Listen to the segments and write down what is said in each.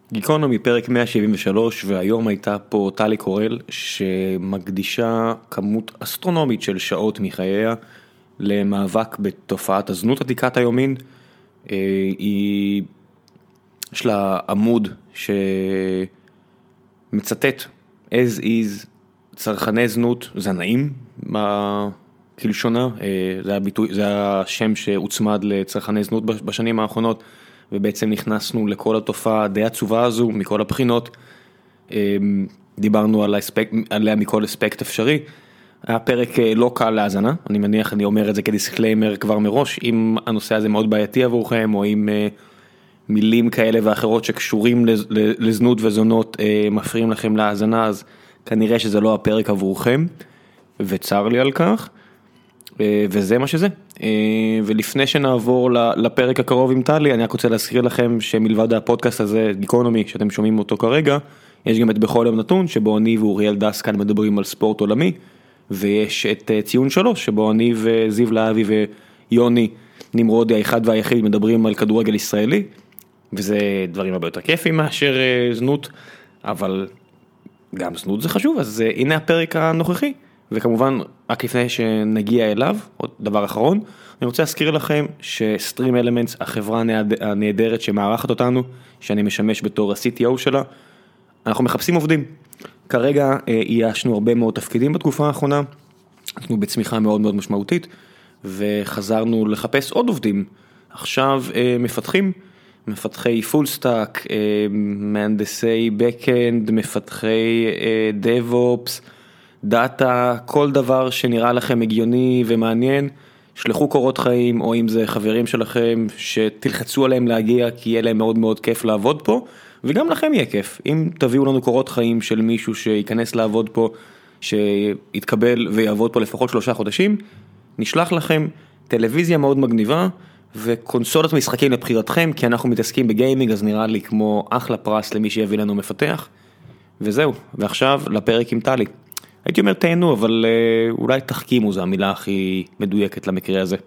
גיקונומי פרק 173, והיום הייתה פה טלי קורל שמקדישה כמות אסטרונומית של שעות מחייה למאבק בתופעת הזנות עתיקת היומין. יש לה עמוד שמצטט as is צרכני זנות זנאים כלשונה, זה השם שהוצמד לצרכני זנות בשנים האחרונות, ובעצם נכנסנו לכל התופעה די עצובה הזו מכל הבחינות. דיברנו עליה מכל אספקט אפשרי. היה פרק לא קל להאזנה, אני מניח, אני אומר את זה כדיסקליימר כבר מראש, אם הנושא הזה מאוד בעייתי עבורכם, או אם מילים כאלה ואחרות שקשורים לזנות וזונות מפריעים לכם להאזנה, אז כנראה שזה לא הפרק עבורכם, וצר לי על כך, וזה מה שזה. ולפני שנעבור לפרק הקרוב עם טלי, אני רק רוצה להזכיר לכם שמלבד הפודקאסט הזה, גיקונומי, שאתם שומעים אותו כרגע, יש גם את בכל יום נתון, שבו אני ואוריאל דסקל מדברים על ספורט עולמי, ויש את ציון 3, שבו אני וזיו להבי ויוני נמרודי, האחד והיחיד, מדברים על כדורגל ישראלי, וזה דברים הרבה יותר כיפים מאשר זנות, אבל גם זנות זה חשוב, אז הנה הפרק הנוכחי. וכמובן, רק לפני שנגיע אליו, עוד דבר אחרון, אני רוצה להזכיר לכם שסטרים אלמנטס, החברה הנהדרת שמערכת אותנו, שאני משמש בתור ה-CTO שלה, אנחנו מחפשים עובדים. כרגע איישנו הרבה מאוד תפקידים בתקופה האחרונה, אנחנו בצמיחה מאוד מאוד משמעותית, וחזרנו לחפש עוד עובדים. עכשיו מפתחי פול סטאק, מהנדסי בקאנד, מפתחי דב-אופס, דאטה, כל דבר שנראה לכם הגיוני ומעניין, שלחו קורות חיים, או אם זה חברים שלכם, שתלחצו עליהם להגיע, כי יהיה להם מאוד מאוד כיף לעבוד פה, וגם לכם יהיה כיף. אם תביאו לנו קורות חיים של מישהו שיכנס לעבוד פה, שיתקבל ויעבוד פה לפחות 3 חודשים, נשלח לכם טלוויזיה מאוד מגניבה, וקונסולת משחקים לבחירתכם, כי אנחנו מתעסקים בגיימינג, אז נראה לי כמו אחלה פרס למי שיביא לנו מפתח. וזהו, ועכשיו לפרק עם טלי. הייתי אומר תהנו, אבל אולי תחכימו, זו המילה הכי מדויקת למקרה הזה.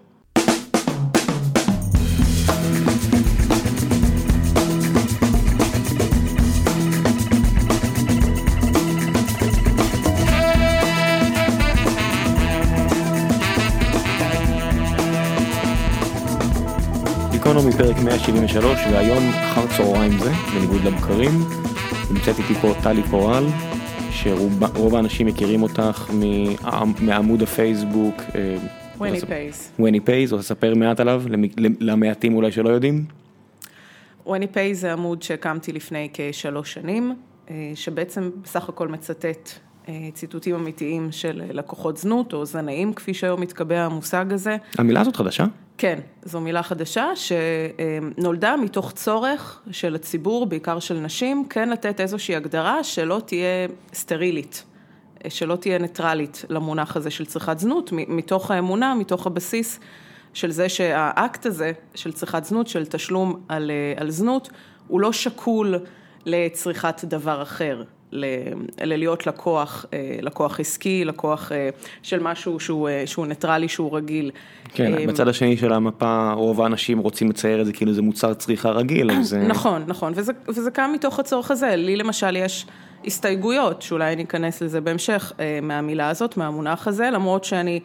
גיקונומי פרק 173, והיום אחר צהריים זה, בניגוד לבקרים, נמצאת איתי פה טלי קורל, שרוב האנשים מכירים אותך מעמוד הפייסבוק ווני פייז, או תספר מעט עליו, למעטים אולי שלא יודעים. ווני פייז זה עמוד שהקמתי לפני כ3 שנים, שבעצם בסך הכל מצטט ציטוטים אמיתיים של לקוחות זנות או זנאים, כפי שהיום מתקבע המושג הזה. המילה הזאת חדשה? כן, זו מילה חדשה שנולדה מתוך צורך של הציבור, בעיקר של נשים, כן לתת איזושהי הגדרה שלא תהיה סטרילית, שלא תהיה ניטרלית למונח הזה של צריכת זנות, מתוך האמונה, מתוך הבסיס של זה שהאקט הזה של צריכת זנות, של תשלום על זנות, הוא לא שקול לצריכת דבר אחר. להיות לקוח עסקי, לקוח של משהו שהוא ניטרלי, שהוא רגיל. כן, בצד השני של המפה, רוב האנשים רוצים לצייר את זה כאילו זה מוצר צריכה רגיל. נכון, וזה קם מתוך הצורך הזה. לי למשל יש הסתייגויות, שאולי אני אכנס לזה בהמשך, מהמילה הזאת, מהמונח הזה, למרות שאני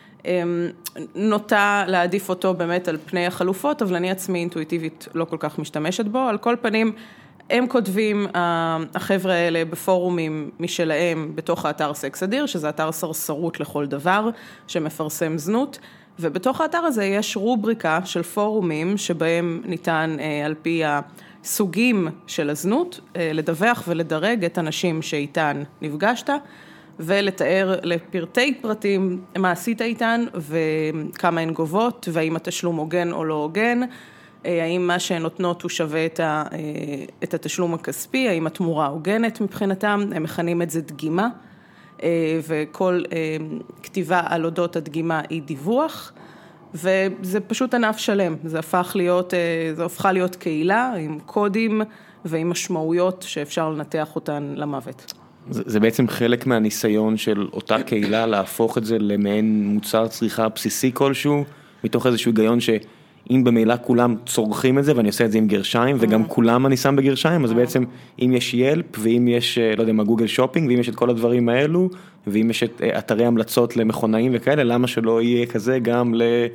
נוטה להעדיף אותו באמת על פני החלופות, אבל אני עצמי אינטואיטיבית לא כל כך משתמשת בו. על כל פנים, הם כותבים, החבר'ה האלה בפורומים משלהם בתוך האתר סקס אדיר, שזה אתר סרסרות לכל דבר שמפרסם זנות, ובתוך האתר הזה יש רובריקה של פורומים שבהם ניתן על פי הסוגים של הזנות, לדווח ולדרג את הנשים שאיתן נפגשת, ולתאר לפרטי פרטים מה עשית איתן וכמה הן גובות, והאם התשלום הוגן או לא הוגן, האם מה שהן נותנות הוא שווה את התשלום הכספי, האם התמורה הוגנת מבחינתם, הם מכנים את זה דגימה, וכל כתיבה על אודות הדגימה היא דיווח, וזה פשוט ענף שלם, זה הפכה להיות קהילה עם קודים ועם משמעויות שאפשר לנתח אותן למוות. זה בעצם חלק מהניסיון של אותה קהילה להפוך את זה למעין מוצר צריכה בסיסי כלשהו, מתוך איזשהו היגיון אם במילא כולם צורכים את זה, ואני עושה את זה עם גרשיים, וגם כולם אני שם בגרשיים, אז בעצם אם יש ילפ, ואם יש, לא יודע מה, גוגל שופינג, ואם יש את כל הדברים האלו, ואם יש את אתרי המלצות למכונאים וכאלה, למה שלא יהיה כזה גם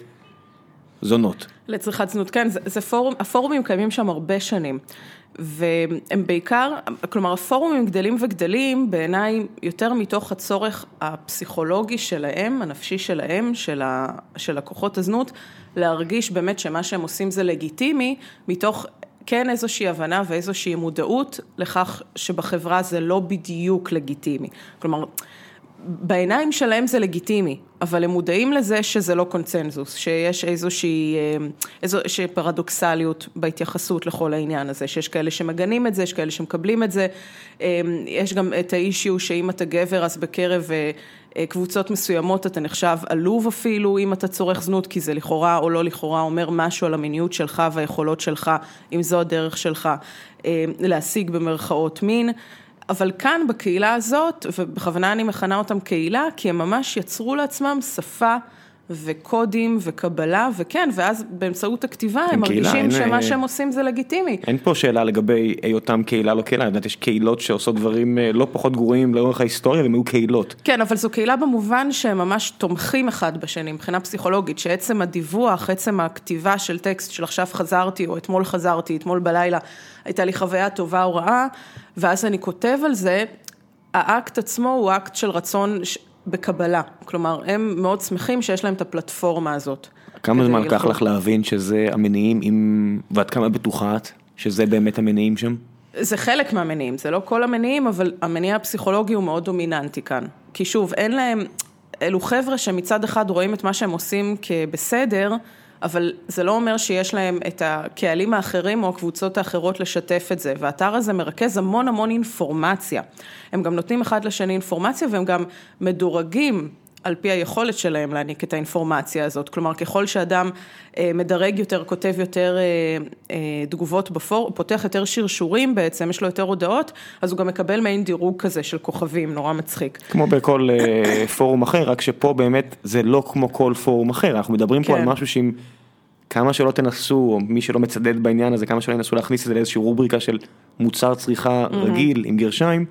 לזונות? לצריכת זנות, כן, זה פורום, הפורומים קיימים שם הרבה שנים, והם בעיקר, כלומר הפורומים גדלים וגדלים, בעיניי יותר מתוך הצורך הפסיכולוגי שלהם, הנפשי שלהם, של לקוחות הזנות, להרגיש באמת שמה שהם עושים זה לגיטימי, מתוך כן איזושהי הבנה ואיזושהי מודעות לכך שבחברה זה לא בדיוק לגיטימי. כלומר, בעיניים שלהם זה לגיטימי, אבל הם מודעים לזה שזה לא קונצנזוס, שיש איזושהי פרדוקסליות בהתייחסות לכל העניין הזה, שיש כאלה שמגנים את זה, יש כאלה שמקבלים את זה, יש גם את האישיו שאם אתה גבר אז בקרב קבוצות מסוימות אתה נחשב עלוב אפילו אם אתה צורך זנות, כי זה לכאורה או לא לכאורה אומר משהו על המיניות שלך והיכולות שלך, אם זו הדרך שלך להשיג במרכאות מין, אבל כאן בקהילה הזאת, ובכוונה אני מכנה אותם קהילה, כי הם ממש יצרו לעצמם שפה וקודים וקבלה, וכן, ואז באמצעות הכתיבה הם מרגישים שמה שהם עושים זה לגיטימי. אין פה שאלה לגבי היותם קהילה לא קהילה, יש קהילות שעושות דברים לא פחות גרועים לאורך ההיסטוריה, והם היו קהילות. כן, אבל זו קהילה במובן שהם ממש תומכים אחד בשני, מבחינה פסיכולוגית, שעצם הדיווח, עצם הכתיבה של טקסט של עכשיו חזרתי, או אתמול חזרתי, אתמול בלילה, הייתה לי חוויה טובה או רעה, ואז אני כותב על זה, האקט עצמו הוא אקט של רצון בקבלה, כלומר, הם מאוד שמחים שיש להם את הפלטפורמה הזאת. כמה זמן לקח לך להבין שזה המניעים, ועד כמה בטוחה את, שזה באמת המניעים שם? זה חלק מהמניעים, זה לא כל המניעים, אבל המניע הפסיכולוגי הוא מאוד דומיננטי כאן. כי שוב, אין להם, אלו חבר'ה שמצד אחד רואים את מה שהם עושים כבסדר, אבל זה לא אומר שיש להם את הקהלים האחרים או הקבוצות האחרות לשתף את זה, והאתר הזה מרכז המון המון אינפורמציה. הם גם נותנים אחד לשני אינפורמציה, והם גם מדורגים על פי היכולת שלהם להעניק את האינפורמציה הזאת. כלומר, ככל שאדם מדרג יותר, כותב יותר תגובות בפור, פותח יותר שרשורים בעצם, יש לו יותר הודעות, אז הוא גם מקבל מעין דירוג כזה של כוכבים, נורא מצחיק. כמו בכל פורום אחר, רק שפה באמת זה לא כמו כל פורום אחר. אנחנו מדברים פה על משהו שאם כמה שלא תנסו, או מי שלא מצדד בעניין הזה, כמה שלא ינסו להכניס את זה לאיזושהי רובריקה של מוצר צריכה רגיל עם גרשיים,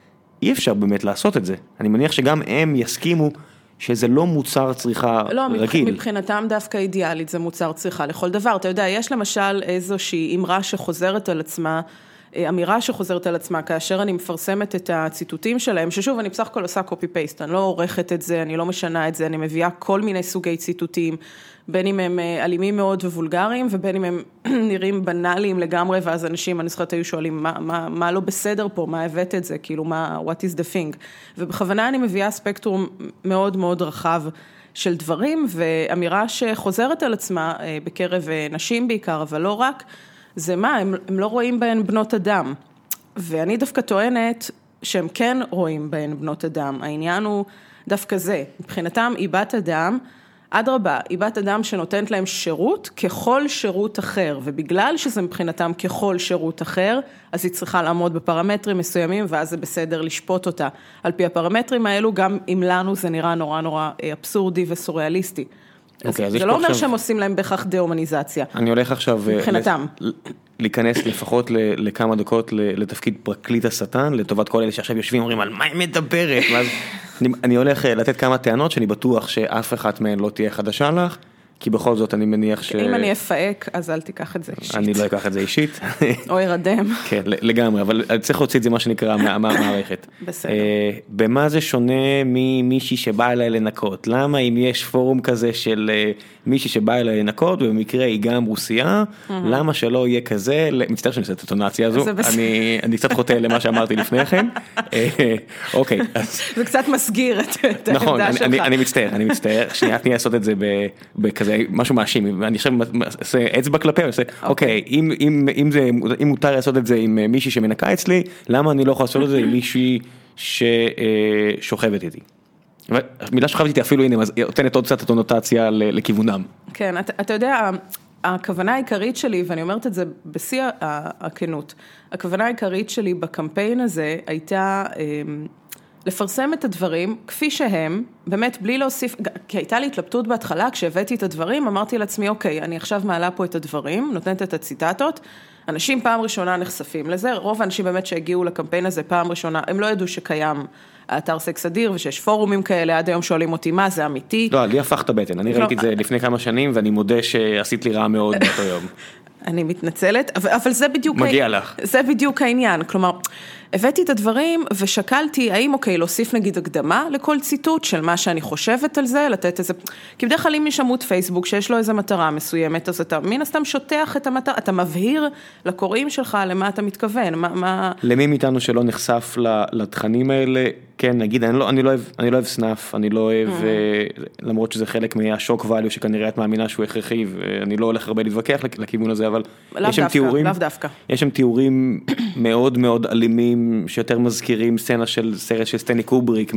אי אפשר באמת לעשות את זה. אני מניח שגם הם יסכימו שזה לא מוצר צריכה רגיל. לא, מבחינתם דווקא אידיאלית זה מוצר צריכה לכל דבר. אתה יודע, יש למשל איזושהי אמרה שחוזרת על עצמה, אמירה שחוזרת על עצמה, כאשר אני מפרסמת את הציטוטים שלהם, ששוב, אני בסך הכל עושה קופי-פייסט, אני לא עורכת את זה, אני לא משנה את זה, אני מביאה כל מיני סוגי ציטוטים, בין אם הם אלימים מאוד ווולגריים, ובין אם הם נראים בנאליים לגמרי, ואז אנשים, אני זוכרת, היו שואלים, מה לא בסדר פה, מה הבאת את זה, כאילו, what is the thing? ובכוונה אני מביאה ספקטרום מאוד מאוד רחב של דברים, ואמירה שחוזרת על עצמה בקרב נשים בעיקר, אבל לא רק, זה מה, הם לא רואים בהן בנות אדם, ואני דווקא טוענת שהם כן רואים בהן בנות אדם, העניין הוא דווקא זה, מבחינתם היא בת אדם, אדרבה, היא בת אדם שנותנת להם שירות ככל שירות אחר, ובגלל שזה מבחינתם ככל שירות אחר, אז היא צריכה לעמוד בפרמטרים מסוימים, ואז זה בסדר לשפוט אותה. על פי הפרמטרים האלו, גם אם לנו זה נראה נורא נורא אבסורדי וסוריאליסטי. זה לא אומר שהם עושים להם בכך דה-הומניזציה. אני הולך עכשיו מבחינתם. להיכנס לפחות לכמה דקות לתפקיד פרקליט השטן, לטובת כל אלה שעכשיו יושבים ואומרים על מה היא מדברת, ואז אני הולך לתת כמה טענות שאני בטוח שאף אחת מהן לא תהיה חדשה לך, כי בכל זאת אני מניח ש... אם אני אפעק, אז אל תיקח את זה אישית. אני לא אקח את זה אישית. או ירדם. כן, לגמרי, אבל צריך להוציא את זה מה שנקרא מהמערכת. בסדר. במה זה שונה ממישהי שבא אליי לנקות? למה אם יש פורום כזה של מישהי שבא אליי לנקות, ובמקרה היא גם רוסייה, למה שלא יהיה כזה? מצטער שאני עושה את הטונציה הזו, אני קצת חוטא למה שאמרתי לפני כן. אוקיי. זה קצת מסגיר את העמדה שלך. נכון, אני מצטער. שנייה, תני לעשות את זה בכזה משהו מאשים, אני עכשיו עושה אצבע כלפי, אני עושה, אוקיי, אם מותר לעשות את זה עם מישהי שמנקה אצלי, למה אני לא יכול לעשות את זה עם מישהי ששוכבת איתי? מילה שוכבת איתי אפילו, הנה, אז נותנת עוד קצת הנוטציה לכיוונם. כן, אתה יודע, הכוונה העיקרית שלי, ואני אומרת את זה בשיא הכנות, הכוונה העיקרית שלי בקמפיין הזה הייתה לפרסם את הדברים כפי שהם, באמת בלי להוסיף, כי הייתה לי התלבטות בהתחלה, כשהבאתי את הדברים, אמרתי לעצמי, אוקיי, אני עכשיו מעלה פה את הדברים, נותנת את הציטטות, אנשים פעם ראשונה נחשפים לזה, רוב האנשים באמת שהגיעו לקמפיין הזה פעם ראשונה, הם לא ידעו שקיים האתר סקס אדיר, ושיש פורומים כאלה, עד היום שואלים אותי מה, זה אמיתי. לא, לי הפך את הבטן, אני ראיתי את זה לפני כמה שנים, ואני מודה שעשית לי רע מאוד באותו יום. אני מתנצלת, אבל זה בדיוק... מגיע לך. זה בדיוק העניין, כלומר, הבאתי את הדברים ושקלתי, האם אוקיי, להוסיף נגיד הקדמה לכל ציטוט של מה שאני חושבת על זה, לתת איזה... כי בדרך כלל אם יש עמוד פייסבוק שיש לו איזה מטרה מסוימת, אז אתה מן הסתם שוטח את המטרה, אתה מבהיר לקוראים שלך למה אתה מתכוון, מה... למי מאיתנו שלא נחשף לתכנים האלה, כן, נגיד, אני לא אוהב סנאפ, אני לא אוהב, למרות שזה חלק מהשוק ואליו שכנראה את מאמינה שהוא הכרחי, ואני לא הולך הרבה להתווכח לכיוון הזה, אבל לאו דווקא. יש שם תיאורים מאוד מאוד אלימים, שיותר מזכירים סצנה של סרט של סטני קובריק,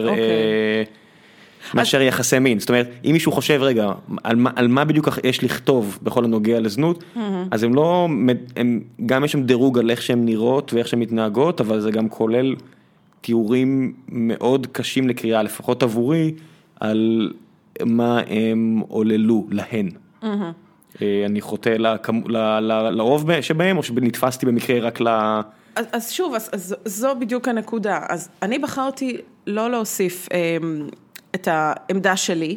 מאשר יחסי מין. זאת אומרת, אם מישהו חושב רגע, על מה בדיוק יש לכתוב בכל הנוגע לזנות, אז הם לא, גם יש שם דירוג על איך שהן נראות ואיך שהן מתנהגות, אבל זה גם כולל תיאורים מאוד קשים לקריאה, לפחות עבורי, על מה הם עוללו להן. אני חוטא לרוב שבהם, או שנתפסתי במקרה רק אז שוב, זו בדיוק הנקודה. אז אני בחרתי לא להוסיף את העמדה שלי,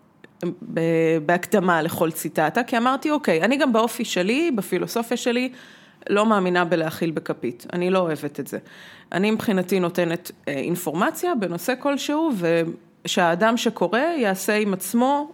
בהקדמה לכל ציטטה, כי אמרתי, אוקיי, אני גם באופי שלי, בפילוסופיה שלי, לא מאמינה בלהכיל בכפית. אני לא אוהבת את זה. אני מבחינתי נותנת אינפורמציה בנושא כלשהו, ושהאדם שקורא יעשה עם עצמו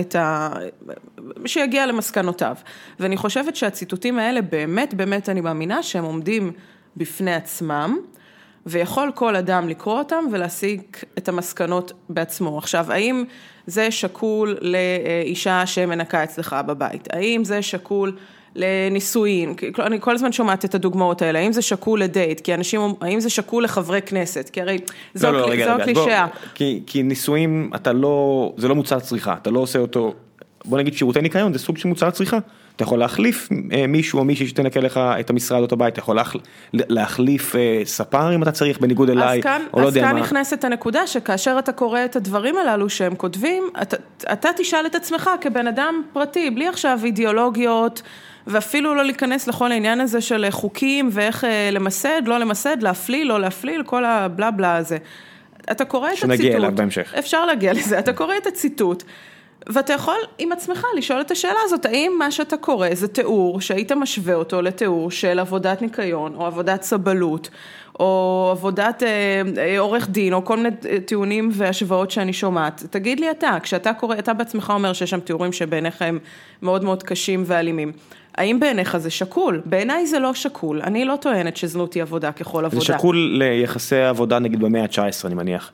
שיגיע למסקנותיו. ואני חושבת שהציטוטים האלה באמת אני מאמינה שהם עומדים בפני עצמם, ויכול כל אדם לקרוא אותם ולהשיג את המסקנות בעצמו. עכשיו, האם זה שקול לאישה שמנקה אצלך בבית? האם זה שקול לנישואין? אני כל הזמן שומעת את הדוגמאות האלה. האם זה שקול לדייט? כי אנשים, האם זה שקול לחברי כנסת? כי הרי זו קלישאה. כי נישואין, זה לא מוצר צריכה. אתה לא עושה אותו, בוא נגיד שירותי ניקיון, זה סוג של מוצר צריכה. אתה יכול להחליף מישהו או מישהי שתנקה לך את המשרד או את הבית, אתה יכול להחליף ספר אם אתה צריך בניגוד אליי, או לא יודע מה. אז כאן נכנסת הנקודה שכאשר אתה קורא את הדברים הללו שהם כותבים, אתה תשאל את עצמך כבן אדם פרטי, בלי עכשיו אידיאולוגיות, ואפילו לא להיכנס לכל העניין הזה של חוקים ואיך למסד, לא למסד, להפליל, לא להפליל, כל הבלה בלה הזה. אתה קורא את הציטוט. שנגיע אליו בהמשך. אפשר להגיע לזה. אתה קורא את הציטוט, ואתה יכול עם עצמך לשאול את השאלה הזאת, האם מה שאתה קורא זה תיאור שהיית משווה אותו לתיאור של עבודת ניקיון, או עבודת סבלות, או עבודת עורך דין, או כל מיני טיעונים והשוואות שאני שומעת. תגיד לי אתה, כשאתה קורא, אתה בעצמך אומר שיש שם תיאורים שבעיניך הם מאוד מאוד קשים ואלימים. האם בעיניך זה שקול? בעיניי זה לא שקול. אני לא טוענת שזנות היא עבודה ככל עבודה. זה שקול ליחסי עבודה נגיד במאה ה-19, אני מניח.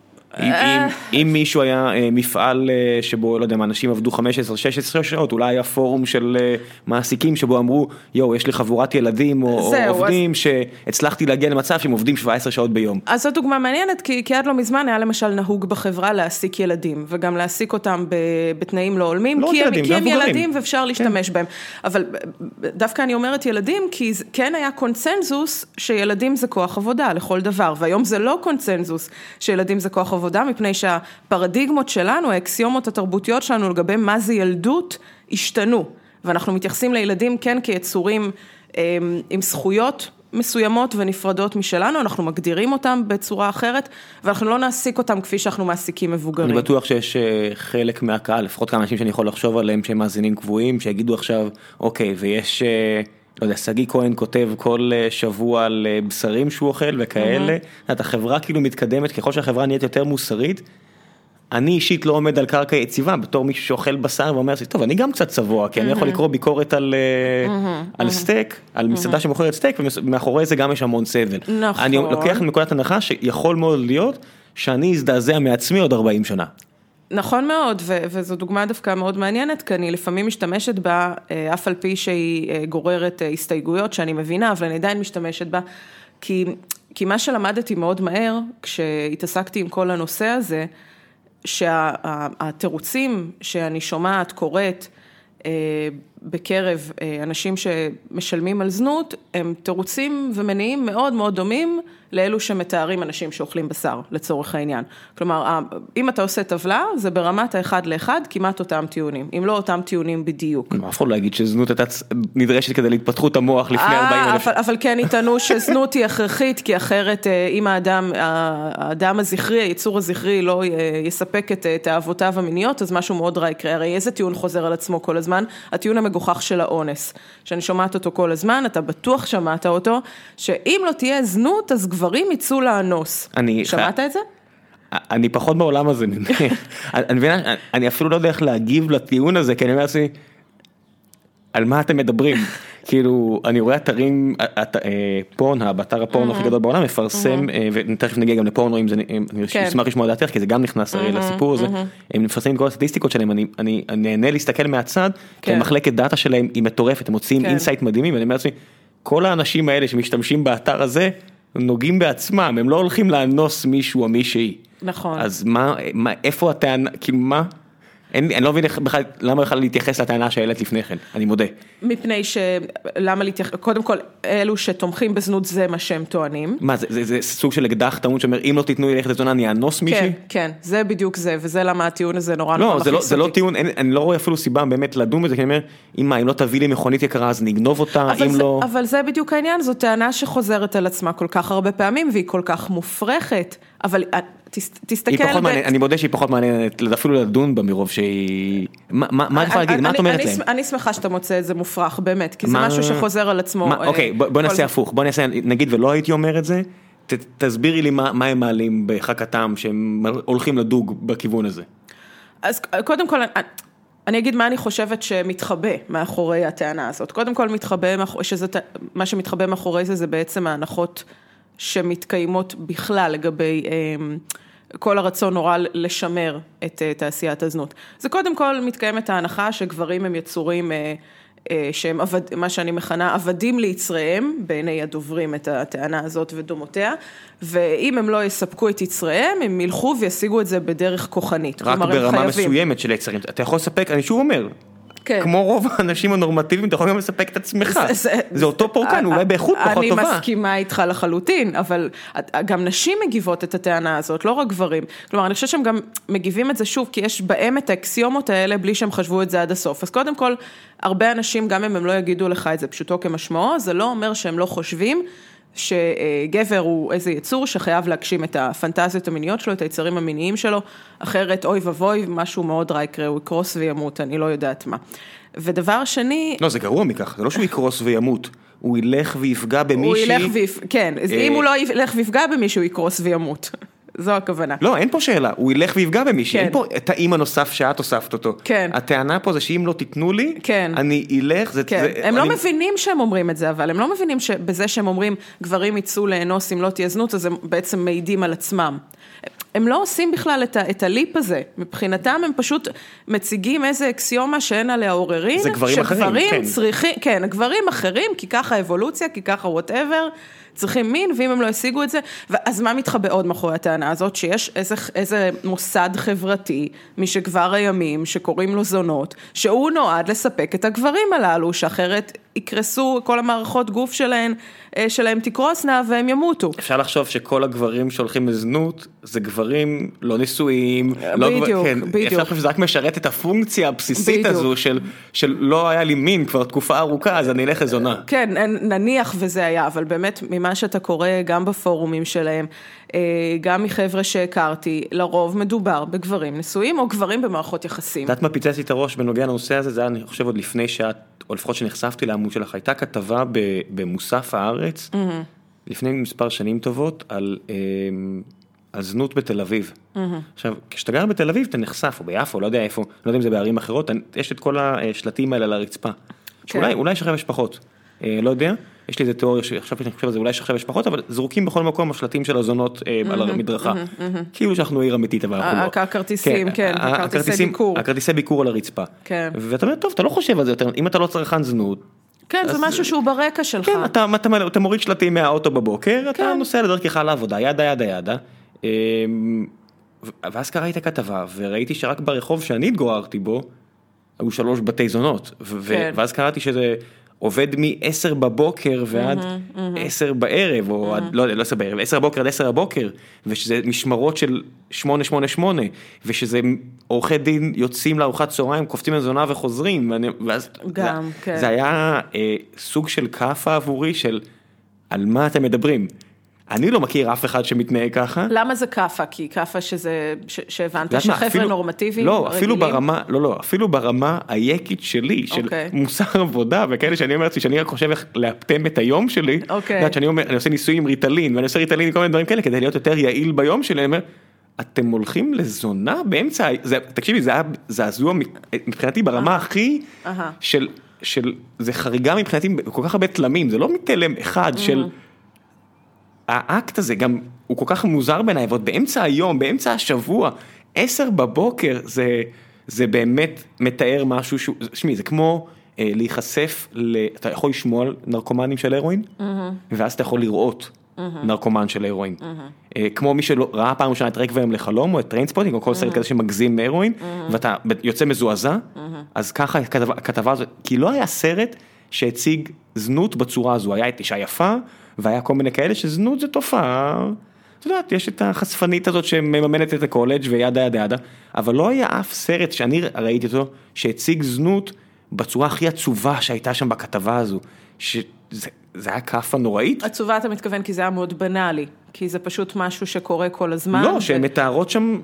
אם מישהו היה מפעל שבו, לא יודע, אנשים עבדו 15-16 שעות, אולי היה פורום של מעסיקים שבו אמרו, יש לי חבורת ילדים או עובדים שהצלחתי להגיע למצב שהם עובדים 17 שעות ביום. אז זו דוגמה מעניינת, כי עד לא מזמן היה למשל נהוג בחברה להעסיק ילדים, וגם להעסיק אותם בתנאים לא הולמים, כי הם ילדים ואפשר להשתמש בהם. אבל דווקא אני אומרת ילדים, כי כן היה קונצנזוס שילדים זה כוח עבודה לכל דבר, והיום זה לא קונצנזוס שילדים זה כוח עבודה, מפני שהפרדיגמות שלנו, האקסיומות התרבותיות שלנו לגבי מה זה ילדות, השתנו. ואנחנו מתייחסים לילדים כן כיצורים עם זכויות מסוימות ונפרדות משלנו, אנחנו מגדירים אותם בצורה אחרת, ואנחנו לא נעסיק אותם כפי שאנחנו מעסיקים מבוגרים. אני בטוח שיש חלק מהקהל, לפחות כמה אנשים שאני יכול לחשוב עליהם, שהם מאזינים קבועים, שיגידו עכשיו, אוקיי, ויש... לא יודע, סגי כהן כותב כל שבוע על בשרים שהוא אוכל וכאלה, החברה כאילו מתקדמת, ככל שהחברה נהיית יותר מוסרית, אני אישית לא עומד על קרקע יציבה, בתור מישהו שאוכל בשר ואומר, טוב, אני גם קצת צבוע, כי אני יכול לקרוא ביקורת על סטייק, על מסעדה שמוכרת סטייק, ומאחורי זה גם יש המון סבל. נכון. אני לוקח מנקודת הנחה שיכול מאוד להיות, שאני אזדעזע מעצמי עוד 40 שנה. נכון מאוד, וזו דוגמה דווקא מאוד מעניינת, כי אני לפעמים משתמשת בה, אף על פי שהיא גוררת הסתייגויות שאני מבינה, אבל אני עדיין משתמשת בה, כי מה שלמדתי מאוד מהר, כשהתעסקתי עם כל הנושא הזה, שהתירוצים שאני שומעת, קוראת, בקרב אנשים שמשלמים על זנות, הם תירוצים ומניעים מאוד מאוד דומים לאלו שמתארים אנשים שאוכלים בשר, לצורך העניין. כלומר, אם אתה עושה טבלה, זה ברמת האחד לאחד, כמעט אותם טיעונים, אם לא אותם טיעונים בדיוק. אף אחד לא להגיד שזנות הייתה נדרשת כדי להתפתחות המוח לפני 40,000. אבל כן יטענו שזנות היא הכרחית, כי אחרת אם האדם הזכרי, היצור הזכרי לא יספק את תאוותיו המיניות, אז משהו מאוד רע יקרה. הרי איזה טיעון חוזר על עצמו כל הזמן? הטיעון המגוחך של האונס, שאני שומעת אותו כל הזמן, אתה בטוח שמעת אותו, שאם לא תהיה זנות, אז גברים יצאו לאנוס. שמעת את זה? אני פחות בעולם הזה, אני אפילו לא יודע איך להגיב לטיעון הזה, כי אני אומר לעצמי, על מה אתם מדברים? כאילו, אני רואה אתרים, פורנהאב, אתר הפורנו הכי גדול בעולם, מפרסם, ותכף נגיע גם לפורנו, אני אשמח לשמוע דעתך, כי זה גם נכנס לסיפור הזה, הם מפרסמים את כל הסטטיסטיקות שלהם, אני נהנה להסתכל מהצד, כי המחלקת דאטה שלהם היא מטורפת, הם מוצאים אינסייט מדהימים, ואני אומר לעצמי, כל האנשים האלה שמשתמשים באתר הזה, נוגעים בעצמם, הם לא הולכים לאנוס מישהו או מישהי. נכון. אז מה, איפה הטענה, כאילו מה? אני לא מבין למה בכלל להתייחס לטענה שהעלית לפני כן, אני מודה. מפני למה להתייחס, קודם כל, אלו שתומכים בזנות זה מה שהם טוענים. מה, זה סוג של אקדח טעון שאומר, אם לא תיתנו לי ללכת לזונה, אני אנוס מישהי? כן, כן, זה בדיוק זה, וזה למה הטיעון הזה נורא נורא מכניס אותי. זה לא טיעון, אני לא רואה אפילו סיבה באמת לדון בזה, כי אני אומר, אם לא תביא לי מכונית יקרה, אז נגנוב אותה, אם לא... אבל זה בדיוק העניין, זו טענה שחוזרת על עצמה כל כך הרבה פעמים, והיא כל כך מופרכת, אבל... תסתכל... אני מודה שהיא פחות מעניינת, אפילו לדון בה מרוב שהיא... מה אני יכול להגיד? מה את אומרת להם? אני שמחה שאתה מוצא את זה מופרך, באמת, כי זה משהו שחוזר על עצמו. אוקיי, בוא נעשה הפוך, בוא נעשה, נגיד ולא הייתי אומר את זה, תסבירי לי מה הם מעלים בחכתם, שהם הולכים לדוג בכיוון הזה. אז קודם כל, אני אגיד מה אני חושבת שמתחבא מאחורי הטענה הזאת. קודם כל, מה שמתחבא מאחורי זה בעצם ההנחות שמתקיימות בכלל לגבי כל הרצון נורא לשמר את תעשיית הזנות. זה קודם כל מתקיימת ההנחה שגברים הם יצורים שהם מה שאני מכנה עבדים ליצריהם, בעיני הדוברים את הטענה הזאת ודומותיה, ואם הם לא יספקו את יצריהם, הם ילכו וישיגו את זה בדרך כוחנית. רק ברמה מסוימת של יצרים. אתה יכול לספק, אני שוב אומר, כמו רוב האנשים הנורמטיביים, אתה יכול גם לספק את עצמך. זה אותו פורקן, אולי באיכות פחות טובה. אני מסכימה איתך לחלוטין, אבל גם נשים מגיבות את הטענה הזאת, לא רק גברים. כלומר, אני חושבת שהם גם מגיבים את זה שוב, כי יש בהם את האקסיומות האלה, בלי שהם חשבו את זה עד הסוף. אז קודם כל, הרבה אנשים, גם אם הם לא יגידו לך את זה פשוטו כמשמעו, זה לא אומר שהם לא חושבים שגבר הוא איזה יצור שחייב להגשים את הפנטזיות המיניות שלו, את היצרים המיניים שלו, אחרת אוי ובוי, משהו מאוד רע יקרה, הוא יקרוס וימות, אני לא יודעת מה. ודבר שני... לא, זה גרוע מכך, זה לא שהוא יקרוס וימות, הוא ילך ויפגע במישהי... כן, אם הוא לא ילך ויפגע במישהו, הוא יקרוס וימות. זו הכוונה. לא, אין פה שאלה, הוא ילך ויפגע במישהי, אין פה את האם הנוסף שאת הוספת אותו. כן. הטענה פה זה שאם לא תיתנו לי, אני אלך, הם לא מבינים שהם אומרים את זה, אבל הם לא מבינים שבזה שהם אומרים, גברים יצאו לאנוס אם לא תהיה זנות, אז הם בעצם מעידים על עצמם. הם לא עושים בכלל את הליפ הזה, מבחינתם הם פשוט מציגים איזה אקסיומה שאין עליה עוררין, זה גברים אחרים, כן. כן, הגברים אחרים, כי ככה אבולוציה, כי ככה whatever, צריכים מין, ואם הם לא השיגו את זה, אז מה מתחבא עוד מאחורי הטענה הזאת, שיש איזה מוסד חברתי, משכבר הימים, שקוראים לו זונות, שהוא נועד לספק את הגברים הללו, שאחרת יקרסו כל המערכות גוף שלהם תקרוסנה, והם ימותו. אפשר לחשוב שכל הגברים שהולכים לזנות, זה גברים לא נשואים, בדיוק, בדיוק. אפשר לחשוב שזה רק משרת את הפונקציה הבסיסית הזו, של לא היה לי מין כבר תקופה ארוכה, אז אני אלך לזונה. כן, נניח וזה היה, אבל באמת ממה שאתה קורא גם בפורומים שלהם, גם מחבר'ה שהכרתי, לרוב מדובר בגברים נשואים או גברים במערכות יחסים. את מפיצצתי את הראש בנוגע לנושא הזה, זה היה, אני חושב, עוד לפני שאת, או לפחות שנחשפתי לעמוד שלך, הייתה כתבה במוסף הארץ, לפני מספר שנים טובות, על זנות בתל אביב. עכשיו, כשאתה גר בתל אביב, אתה נחשף, או ביפו, לא יודע איפה, לא יודע אם זה בערים אחרות, יש את כל השלטים האלה על הרצפה. אולי שכב יש פחות, לא יודע, יש לי איזה תיאוריה שעכשיו אני חושב על זה, אולי שכב יש פחות, אבל זרוקים בכל מקום השלטים של הזונות על המדרכה. כאילו שאנחנו עיר אמיתית, אבל אנחנו לא. הכרטיסים, כן, הכרטיסי ביקור. הכרטיסי ביקור על הרצפה. ואתה אומר, טוב, אתה לא חושב על זה יותר, אם אתה לא צרכן זנות, כן, זה משהו שהוא ברקע שלך. כן, אתה מוריד שלטים מהאוטו בבוקר, אתה נוסע לדרכך לעבודה, ידה. ואז קראתי את הכתבה, וראיתי שרק ברחוב שאני התגוררתי בו, היו 3 בתי זונות, ואז קראתי שזה עובד מ-10 בבוקר ועד 10 בערב, או לא 10 בערב, 10 בבוקר עד 10 בבוקר, ושזה משמרות של 888, ושזה עורכי דין יוצאים לארוחת צהריים, קופצים לזונה וחוזרים, ואז גם, כן. זה היה סוג של קאפה עבורי של על מה אתם מדברים. אני לא מכיר אף אחד שמתנהג ככה. למה זה קאפה? כי קאפה שהבנת שחבר'ה נורמטיביים, לא, אפילו ברמה היקית שלי, של מוסר עבודה, וכאלה שאני אומר לעצמי, שאני רק חושב איך להפטם את היום שלי, שאני עושה ניסוי עם ריטלין, ואני עושה ריטלין עם כל מיני דברים כאלה, כדי להיות יותר יעיל ביום שלי, אני אומר, אתם הולכים לזונה באמצע, תקשיבי, זה היה זעזוע מבחינתי ברמה הכי של, זה חריגה מבחינתי, כל כך הרבה תלמים, זה לא מתלם אחד של האקט הזה גם, הוא כל כך מוזר בעיניי, ועוד באמצע היום, באמצע השבוע, 10 בבוקר, זה באמת מתאר משהו שהוא, שמי, זה כמו להיחשף, אתה יכול לשמוע על נרקומנים של הרואין, ואז אתה יכול לראות נרקומן של הרואין. כמו מי שראה פעם ראשונה את רקוויאם לחלום, או את טריינספוטינג, או כל סרט כזה שמגזים מהרואין, ואתה יוצא מזועזע, אז ככה הכתבה הזאת, כי לא היה סרט שהציג זנות בצורה הזו, היה את אישה יפה, והיה כל מיני כאלה שזנות זה תופעה, אתה יודעת, יש את החשפנית הזאת שמממנת את הקולג' וידה ידה ידה, אבל לא היה אף סרט שאני ראיתי אותו, שהציג זנות בצורה הכי עצובה שהייתה שם בכתבה הזו, שזה היה קאפה נוראית. עצובה אתה מתכוון כי זה היה מאוד בנאלי, כי זה פשוט משהו שקורה כל הזמן. לא, שהן מתארות שם,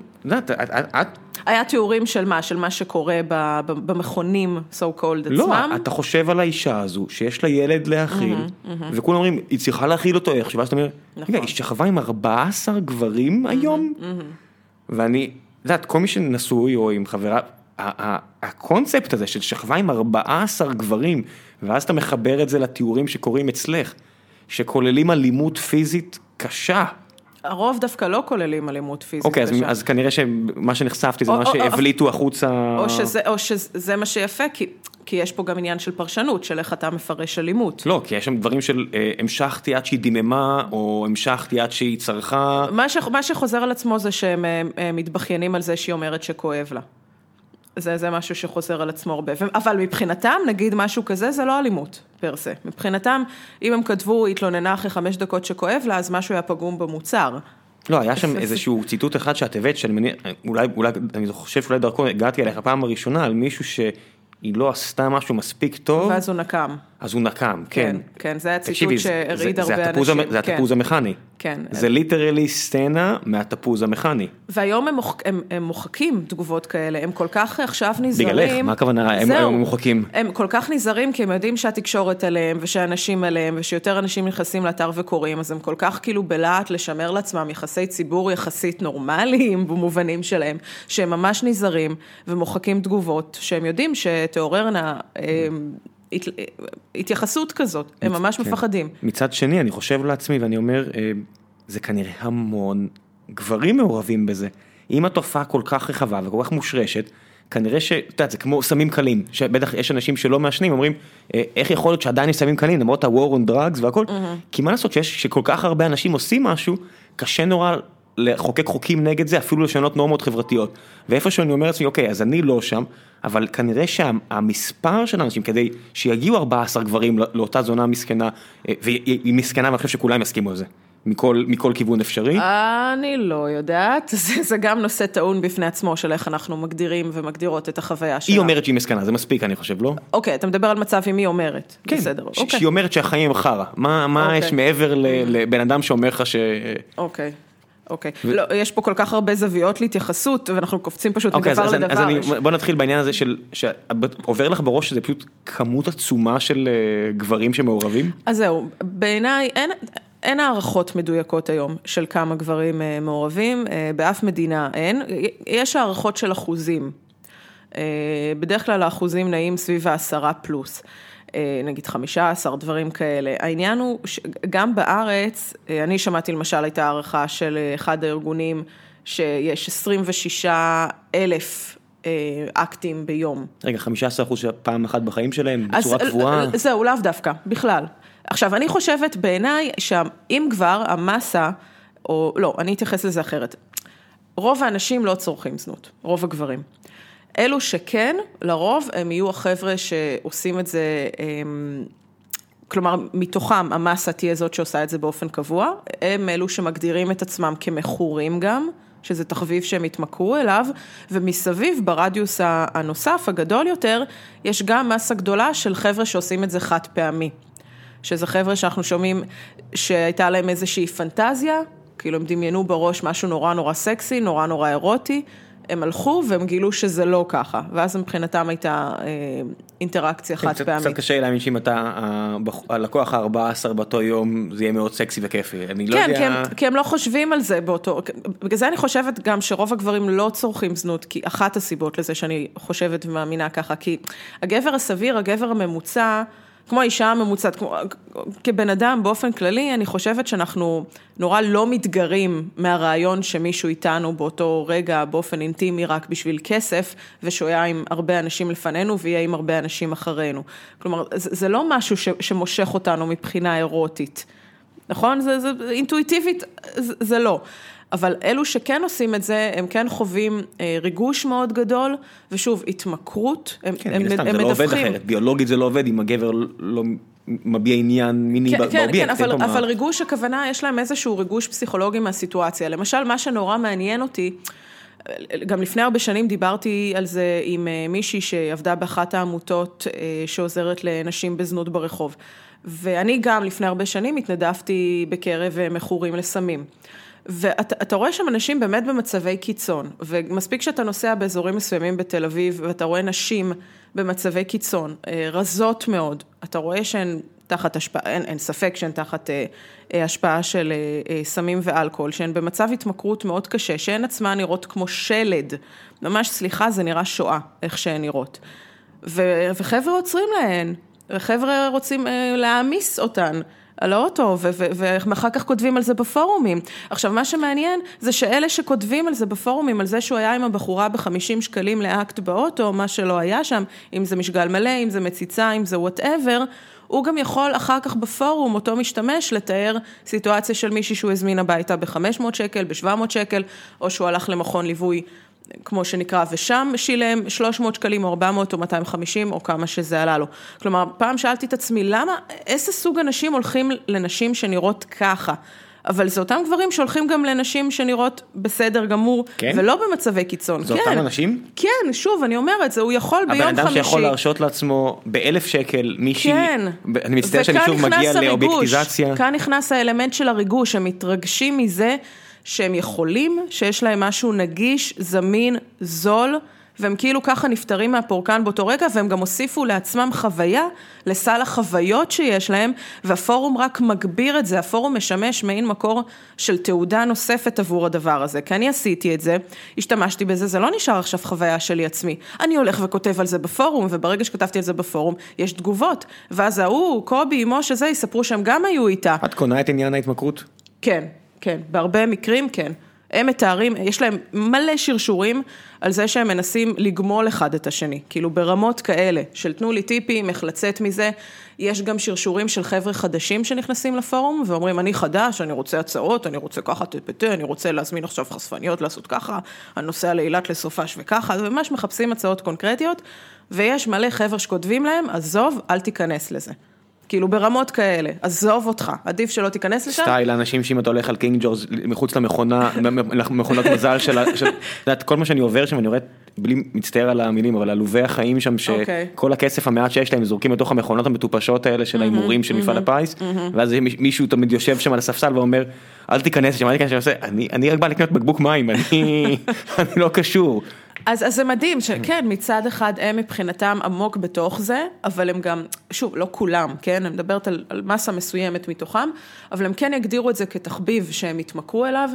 היה תיאורים של מה שקורה במכונים, so called עצמם. לא, אתה חושב על האישה הזו, שיש לה ילד להכיל, וכולם אומרים, היא צריכה להכיל אותו איך, ואז אתה אומר, רגע, היא שכבה עם 14 גברים היום, ואני, יודעת, כל מי שנשוי או עם חברה, הקונספט הזה של שכבה עם 14 גברים, ואז אתה מחבר את זה לתיאורים שקורים אצלך, שכוללים אלימות פיזית קשה. הרוב דווקא לא כוללים אלימות פיזית. אוקיי, אז כנראה שמה שנחשפתי זה מה שהבליטו החוצה. או שזה מה שיפה, כי יש פה גם עניין של פרשנות, של איך אתה מפרש אלימות. לא, כי יש שם דברים של המשכתי עד שהיא דיממה, או המשכתי עד שהיא צרכה. מה שחוזר על עצמו זה שהם מתבחיינים על זה שהיא אומרת שכואב לה. זה משהו שחוזר על עצמו הרבה. אבל מבחינתם, נגיד משהו כזה, זה לא אלימות, פרסה. מבחינתם, אם הם כתבו, התלוננה אחרי 5 דקות שכואב לה, אז משהו היה פגום במוצר. לא, היה שם איזשהו ציטוט אחד שאת הבאת, אולי, אני חושב שאולי דרכו, הגעתי אליך פעם הראשונה, על מישהו שהיא לא עשתה משהו מספיק טוב. ואז הוא נקם. אז הוא נקם, כן. כן, זה היה ציטוט שהרעיד הרבה אנשים. זה התפוז המכני. כן. זה ליטרלי סצנה מהתפוז המכני. והיום הם מוחקים תגובות כאלה, הם כל כך עכשיו נזהרים. בגללך, מה הכוונה? הם מוחקים. הם כל כך נזהרים, כי הם יודעים שהתקשורת עליהם, ושאנשים עליהם, ושיותר אנשים נכנסים לאתר וקוראים, אז הם כל כך כאילו בלהט לשמר לעצמם יחסי ציבור יחסית נורמליים, במובנים שלהם, שהם ממש נזהרים, ומוחקים תגובות, שהם יודעים שתעוררנה התייחסות כזאת, הם ממש מפחדים. מצד שני, אני חושב לעצמי, ואני אומר, זה כנראה המון גברים מעורבים בזה. אם התופעה כל כך רחבה וכל כך מושרשת, כנראה זה כמו סמים קלים, שבטח יש אנשים שלא מעשנים, אומרים, איך יכול להיות שעדיין יש סמים קלים, למרות ה-war on drugs והכל, כי מה לעשות שכל כך הרבה אנשים עושים משהו, קשה נורא לחוקק חוקים נגד זה, אפילו לשנות נורמות חברתיות. ואיפה שאני אומר לעצמי, אוקיי, אז אני לא שם, אבל כנראה שהמספר של אנשים, כדי שיגיעו 14 גברים לאותה זונה מסכנה, והיא מסכנה, ואני חושב שכולם יסכימו על זה, מכל כיוון אפשרי. אני לא יודעת, זה גם נושא טעון בפני עצמו, של איך אנחנו מגדירים ומגדירות את החוויה שלה. היא אומרת שהיא מסכנה, זה מספיק, אני חושב, לא? אוקיי, אתה מדבר על מצב עם היא אומרת. כן, בסדר, שהיא אומרת שהחיים הם חרא. מה יש מעבר לבן אדם שאומר לך ש... אוקיי. לא, יש פה כל כך הרבה זוויות להתייחסות, ואנחנו קופצים פשוט מדבר לדבר. אז בוא נתחיל בעניין הזה שעובר לך בראש שזה פשוט כמות עצומה של גברים שמעורבים? אז זהו, בעיניי אין הערכות מדויקות היום של כמה גברים מעורבים, באף מדינה אין, יש הערכות של אחוזים. בדרך כלל האחוזים נעים סביב 10+. נגיד 15 דברים כאלה. העניין הוא שגם בארץ, אני שמעתי למשל הייתה הערכה של אחד הארגונים שיש 26,000 אקטים ביום. רגע, 15% פעם אחת בחיים שלהם בצורה קבועה? זהו, לאו דווקא, בכלל. עכשיו, אני חושבת בעיניי שאם כבר המסה, או לא, אני אתייחס לזה אחרת. רוב האנשים לא צורכים זנות, רוב הגברים. אלו שכן, לרוב הם יהיו החבר'ה שעושים את זה כלומר, מתוכם המסה תהיה זאת שעושה את זה באופן קבוע, הם אלו שמגדירים את עצמם כמכורים גם, שזה תחביב שהם התמכרו אליו, ומסביב ברדיוס הנוסף, הגדול יותר, יש גם מסה גדולה של חבר'ה שעושים את זה חד פעמי. שזה חבר'ה שאנחנו שומעים שהייתה להם איזושהי פנטזיה, כאילו הם דמיינו בראש משהו נורא נורא סקסי, נורא נורא אירוטי, הם הלכו והם גילו שזה לא ככה, ואז מבחינתם הייתה אינטראקציה חד פעמית. קצת קשה להאמין שאם אתה הלקוח ה-14 באותו יום, זה יהיה מאוד סקסי וכיפי. כן, כי הם לא חושבים על זה באותו, בגלל זה אני חושבת גם שרוב הגברים לא צורכים זנות, כי אחת הסיבות לזה שאני חושבת ומאמינה ככה, כי הגבר הסביר, הגבר הממוצע, כמו האישה הממוצעת, כבן אדם באופן כללי, אני חושבת שאנחנו נורא לא מתגרים מהרעיון שמישהו איתנו באותו רגע, באופן אינטימי, רק בשביל כסף, ושהוא היה עם הרבה אנשים לפנינו, ויהיה עם הרבה אנשים אחרינו. כלומר, זה לא משהו שמושך אותנו מבחינה אירוטית. נכון? זה אינטואיטיבית, זה לא. אבל אלו שכן עושים את זה, הם כן חווים ריגוש מאוד גדול, ושוב, התמכרות, הם מדווחים. זה לא עובד אחרת, ביולוגית זה לא עובד, אם הגבר לא מביע עניין מיני באובייקט. כן, אבל ריגוש הכוונה, יש להם איזשהו ריגוש פסיכולוגי מהסיטואציה. למשל, מה שנורא מעניין אותי, גם לפני הרבה שנים דיברתי על זה עם מישהי שעבדה באחת העמותות שעוזרת לנשים בזנות ברחוב. ואני גם לפני הרבה שנים התנדבתי בקרב מכורים לסמים. ואתה רואה שם אנשים באמת במצבי קיצון, ומספיק שאתה נוסע באזורים מסוימים בתל אביב, ואתה רואה נשים במצבי קיצון, רזות מאוד, אתה רואה שהן תחת השפעה, אין ספק שהן תחת השפעה של סמים ואלכוהול, שהן במצב התמכרות מאוד קשה, שהן עצמה נראות כמו שלד, ממש סליחה, זה נראה שואה, איך שהן נראות. וחבר'ה עוצרים להן, וחבר'ה רוצים להעמיס אותן, על האוטו, ואחר כך כותבים על זה בפורומים. עכשיו, מה שמעניין זה שאלה שכותבים על זה בפורומים, על זה שהוא היה עם הבחורה ב50 שקלים לאקט באוטו, מה שלא היה שם, אם זה משגל מלא, אם זה מציצה, אם זה whatever, הוא גם יכול אחר כך בפורום, אותו משתמש, לתאר סיטואציה של מישהי שהוא הזמין הביתה ב500 שקל, ב700 שקל, או שהוא הלך למכון ליווי, כמו שנקרא, ושם שילם 300 שקלים או 400 או 250 או כמה שזה עלה לו. כלומר, פעם שאלתי את עצמי, למה, איזה סוג אנשים הולכים לנשים שנראות ככה? אבל זה אותם גברים שהולכים גם לנשים שנראות בסדר גמור, כן? ולא במצבי קיצון. זה כן. אותם אנשים? כן, שוב, אני אומרת, זה הוא יכול ביום חמישי. הבן אדם שיכול להרשות לעצמו ב1,000 שקל מישהי, כן. אני מצטער שאני שוב מגיע לאובייקטיזציה. כאן נכנס האלמנט של הריגוש, הם מתרגשים מזה, שהם יכולים, שיש להם משהו נגיש, זמין, זול, והם כאילו ככה נפטרים מהפורקן באותו רגע, והם גם הוסיפו לעצמם חוויה, לסל החוויות שיש להם, והפורום רק מגביר את זה, הפורום משמש מעין מקור של תעודה נוספת עבור הדבר הזה, כי אני עשיתי את זה, השתמשתי בזה, זה לא נשאר עכשיו חוויה שלי עצמי, אני הולך וכותב על זה בפורום, וברגע שכתבתי על זה בפורום, יש תגובות, ואז קובי, משה, זה, יספרו שהם גם היו איתה. את קונה את עניין ההתמכרות? כן. כן, בהרבה מקרים כן. הם מתארים, יש להם מלא שרשורים על זה שהם מנסים לגמול אחד את השני, כאילו ברמות כאלה, של תנו לי טיפים, איך לצאת מזה. יש גם שרשורים של חבר'ה חדשים שנכנסים לפורום, ואומרים, אני חדש, אני רוצה הצעות, אני רוצה ככה תפתה, אני רוצה להזמין עכשיו חשפניות, לעשות ככה, אני נוסע לאילת לסופש וככה, וממש מחפשים הצעות קונקרטיות, ויש מלא חבר'ה שכותבים להם, עזוב, אל תיכנס לזה. כאילו ברמות כאלה, עזוב אותך, עדיף שלא תיכנס לשם. סטייל, אנשים שאם אתה הולך על קינג ג'ורג' מחוץ למכונות מזל של, כל מה שאני עובר שם, אני רואה, בלי מצטער על המילים, אבל עלובי החיים שם, שכל הכסף המעט שיש להם, זורקים לתוך המכונות המטופשות האלה של ההימורים של מפעל הפיס, ואז מישהו תמיד יושב שם על הספסל ואומר, אל תיכנס לשם, אני רק בא לקנות בקבוק מים, אני לא קשור. אז זה מדהים שכן, מצד אחד הם מבחינתם עמוק בתוך זה, אבל הם גם, שוב, לא כולם, כן? אני מדברת על מסה מסוימת מתוכם, אבל הם כן יגדירו את זה כתחביב שהם יתמכרו אליו,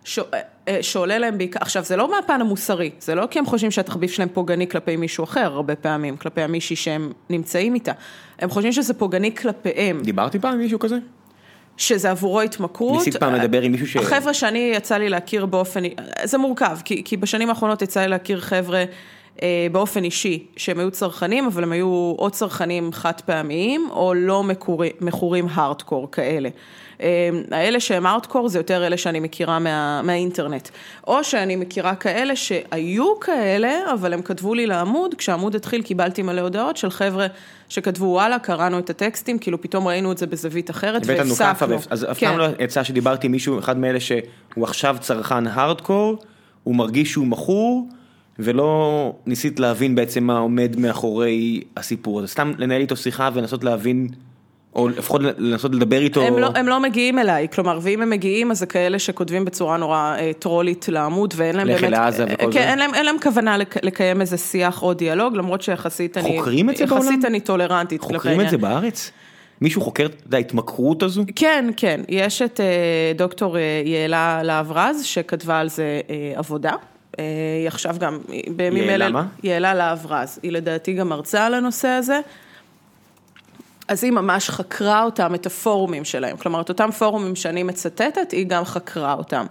שעולה להם בעיקר, עכשיו זה לא מהפן המוסרי, זה לא כי הם חושבים שהתחביב שלהם פוגעני כלפי מישהו אחר, הרבה פעמים, כלפי המישהי שהם נמצאים איתה, הם חושבים שזה פוגעני כלפיהם. דיברתי פעם עם מישהו כזה? שזה עבורו התמכרות. ניסית פעם לדבר עם מישהו החבר'ה שאני יצא לי להכיר באופן, זה מורכב, כי בשנים האחרונות יצא לי להכיר חבר'ה באופן אישי, שהם היו צרכנים, אבל הם היו או צרכנים חד פעמיים, או לא מכורים הארדקור כאלה. האלה שהם הארדקור זה יותר אלה שאני מכירה מהאינטרנט. או שאני מכירה כאלה שהיו כאלה, אבל הם כתבו לי לעמוד, כשהעמוד התחיל קיבלתי מלא הודעות של חבר'ה שכתבו וואלה, קראנו את הטקסטים, כאילו פתאום ראינו את זה בזווית אחרת, והפסקנו. אז אף פעם לא יצא שדיברתי עם מישהו, אחד מאלה שהוא עכשיו צרכן הארדקור, הוא מרגיש שהוא מכור, ולא ניסית להבין בעצם מה עומד מאחורי הסיפור הזה. סתם לנהל איתו שיחה ולנסות להבין, או לפחות לנסות לדבר איתו. הם לא מגיעים אליי, כלומר, ואם הם מגיעים, אז זה כאלה שכותבים בצורה נורא טרולית לעמוד, ואין להם באמת... לכי לעזה וכל זה. אין להם כוונה לקיים איזה שיח או דיאלוג, למרות שיחסית אני... חוקרים את זה בעולם? יחסית אני טולרנטית. חוקרים את זה בארץ? מישהו חוקר את ההתמכרות הזו? כן, כן. יש את דוקטור יעלה לאברז, שכתבה על זה עבודה. היא עכשיו גם... יעלה מה? יעלה לאברז. היא לדעתי גם מרצה על הנושא הזה. אז היא ממש חקרה אותם, את הפורומים שלהם. כלומר, את אותם פורומים שאני מצטטת, היא גם חקרה אותם.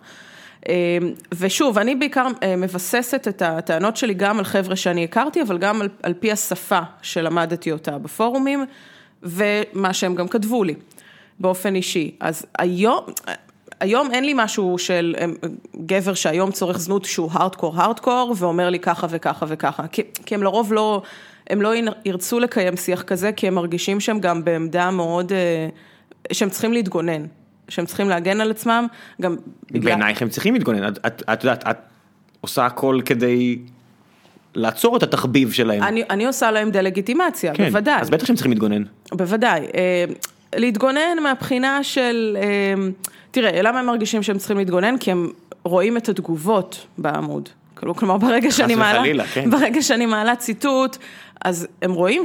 ושוב, אני בעיקר מבססת את הטענות שלי גם על חבר'ה שאני הכרתי, אבל גם על פי השפה שלמדתי אותה בפורומים, ומה שהם גם כתבו לי, באופן אישי. אז היום אין לי משהו של גבר שהיום צורך זנות שהוא הארדקור, ואומר לי ככה וככה וככה. כי הם לרוב לא... הם לא ירצו לקיים שיח כזה, כי הם מרגישים שהם גם בעמדה מאוד, שהם צריכים להתגונן, שהם צריכים להגן על עצמם, גם בגלל... בעינייך הם צריכים להתגונן, את יודעת, את עושה הכל כדי לעצור את התחביב שלהם. אני עושה להם דלגיטימציה, כן, בוודאי. אז בטח שהם צריכים להתגונן. בוודאי. להתגונן מהבחינה של, תראה, למה הם מרגישים שהם צריכים להתגונן? כי הם רואים את התגובות בעמוד. כלומר, ברגע שאני מעלה ציטוט, אז הם רואים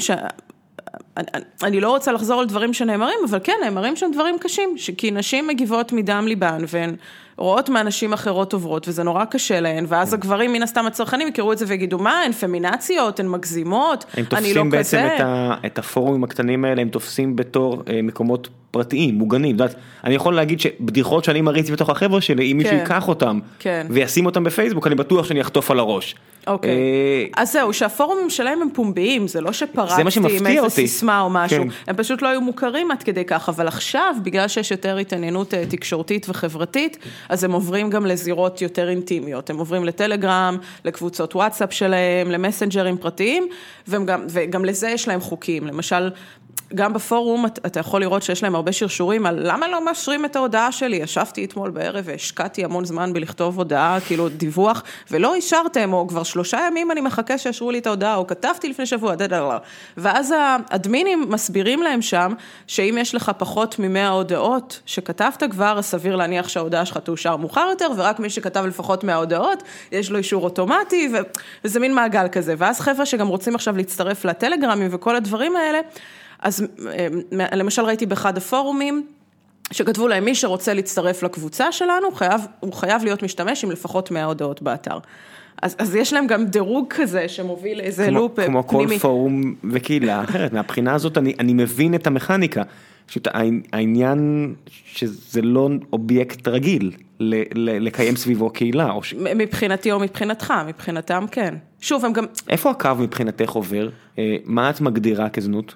אני לא רוצה לחזור על דברים שנאמרים, אבל כן, נאמרים שם דברים קשים, כי נשים מגיבות מדם ליבן, והן רואות מהנשים אחרות עוברות, וזה נורא קשה להן, ואז הגברים מן הסתם הצרכנים יקראו את זה ויגידו, מה, הן פמינציות, הן מגזימות, הם תופסים בעצם את הפורומים הקטנים האלה, הם תופסים בתור מקומות פרטיים, מוגנים. אני יכול להגיד שבדיחות שאני מריץ בתוך החבר'ה שלי, אם מישהו ייקח אותם, וישים אותם בפייסבוק, אני בטוח שאני אחטוף על הראש. אוקיי. אז זהו, שהפורומים שלהם הם פומביים, זה לא שפרצתי עם איזה סיסמה או משהו, הם פשוט לא היו מוכרים עד כדי כך, אבל עכשיו, בגלל שיש יותר התעניינות תקשורתית וחברתית, אז הם עוברים גם לזירות יותר אינטימיות, הם עוברים לטלגרם, לקבוצות וואטסאפ שלהם, למסנג'רים פרטיים, וגם לזה יש להם חוקים, למשל, גם בפורום אתה יכול לראות שיש להם הרבה שרשורים על למה לא מאשרים את ההודעה שלי, ישבתי אתמול בערב והשקעתי המון זמן בלכתוב הודעה, כאילו דיווח, ולא אישרתם, או כבר 3 ימים אני מחכה שישרו לי את ההודעה, או כתבתי לפני שבוע, ואז האדמינים מסבירים להם שם, שאם יש לך פחות מ100 הודעות שכתבת כבר, סביר להניח שההודעה שלך תאושר מאוחר יותר, ורק מי שכתב לפחות 100 הודעות, יש לו אישור אוטומטי, וזה מין מעגל כזה, ואז חבר'ה שגם רוצים עכשיו להצטרף לטלגרמים וכל הדברים האלה, אז למשל ראיתי באחד הפורומים, שכתבו להם מי שרוצה להצטרף לקבוצה שלנו, הוא חייב להיות משתמש עם לפחות 100 הודעות באתר. אז יש להם גם דירוג כזה שמוביל איזה לופ פנימי. כמו כל פורום וקהילה אחרת, מהבחינה הזאת אני מבין את המכניקה, פשוט העניין שזה לא אובייקט רגיל לקיים סביבו קהילה. מבחינתי או מבחינתך, מבחינתם כן. שוב, הם גם... איפה הקו מבחינתך עובר? מה את מגדירה כזנות?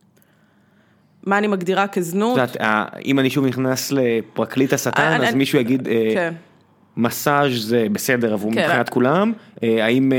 מה אני מגדירה כזנות? אם אני שוב נכנס לפרקליט השטן, אז מישהו יגיד, מסאז' זה בסדר עבור מבחינת כולם, האם,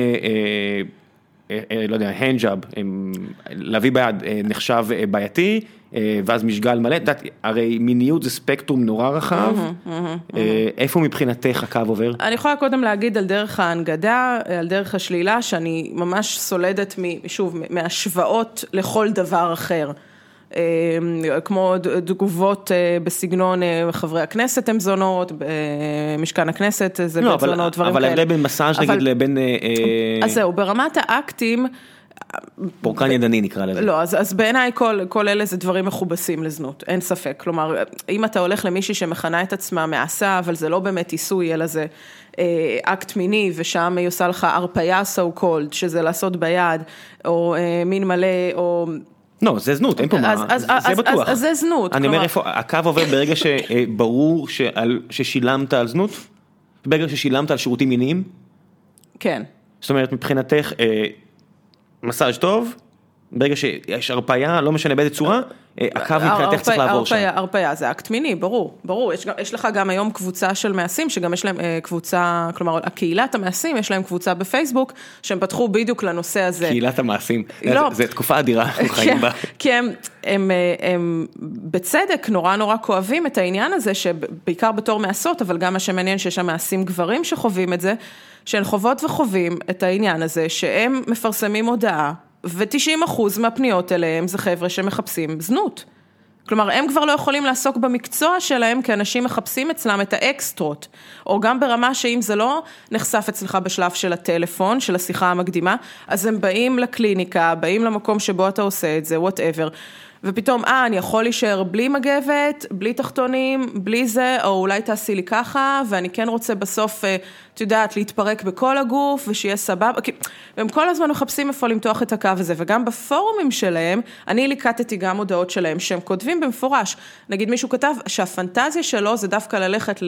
לא יודע, הנג'אב, להביא ביד נחשב בעייתי, ואז משגל מלא, הרי מיניות זה ספקטרום נורא רחב, איפה מבחינתך הקו עובר? אני יכולה קודם להגיד על דרך ההנגדה, על דרך השלילה, שאני ממש סולדת, שוב, מהשוואות לכל דבר אחר. כמו תגובות בסגנון חברי הכנסת הם זונות, במשכן הכנסת זה בית זונות, דברים כאלה. אבל ההבדל בין מסאז' נגיד לבין... אז זהו, ברמת האקטים... פורקן ידני נקרא לזה. לא, אז בעיניי כל אלה זה דברים מכובסים לזנות, אין ספק. כלומר, אם אתה הולך למישהי שמכנה את עצמה מעשה, אבל זה לא באמת עיסוי, אלא זה אקט מיני, ושם היא עושה לך הרפיה so called, שזה לעשות ביד, או מין מלא, או... לא, זה זנות, אין פה מה, זה בטוח. אז זה זנות. אני אומר איפה, הקו עובר ברגע שברור ששילמת על זנות? ברגע ששילמת על שירותים מיניים? כן. זאת אומרת, מבחינתך, מסאז' טוב, ברגע שיש הרפאיה, לא משנה באיזה צורה, הקו מבחינתך צריך לעבור שם. הרפאיה זה אקט מיני, ברור. יש לך גם היום קבוצה של מעשים, שגם יש להם קבוצה, כלומר, הקהילת המעשים, יש להם קבוצה בפייסבוק, שהם פתחו בדיוק לנושא הזה. קהילת המעשים, זה תקופה אדירה, אנחנו חיים בה. כי הם בצדק נורא כואבים את העניין הזה, שבעיקר בתור מעשות, אבל גם מה שמעניין שיש שם מעשים גברים שחווים את זה, שהן חוות וחווים את העניין הזה, שהם מפרסמים הודעה, ו-90% מהפניות אליהם זה חבר'ה שמחפשים זנות. כלומר, הם כבר לא יכולים לעסוק במקצוע שלהם, כי אנשים מחפשים אצלם את האקסטרות, או גם ברמה שאם זה לא נחשף אצלך בשלב של הטלפון, של השיחה המקדימה, אז הם באים לקליניקה, באים למקום שבו אתה עושה את זה, whatever, ופתאום, אני יכול להישאר בלי מגבת, בלי תחתונים, בלי זה, או אולי תעשי לי ככה, ואני כן רוצה בסוף, את יודעת, להתפרק בכל הגוף, ושיהיה סבבה, והם כל הזמן מחפשים איפה למתוח את הקו הזה, וגם בפורומים שלהם, אני ליקטתי גם הודעות שלהם, שהם כותבים במפורש, נגיד מישהו כתב שהפנטזיה שלו זה דווקא ללכת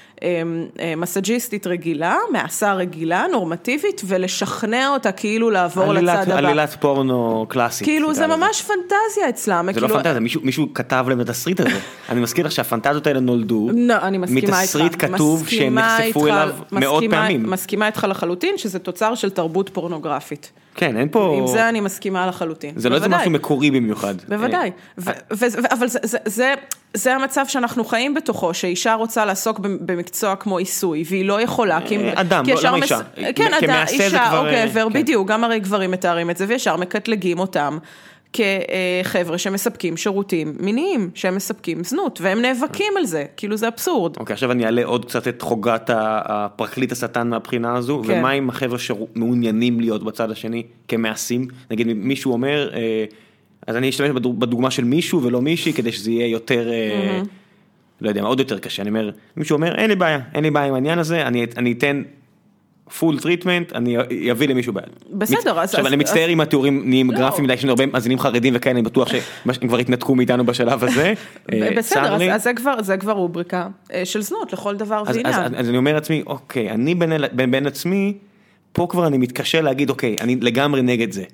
למסאג'יסטית רגילה, מעשה רגילה, נורמטיבית, ולשכנע אותה כאילו לעבור לצד הבא. עלילת פורנו קלאסית. כאילו זה ממש פנטזיה אצלם. זה לא פנטזיה, מישהו כתב להם את התסריט הזה. אני מזכיר לך שהפנטזיות האלה נולדו, מתסריט כתוב שהם נחשפו אליו מאות פעמים. מסכימה איתך לחלוטין, שזה תוצר של תרבות פורנוגרפית. כן, אין פה... עם זה אני מסכימה לחלוטין. זה לא איזה משהו מקורי במיוחד. בוודאי. אבל זה המצב שאנחנו חיים בתוכו, שאישה רוצה לעסוק במקצוע כמו עיסוי, והיא לא יכולה, אדם, לא אישה. כן, אדם, אישה או גבר, בדיוק, גם הרי גברים מתארים את זה, וישר מקטלגים אותם. כחבר'ה שמספקים שירותים מיניים, שהם מספקים זנות, והם נאבקים על זה, כאילו זה אבסורד. אוקיי, עכשיו אני אעלה עוד קצת את חוגת הפרקליט השטן מהבחינה הזו, ומה עם החבר'ה שמעוניינים להיות בצד השני כמעשים? נגיד מישהו אומר, אז אני אשתמש בדוגמה של מישהו ולא מישהי, כדי שזה יהיה יותר, לא יודע, עוד יותר קשה. אני אומר, מישהו אומר, אין לי בעיה עם העניין הזה, אני אתן פול טריטמנט, אני אביא למישהו בעד. בסדר. עכשיו, אני מצטער אם התיאורים נהיים גרפיים, מדי, יש לנו הרבה מאזינים חרדים וכאלה, אני בטוח שהם כבר התנתקו מאיתנו בשלב הזה. בסדר, אז זה כבר רובריקה של זנות, לכל דבר ועניין. אז אני אומר לעצמי, אוקיי, אני בין עצמי, פה כבר אני מתקשה להגיד, אוקיי, אני לגמרי נגד זה.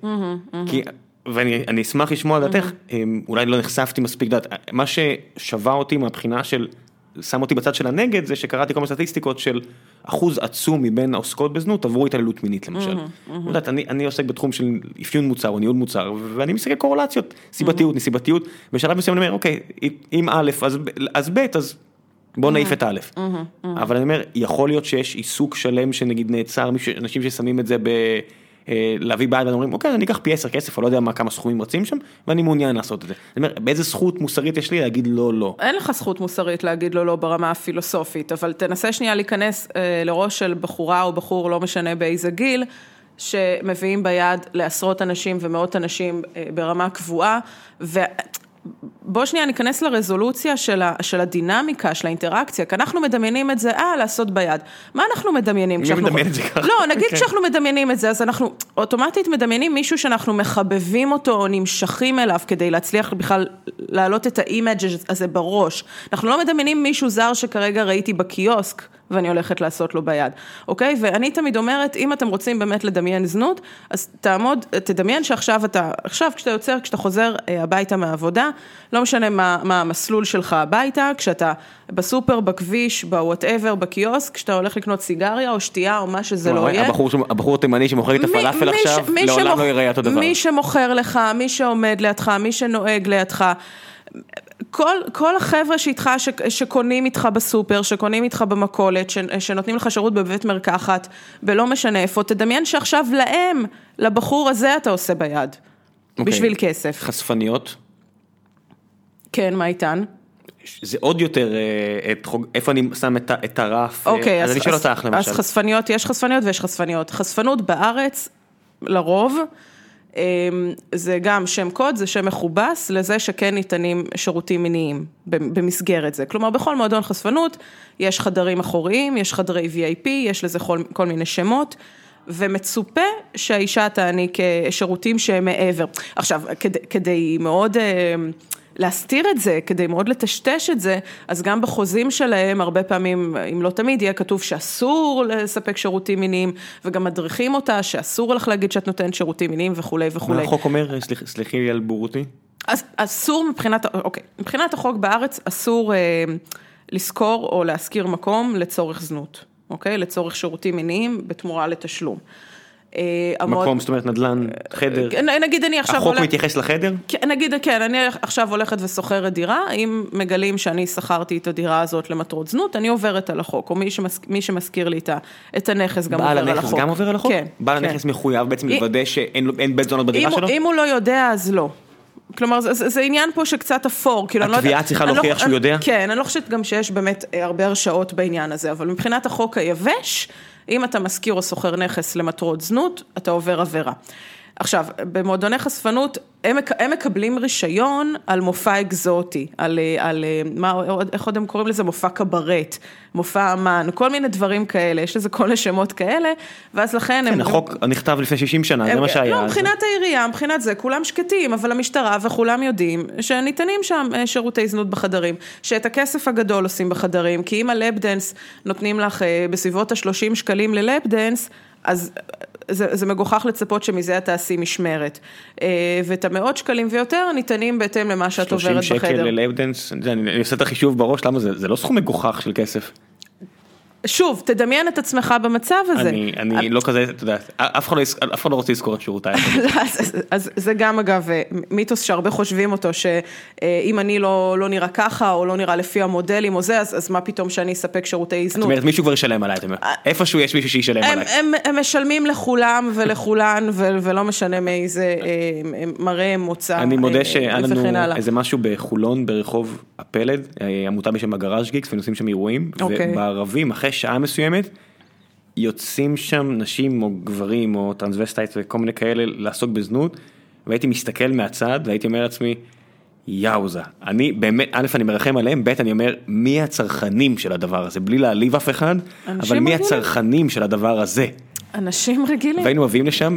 ואני אשמח לשמוע דעתך, אולי לא נחשפתי מספיק דעת, מה ששווה אותי מהבחינה של שם אותי בצד של הנגד, זה שקראתי כל מיני סטטיסטיקות של אחוז עצום מבין העוסקות בזנות, עברו התעללות מינית למשל. אני עוסק בתחום של אפיון מוצר או ניהול מוצר, ואני מסתכל קורלציות, סיבתיות, נסיבתיות, בשלב מסוים אני אומר, אוקיי, אם א', אז ב', אז בוא נעיף את א'. אבל אני אומר, יכול להיות שיש עיסוק שלם שנגיד נעצר, אנשים ששמים את זה להביא בעד, ואני אומרים, אוקיי, אני אקח פי 10 כסף, או לא יודע כמה סכומים רצים שם, ואני מעוניין לעשות את זה. אני אומר, באיזה זכות מוסרית יש לי להגיד לא? אין לך זכות מוסרית להגיד לא ברמה הפילוסופית, אבל תנסה שנייה להיכנס לראש של בחורה או בחור, לא משנה באיזה גיל, שמביאים ביד לעשרות אנשים ומאות אנשים ברמה קבועה, בוא שנייה ניכנס לרזולוציה של הדינמיקה, של האינטראקציה, כי אנחנו מדמיינים את זה, לעשות ביד. מה אנחנו מדמיינים? מי מדמיין את זה ככה? לא, נגיד כשאנחנו מדמיינים את זה, אז אנחנו אוטומטית מדמיינים מישהו שאנחנו מחבבים אותו, או נמשכים אליו, כדי להצליח בכלל להעלות את האימג' הזה בראש. אנחנו לא מדמיינים מישהו זר שכרגע ראיתי בקיוסק, ואני הולכת לעשות לו ביד. אוקיי? ואני תמיד אומרת, אם אתם רוצים באמת לדמיין זנות, אז תדמיין שעכשיו כשאתה יוצר, כשאתה חוזר הביתה מהעבודה, לא משנה מה המסלול שלך הביתה, כשאתה בסופר, בכביש, בוואטאבר, בקיוסק, כשאתה הולך לקנות סיגריה או שתייה או מה שזה לא יהיה. הבחור התימני שמוכר לי את הפלאפל עכשיו, לעולם לא יראה אותו דבר. מי שמוכר לך, מי שעומד לידך, מי שנוהג לידך, כל החבר'ה שאיתך, שקונים איתך בסופר, שקונים איתך במכולת, שנותנים לך שירות בבית מרקחת, ולא משנה איפה, תדמיין שעכשיו לבחור הזה אתה עושה ביד, בשביל כסף. חשפניות? כן, מה איתן? זה עוד יותר, איפה אני שם את הרף, אוקיי, אז אני שואל אותך למשל. אז חשפניות, יש חשפניות ויש חשפניות. חשפנות בארץ, לרוב, זה גם שם קוד, זה שם מכובס, לזה שכן ניתנים שירותים מיניים במסגרת זה. כלומר, בכל מועדון חשפנות, יש חדרים אחוריים, יש חדרי VIP, יש לזה כל מיני שמות, ומצופה שהאישה תעניק שירותים שהם מעבר. עכשיו, כדי מאוד להסתיר את זה, כדי מאוד לטשטש את זה, אז גם בחוזים שלהם, הרבה פעמים, אם לא תמיד, יהיה כתוב שאסור לספק שירותים מיניים, וגם מדריכים אותה, שאסור לך להגיד שאת נותנת שירותים מיניים וכו' וכו'. מה החוק אומר? סליחי לי על בורותי. אז אסור מבחינת החוק בארץ, אסור לזכור או להזכיר מקום לצורך זנות, אוקיי? לצורך שירותים מיניים בתמורה לתשלום. מקום, זאת אומרת נדל"ן, חדר, נגיד אני עכשיו החוק מתייחס לחדר? נגיד, כן, אני עכשיו הולכת וסוחרת דירה, אם מגלים שאני שכרתי את הדירה הזאת למטרות זנות, אני עוברת על החוק, או מי שמזכיר לי את הנכס גם עובר על החוק. בעל הנכס גם עובר על החוק? כן. בעל הנכס מחויב בעצם לוודא שאין בית זונות בדירה שלו? אם הוא לא יודע, אז לא. כלומר, זה עניין פה שקצת אפור. התביעה צריכה להוכיח שהוא יודע? כן, אני לא חושבת גם שיש באמת הרבה הרשאות בעניין הזה, אבל מבחינת החוק היבש, אם אתה מזכיר או סוחר נכס למטרות זנות, אתה עובר עבירה. עכשיו, במועדוני חשפנות, הם מקבלים רישיון על מופע אקזוטי, על איך עוד הם קוראים לזה? מופע קברט, מופע אמן, כל מיני דברים כאלה, יש לזה כל השמות כאלה, ואז לכן כן, החוק נכתב לפני 60 שנה, זה מה שהיה. לא, מבחינת העירייה, מבחינת זה, כולם שקטים, אבל המשטרה וכולם יודעים שניתנים שם שירותי זנות בחדרים, שאת הכסף הגדול עושים בחדרים, כי אם הלאפ-דנס נותנים לך בסביבות ה-30 שקלים ללאפ-דנס, אז זה מגוחך לצפות שמזה אתה עשי משמרת. ואת המאות שקלים ויותר ניתנים בהתאם למה שאת עוברת בחדר. 30 שקל ללאפ-דנס, אני עושה את החישוב בראש, למה זה לא סכום מגוחך של כסף? שוב, תדמיין את עצמך במצב הזה. אני לא כזה, אתה יודע, אף אחד לא רוצה לזכור את שירותיי. אז זה גם אגב מיתוס שהרבה חושבים אותו, שאם אני לא נראה ככה, או לא נראה לפי המודלים או זה, אז מה פתאום שאני אספק שירותי זנות? זאת אומרת, מישהו כבר ישלם עליי, איפשהו יש מישהו שישלם עליי. הם משלמים לכולם ולכולן, ולא משנה מאיזה מראה מוצא. אני מודה שהיה לנו איזה משהו בחולון, ברחוב הפלד, עמותה בשם הגראז' גיקס, ונוסעים שם אירועים, ובערבים, אחרי שעה מסוימת, יוצאים שם נשים או גברים או טרנסווסטייט וכל מיני כאלה לעסוק בזנות, והייתי מסתכל מהצד והייתי אומר לעצמי, יאוזה, אני באמת, א' אני מרחם עליהם, ב' אני אומר, מי הצרכנים של הדבר הזה? בלי להעליב אף אחד, אבל מי הצרכנים של הדבר הזה? אנשים רגילים. והיינו מביאים לשם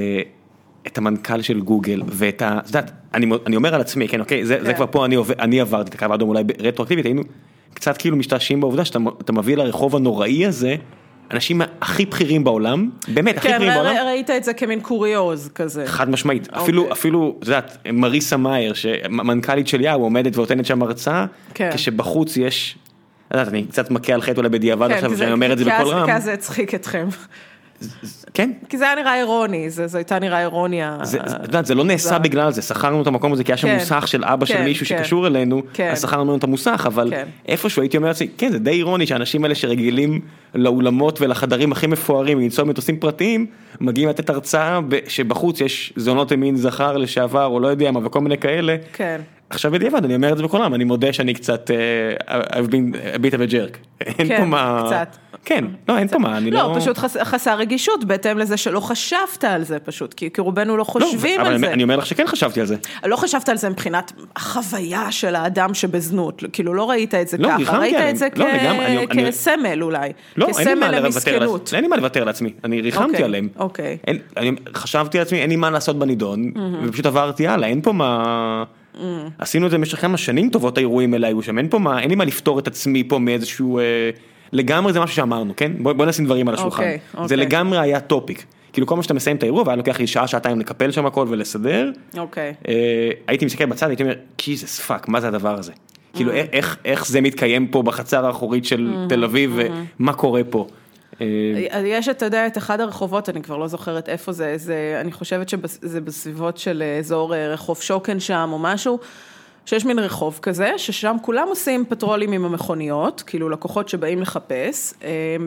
את המנכ"ל של גוגל, ואת ה... זאת אומרת, אני אומר על עצמי, כן, אוקיי, זה כבר פה אני עברתי את הקו האדום אולי רטרואקטיבית, היינו קצת כאילו משתעשים בעובדה שאתה מביא לרחוב הנוראי הזה, אנשים הכי בכירים בעולם, באמת, הכי בכירים בעולם. כן, ראית את זה כמין קוריוז כזה. חד משמעית, אפילו, זאת אומרת, מריסה מאייר, שמנכ"לית של יאו עומדת ועותנת שם הרצאה, כשבחוץ יש, אני קצת מכה על חטא אולי בדיעבד עכשיו, שאני אומר את זה בכל רם. כי זה הצחיק אתכם. כן. כי זה היה נראה אירוני, זה הייתה נראה אירוניה. זה לא נעשה בגלל זה, שכרנו את המקום הזה, כי היה שם מוסך של אבא של מישהו שקשור אלינו, אז שכרנו לנו את המוסך, אבל איפשהו הייתי אומר לעצמי, כן, זה די אירוני שהאנשים האלה שרגילים לאולמות ולחדרים הכי מפוארים, לנסוע מטוסים פרטיים, מגיעים לתת הרצאה שבחוץ יש זונות ימין זכר לשעבר, או לא יודע מה, וכל מיני כאלה. כן. עכשיו בדיעבד, אני אומר את זה בכל העם, אני מודה שאני קצת, I've been a bit of a jerk. אין פה מה... קצת. כן, לא, אין פה מה, אני לא... לא, פשוט חסר רגישות, בהתאם לזה שלא חשבת על זה פשוט, כי רובנו לא חושבים על זה. אבל אני אומר לך שכן חשבתי על זה. לא חשבת על זה מבחינת החוויה של האדם שבזנות, כאילו לא ראית את זה ככה, ראית את זה כסמל אולי, כסמל למסכנות. אין לי מה לוותר לעצמי, אני ריחמתי עליהם. חשבתי לעצמי, אין לי מה לעשות בנידון, ופשוט עברתי הלאה, אין פה מה... עשינו את זה במשך כמה שנים טובות האירועים האלה, היו שם, אין לי מה לפתור את עצמי פה מאיזשהו, לגמרי זה משהו שאמרנו, כן? בוא נשים דברים על השולחן. זה לגמרי היה טופיק. כאילו כל מה שאתה מסיים את האירוע, והיה לוקח לי שעה, שעתיים לקפל שם הכל ולסדר. הייתי מסתכל בצד, הייתי אומר, Jesus fuck, מה זה הדבר הזה? כאילו איך זה מתקיים פה בחצר האחורית של תל אביב, ומה קורה פה? יש, אתה יודע, את אחד הרחובות, אני כבר לא זוכרת איפה זה, אני חושבת שזה בסביבות של אזור רחוב שוקן שם או משהו, שיש מין רחוב כזה, ששם כולם עושים פטרולים עם המכוניות, כאילו לקוחות שבאים לחפש,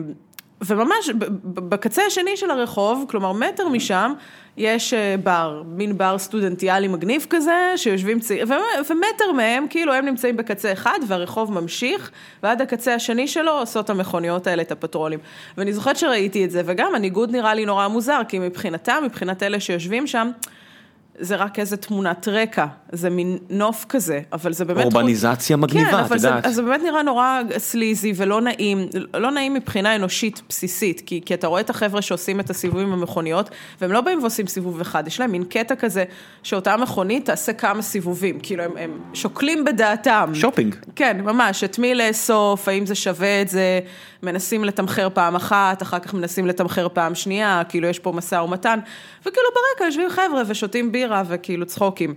וממש בקצה השני של הרחוב, כלומר מטר משם, יש בר, מין בר סטודנטיאלי מגניב כזה, שיושבים צעירים, ומטר מהם, כאילו הם נמצאים בקצה אחד, והרחוב ממשיך, ועד הקצה השני שלו עושות המכוניות האלה את הפטרולים. ואני זוכרת שראיתי את זה, וגם הניגוד נראה לי נורא מוזר, כי מבחינת אלה שיושבים שם, זה רק איזה תמונת רקע, זה מין נוף כזה, אבל זה באמת... אורבניזציה מגניבה, כן, את יודעת. אז זה באמת נראה נורא סליזי ולא נעים, לא נעים מבחינה אנושית בסיסית, כי אתה רואה את החבר'ה שעושים את הסיבובים במכוניות, והם לא באים ועושים סיבוב אחד, יש להם מין קטע כזה, שאותה מכונית תעשה כמה סיבובים, כאילו הם שוקלים בדעתם. שופינג. כן, ממש, את מי לאסוף, האם זה שווה את זה, מנסים לתמחר פעם אחת, אחר כך מנסים לתמחר פעם שנייה, כאילו יש פה משא ומתן, וכאילו ברקע יושבים חבר'ה ושותים בירה וכאילו צחוקים.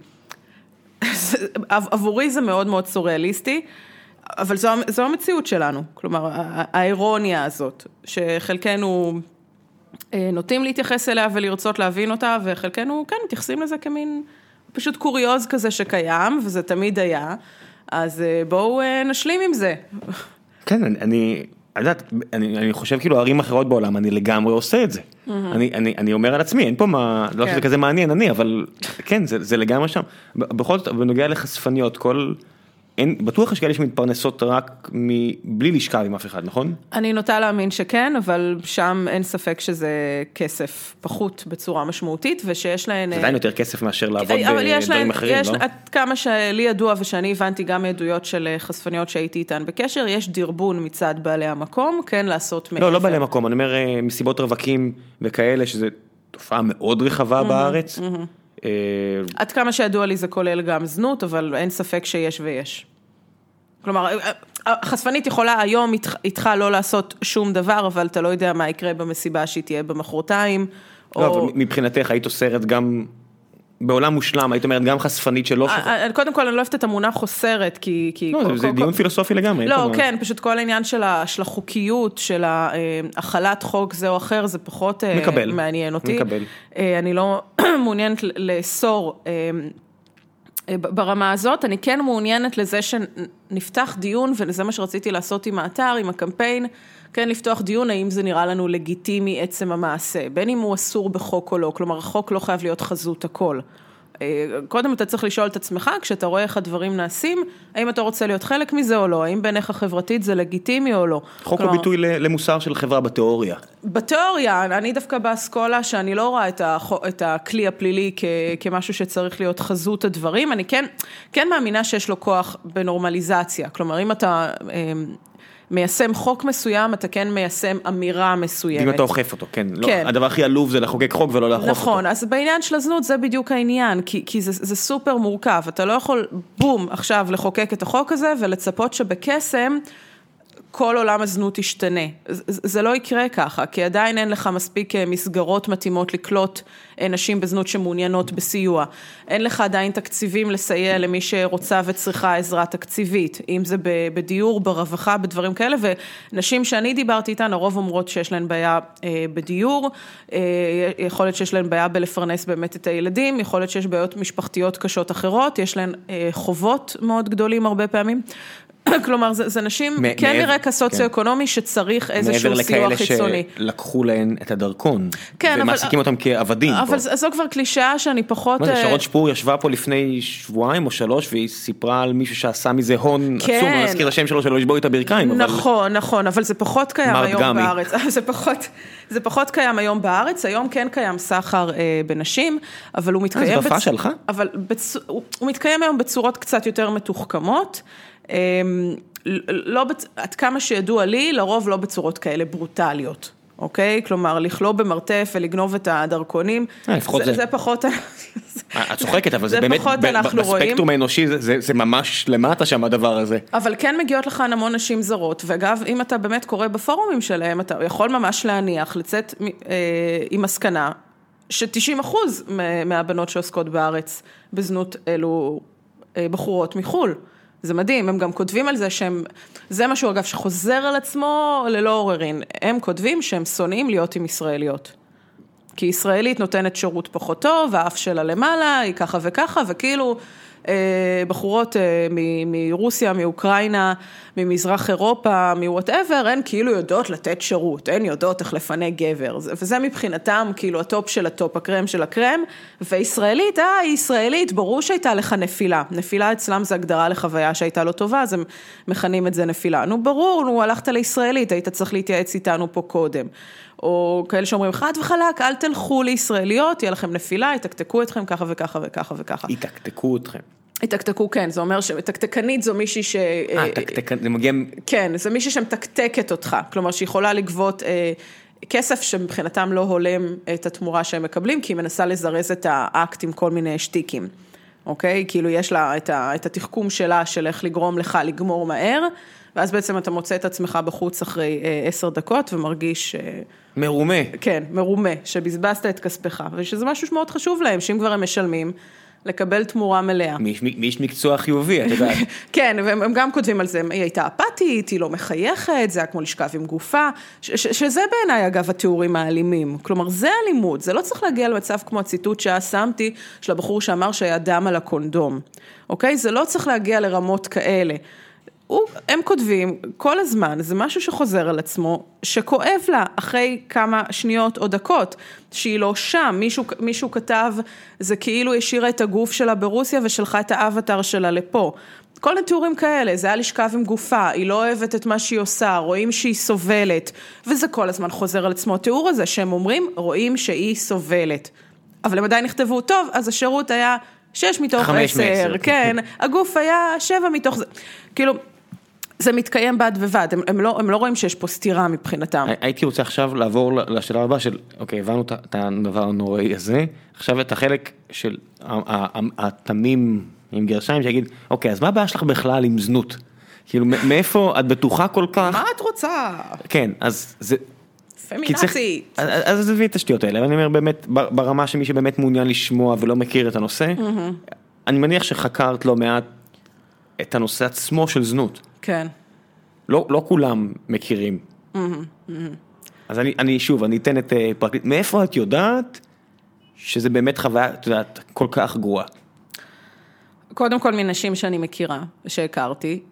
עבורי זה מאוד מאוד סוריאליסטי, אבל זו המציאות שלנו, כלומר, האירוניה הזאת, שחלקנו נוטים להתייחס אליה ולרצות להבין אותה, וחלקנו, כן, מתייחסים לזה כמין פשוט קוריוז כזה שקיים, וזה תמיד היה, אז בואו נשלים עם זה. כן, אני חושב כאילו ערים אחרות בעולם, אני לגמרי עושה את זה. אני אומר על עצמי, אין פה מה, לא שזה כזה מעניין, אבל כן, זה לגמרי שם. בכל זאת, בנוגע לחשפניות, בטוח יש כאלה שמתפרנסות רק בלי לשכב עם אף אחד, נכון? אני נוטה להאמין שכן, אבל שם אין ספק שזה כסף פחות בצורה משמעותית, ושיש להן... זה עדיין יותר כסף מאשר לעבוד בדברים אחרים, לא? עד כמה שלי ידוע, ושאני הבנתי גם מעדויות של חשפניות שהייתי איתן בקשר, יש דרבון מצד בעלי המקום, כן לעשות מעבר. לא בעלי המקום, אני אומר מסיבות רווקים וכאלה, שזו תופעה מאוד רחבה בארץ. עד כמה שידוע לי זה כולל גם זנות, אבל אין ספק שיש ויש. כלומר, החשפנית יכולה היום איתך לא לעשות שום דבר, אבל אתה לא יודע מה יקרה במסיבה שהיא תהיה במחרתיים. לא, מבחינתך היית אוסרת גם, בעולם מושלם, היית אומרת גם חשפנית שלא... קודם כל, אני לא אוהבת את המונח חוסרת, כי... לא, זה דיון פילוסופי לגמרי. לא, כן, פשוט כל העניין של החוקיות, של החלת חוק זה או אחר, זה פחות מעניין אותי. מקבל. אני לא מעוניינת לאסור... ברמה הזאת, אני כן מעוניינת לזה שנפתח דיון, וזה מה שרציתי לעשות עם האתר, עם הקמפיין, כן לפתוח דיון, האם זה נראה לנו לגיטימי עצם המעשה, בין אם הוא אסור בחוק או לא, כלומר החוק לא חייב להיות חזות הכל. קודם אתה צריך לשאול את עצמך, כשאתה רואה איך הדברים נעשים, האם אתה רוצה להיות חלק מזה או לא, האם בעיניך חברתית זה לגיטימי או לא. חוק הוא ביטוי למוסר של חברה בתיאוריה. בתיאוריה, אני דווקא באסכולה שאני לא רואה את הכלי הפלילי כמשהו שצריך להיות חזות הדברים, אני כן מאמינה שיש לו כוח בנורמליזציה, כלומר אם אתה... מיישם חוק מסוים, אתה כן מיישם אמירה מסוימת. אם אתה אוכף אותו, כן. כן. הדבר הכי עלוב זה לחוקק חוק ולא לאכוף אותו. נכון, אז בעניין של הזנות זה בדיוק העניין, כי זה סופר מורכב. אתה לא יכול, בום, עכשיו לחוקק את החוק הזה, ולצפות שבקסם, כל עולם הזנות ישתנה. זה לא יקרה ככה, כי עדיין אין לך מספיק מסגרות מתאימות לקלוט נשים בזנות שמעוניינות בסיוע. אין לך עדיין תקציבים לסייע למי שרוצה וצריכה עזרה תקציבית, אם זה בדיור, ברווחה, בדברים כאלה, ונשים שאני דיברתי איתן, הרוב אומרות שיש להן בעיה בדיור, יכול להיות שיש להן בעיה בלפרנס באמת את הילדים, יכול להיות שיש בעיות משפחתיות קשות אחרות, יש להן חובות מאוד גדולים הרבה פעמים, כלומר, זה נשים כן נראה כסוציו-אקונומי שצריך איזשהו סיוע חיצוני. מעבר לכאלה שלקחו להן את הדרכון, ומעסיקים אותם כעבדים. אבל זו כבר קלישאה שאני פחות... מה זה, שרון שפור ישבה פה לפני שבועיים או 3, והיא סיפרה על מישהו שעשה מזה הון עצום, אני אזכיר השם שלו שלא ישבור את הברכיים. נכון, אבל זה פחות קיים היום בארץ. זה פחות קיים היום בארץ, היום כן קיים סחר בנשים, אבל הוא מתקיים... זה תופעה שלך? אבל הוא מתקיים היום בצורות קצת יותר מתוחכמות, לא, עד כמה שידוע לי, לרוב לא בצורות כאלה ברוטליות, אוקיי? כלומר, לכלוא במרתף ולגנוב את הדרכונים, זה פחות... את צוחקת, אבל זה באמת, בספקטרום האנושי, זה ממש למטה שם הדבר הזה. אבל כן מגיעות לך המון נשים זרות, ואגב, אם אתה באמת קורא בפורומים שלהם, אתה יכול ממש להניח, לצאת עם מסקנה, ש90% מהבנות שעוסקות בארץ בזנות אלו בחורות מחול. זה מדהים, הם גם כותבים על זה זה משהו אגב שחוזר על עצמו ללא עוררין, הם כותבים שהם שונאים להיות עם ישראליות, כי ישראלית נותנת שירות פחות טוב, והאף שלה למעלה, היא ככה וככה, וכאילו בחורות מרוסיה, מאוקראינה, ממזרח אירופה, מוואטאבר, הן כאילו יודעות לתת שירות, הן יודעות איך לפני גבר, וזה מבחינתם כאילו הטופ של הטופ, הקרם של הקרם, וישראלית, היא ישראלית, ברור שהייתה לך נפילה, נפילה אצלם זה הגדרה לחוויה שהייתה לא טובה, אז הם מכנים את זה נפילה, נו ברור, נו הלכת לישראלית, היית צריך להתייעץ איתנו פה קודם, או כאלה שאומרים, חד וחלק, אל תלכו לישראליות, יהיה לכם נפילה, יתקתקו אתכם ככה וככה וככה וככה. יתקתקו אתכם. יתקתקו, כן, זה אומר שתקתקנית זו מישהי זה מגיע... כן, זה מישהי שמתקתקת אותך, כלומר שיכולה לגבות כסף שמבחינתם לא הולם את התמורה שהם מקבלים, כי היא מנסה לזרז את האקט עם כל מיני שטיקים, אוקיי? כאילו יש לה את התחכום שלה של איך לגרום לך לגמור מהר, ואז בעצם אתה מוצא את עצמך בחוץ אחרי 10 דקות ומרגיש... מרומה. כן, מרומה, שבזבזת את כספך, ושזה משהו שמאוד חשוב להם, שאם כבר הם משלמים, לקבל תמורה מלאה. מאיש מקצוע חיובי, אתה יודע. כן, והם גם כותבים על זה, היא הייתה אפתית, היא לא מחייכת, זה היה כמו לשכב עם גופה, שזה בעיניי אגב התיאורים האלימים, כלומר זה אלימות, זה לא צריך להגיע למצב כמו הציטוט שמתי, של הבחור שאמר שהיה דם על הקונדום, אוקיי? זה לא צריך להגיע לרמות כאלה. הם כותבים כל הזמן, זה משהו שחוזר על עצמו, שכואב לה אחרי כמה שניות או דקות, שהיא לא שם, מישהו כתב, זה כאילו השאירה את הגוף שלה ברוסיה ושלחה את האבטר שלה לפה. כל התיאורים כאלה, זה היה לשכב עם גופה, היא לא אוהבת את מה שהיא עושה, רואים שהיא סובלת, וזה כל הזמן חוזר על עצמו. התיאור הזה שהם אומרים, רואים שהיא סובלת. אבל הם עדיין נכתבו טוב, אז השירות היה 6 מתוך 10, כן, הגוף היה 7 מתוך זה. כאילו, זה מתקיים בד ובד, הם לא רואים שיש פה סתירה מבחינתם. הייתי רוצה עכשיו לעבור לשלב הבא של, אוקיי, הבנו את הדבר הנוראי הזה, עכשיו את החלק של התמים עם גרשיים, שיגיד, אוקיי, אז מה הבעיה שלך בכלל עם זנות? כאילו, מאיפה את בטוחה כל כך? מה את רוצה? כן, אז זה... פמינצית. אז זה הביא את השטויות האלה, ואני אומר באמת, ברמה שמי שבאמת מעוניין לשמוע ולא מכיר את הנושא, אני מניח שחקרת לא מעט את הנושא עצמו של זנות. כן. לא כולם מכירים. אז אני שוב, אני אתן את פרקליט, מאיפה את יודעת שזה באמת חוויה, את יודעת, כל כך גרועה? קודם כל מנשים שאני מכירה, שהכרתי.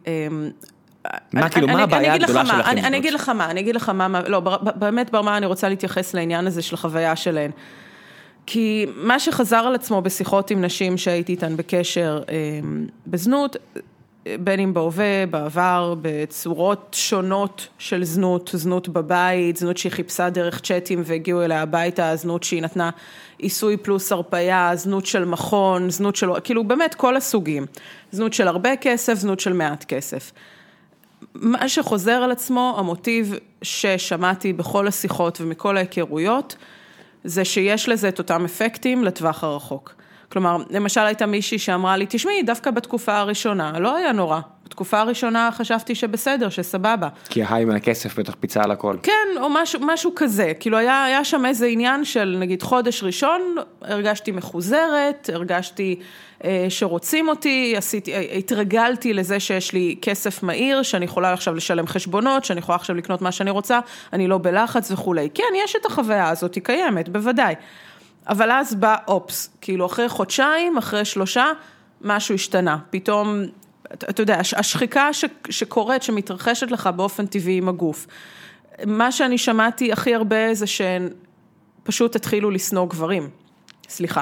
מה, כאילו, מה הבעיה הגדולה שלכם? אני אגיד לך מה, לא, באמת ברמה אני רוצה להתייחס לעניין הזה של החוויה שלהן. כי מה שחזר על עצמו בשיחות עם נשים שהייתי איתן בקשר בזנות, בין אם בהווה, בעבר, בצורות שונות של זנות, זנות בבית, זנות שהיא חיפשה דרך צ'אטים והגיעו אליה הביתה, זנות שהיא נתנה עיסוי פלוס הרפיה, זנות של מכון, זנות של, כאילו באמת כל הסוגים, זנות של הרבה כסף, זנות של מעט כסף. מה שחוזר על עצמו, המוטיב ששמעתי בכל השיחות ומכל ההיכרויות, זה שיש לזה את אותם אפקטים לטווח הרחוק. כלומר, למשל הייתה מישהי שאמרה לי, תשמעי, דווקא בתקופה הראשונה, לא היה נורא. בתקופה הראשונה חשבתי שבסדר, שסבבה. כי ההי מהכסף בטח פיצה על הכל. כן, או משהו כזה. כאילו היה שם איזה עניין של, נגיד, חודש ראשון, הרגשתי מחוזרת, הרגשתי שרוצים אותי, התרגלתי לזה שיש לי כסף מהיר, שאני יכולה עכשיו לשלם חשבונות, שאני יכולה עכשיו לקנות מה שאני רוצה, אני לא בלחץ וכולי. כן, יש את החוויה הזאת, היא קיימת, בוודאי. אבל אז בא אופס, כאילו אחרי חודשיים, אחרי 3, משהו השתנה. פתאום, אתה יודע, השחיקה שקורית, שמתרחשת לך באופן טבעי עם הגוף. מה שאני שמעתי הכי הרבה זה שהן פשוט התחילו לסנוע גברים. סליחה.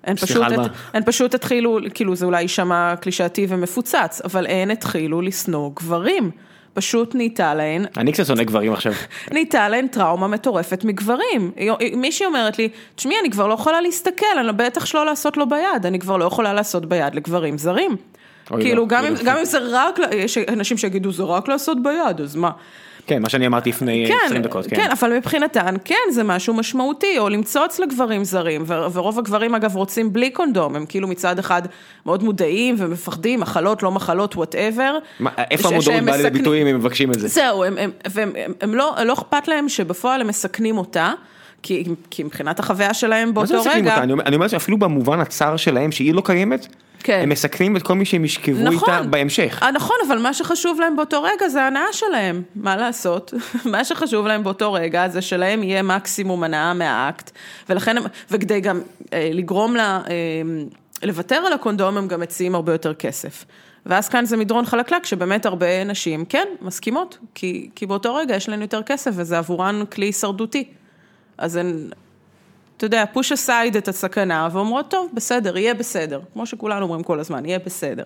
הן פשוט התחילו, כאילו זה אולי יישמע קלישאתי ומפוצץ, אבל הן התחילו לסנוע גברים. פשוט ניתה להן... אני קצת שונא גברים עכשיו. ניתה להן טראומה מטורפת מגברים. מישהי אומרת לי, תשמעי, אני כבר לא יכולה להסתכל, אני בטח שלא לעשות לו ביד, אני כבר לא יכולה לעשות ביד לגברים זרים. כאילו, גם אם זה רק, יש אנשים שיגידו, זה רק לעשות ביד, אז מה? כן, מה שאני אמרתי לפני 20 דקות, כן. כן, אבל מבחינתן, כן, זה משהו משמעותי, או למצוץ לגברים זרים, ורוב הגברים אגב רוצים בלי קונדום, הם כאילו מצד אחד מאוד מודעים ומפחדים, מחלות, לא מחלות, whatever. איפה המודעות באה לביטוי אם הם מבקשים את זה? זהו, הם לא אכפת להם שבפועל הם מסכנים אותה, כי מבחינת החוויה שלהם באותו רגע... אני אומר שאפילו במובן הצר שלהם, שהיא לא קיימת, הם מסכנים את כל מי שהם ישכבו איתה בהמשך. נכון, אבל מה שחשוב להם באותו רגע זה ההנאה שלהם. מה לעשות? מה שחשוב להם באותו רגע זה שלהם יהיה מקסימום הנאה מהאקט, וכדי גם לגרום לוותר על הקונדום, הם גם מציעים הרבה יותר כסף. ואז כאן זה מדרון חלקלק, שבאמת הרבה נשים, כן, מסכימות, כי באותו רגע יש להן יותר כסף, וזה עבורן כלי הישרדותי. אז הן... אתה יודע, push aside את הסכנה, ואומרות, טוב, בסדר, יהיה בסדר. כמו שכולנו אומרים כל הזמן, יהיה בסדר.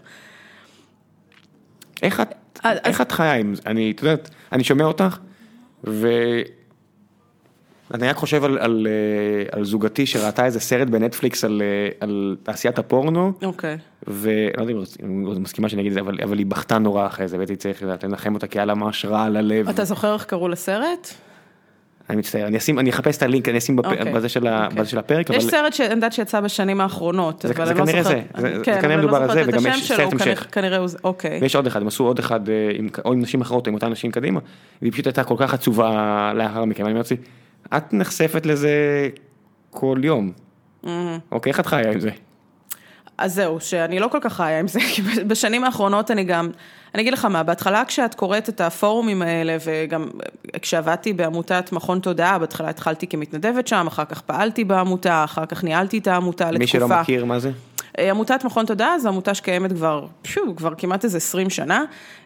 איך את חיה עם זה? אני שומע אותך, אני רק חושב על זוגתי שראתה איזה סרט בנטפליקס על תעשיית הפורנו, ולא יודע אם היא מסכימה שאני אגיד את זה, אבל היא בכתה נורא אחרי זה, והייתי צריך לנחם אותה, כי היה לה ממש רע על הלב. אתה זוכר איך קראו לסרט? אני מצטער, אני אחפש את הלינק, אני אשים בזה של הפרק. יש סרט שאני יודעת שיצא בשנים האחרונות, זה כנראה זה, זה כנראה מדובר על זה, וגם יש סרט המשך. אוקיי. ויש עוד אחד, הם עשו עוד אחד, או עם נשים אחרות, עם אותן נשים קדימה, והיא פשוט הייתה כל כך עצובה לאחר מכן, ואני אומר, את נחשפת לזה כל יום. אוקיי, איך את חיה עם זה? אז זהו, שאני לא כל כך חיה עם זה, כי בשנים האחרונות אני אגיד לך מה, בהתחלה כשאת קוראת את הפורומים האלה, וגם כשעבדתי בעמותת מכון תודעה, בהתחלה התחלתי כמתנדבת שם, אחר כך פעלתי בעמותה, אחר כך ניהלתי את העמותה לתקופה. מי שלא מכיר, מה זה? עמותת מכון תודעה, זו עמותה שקיימת כבר כמעט איזה 20 שנה,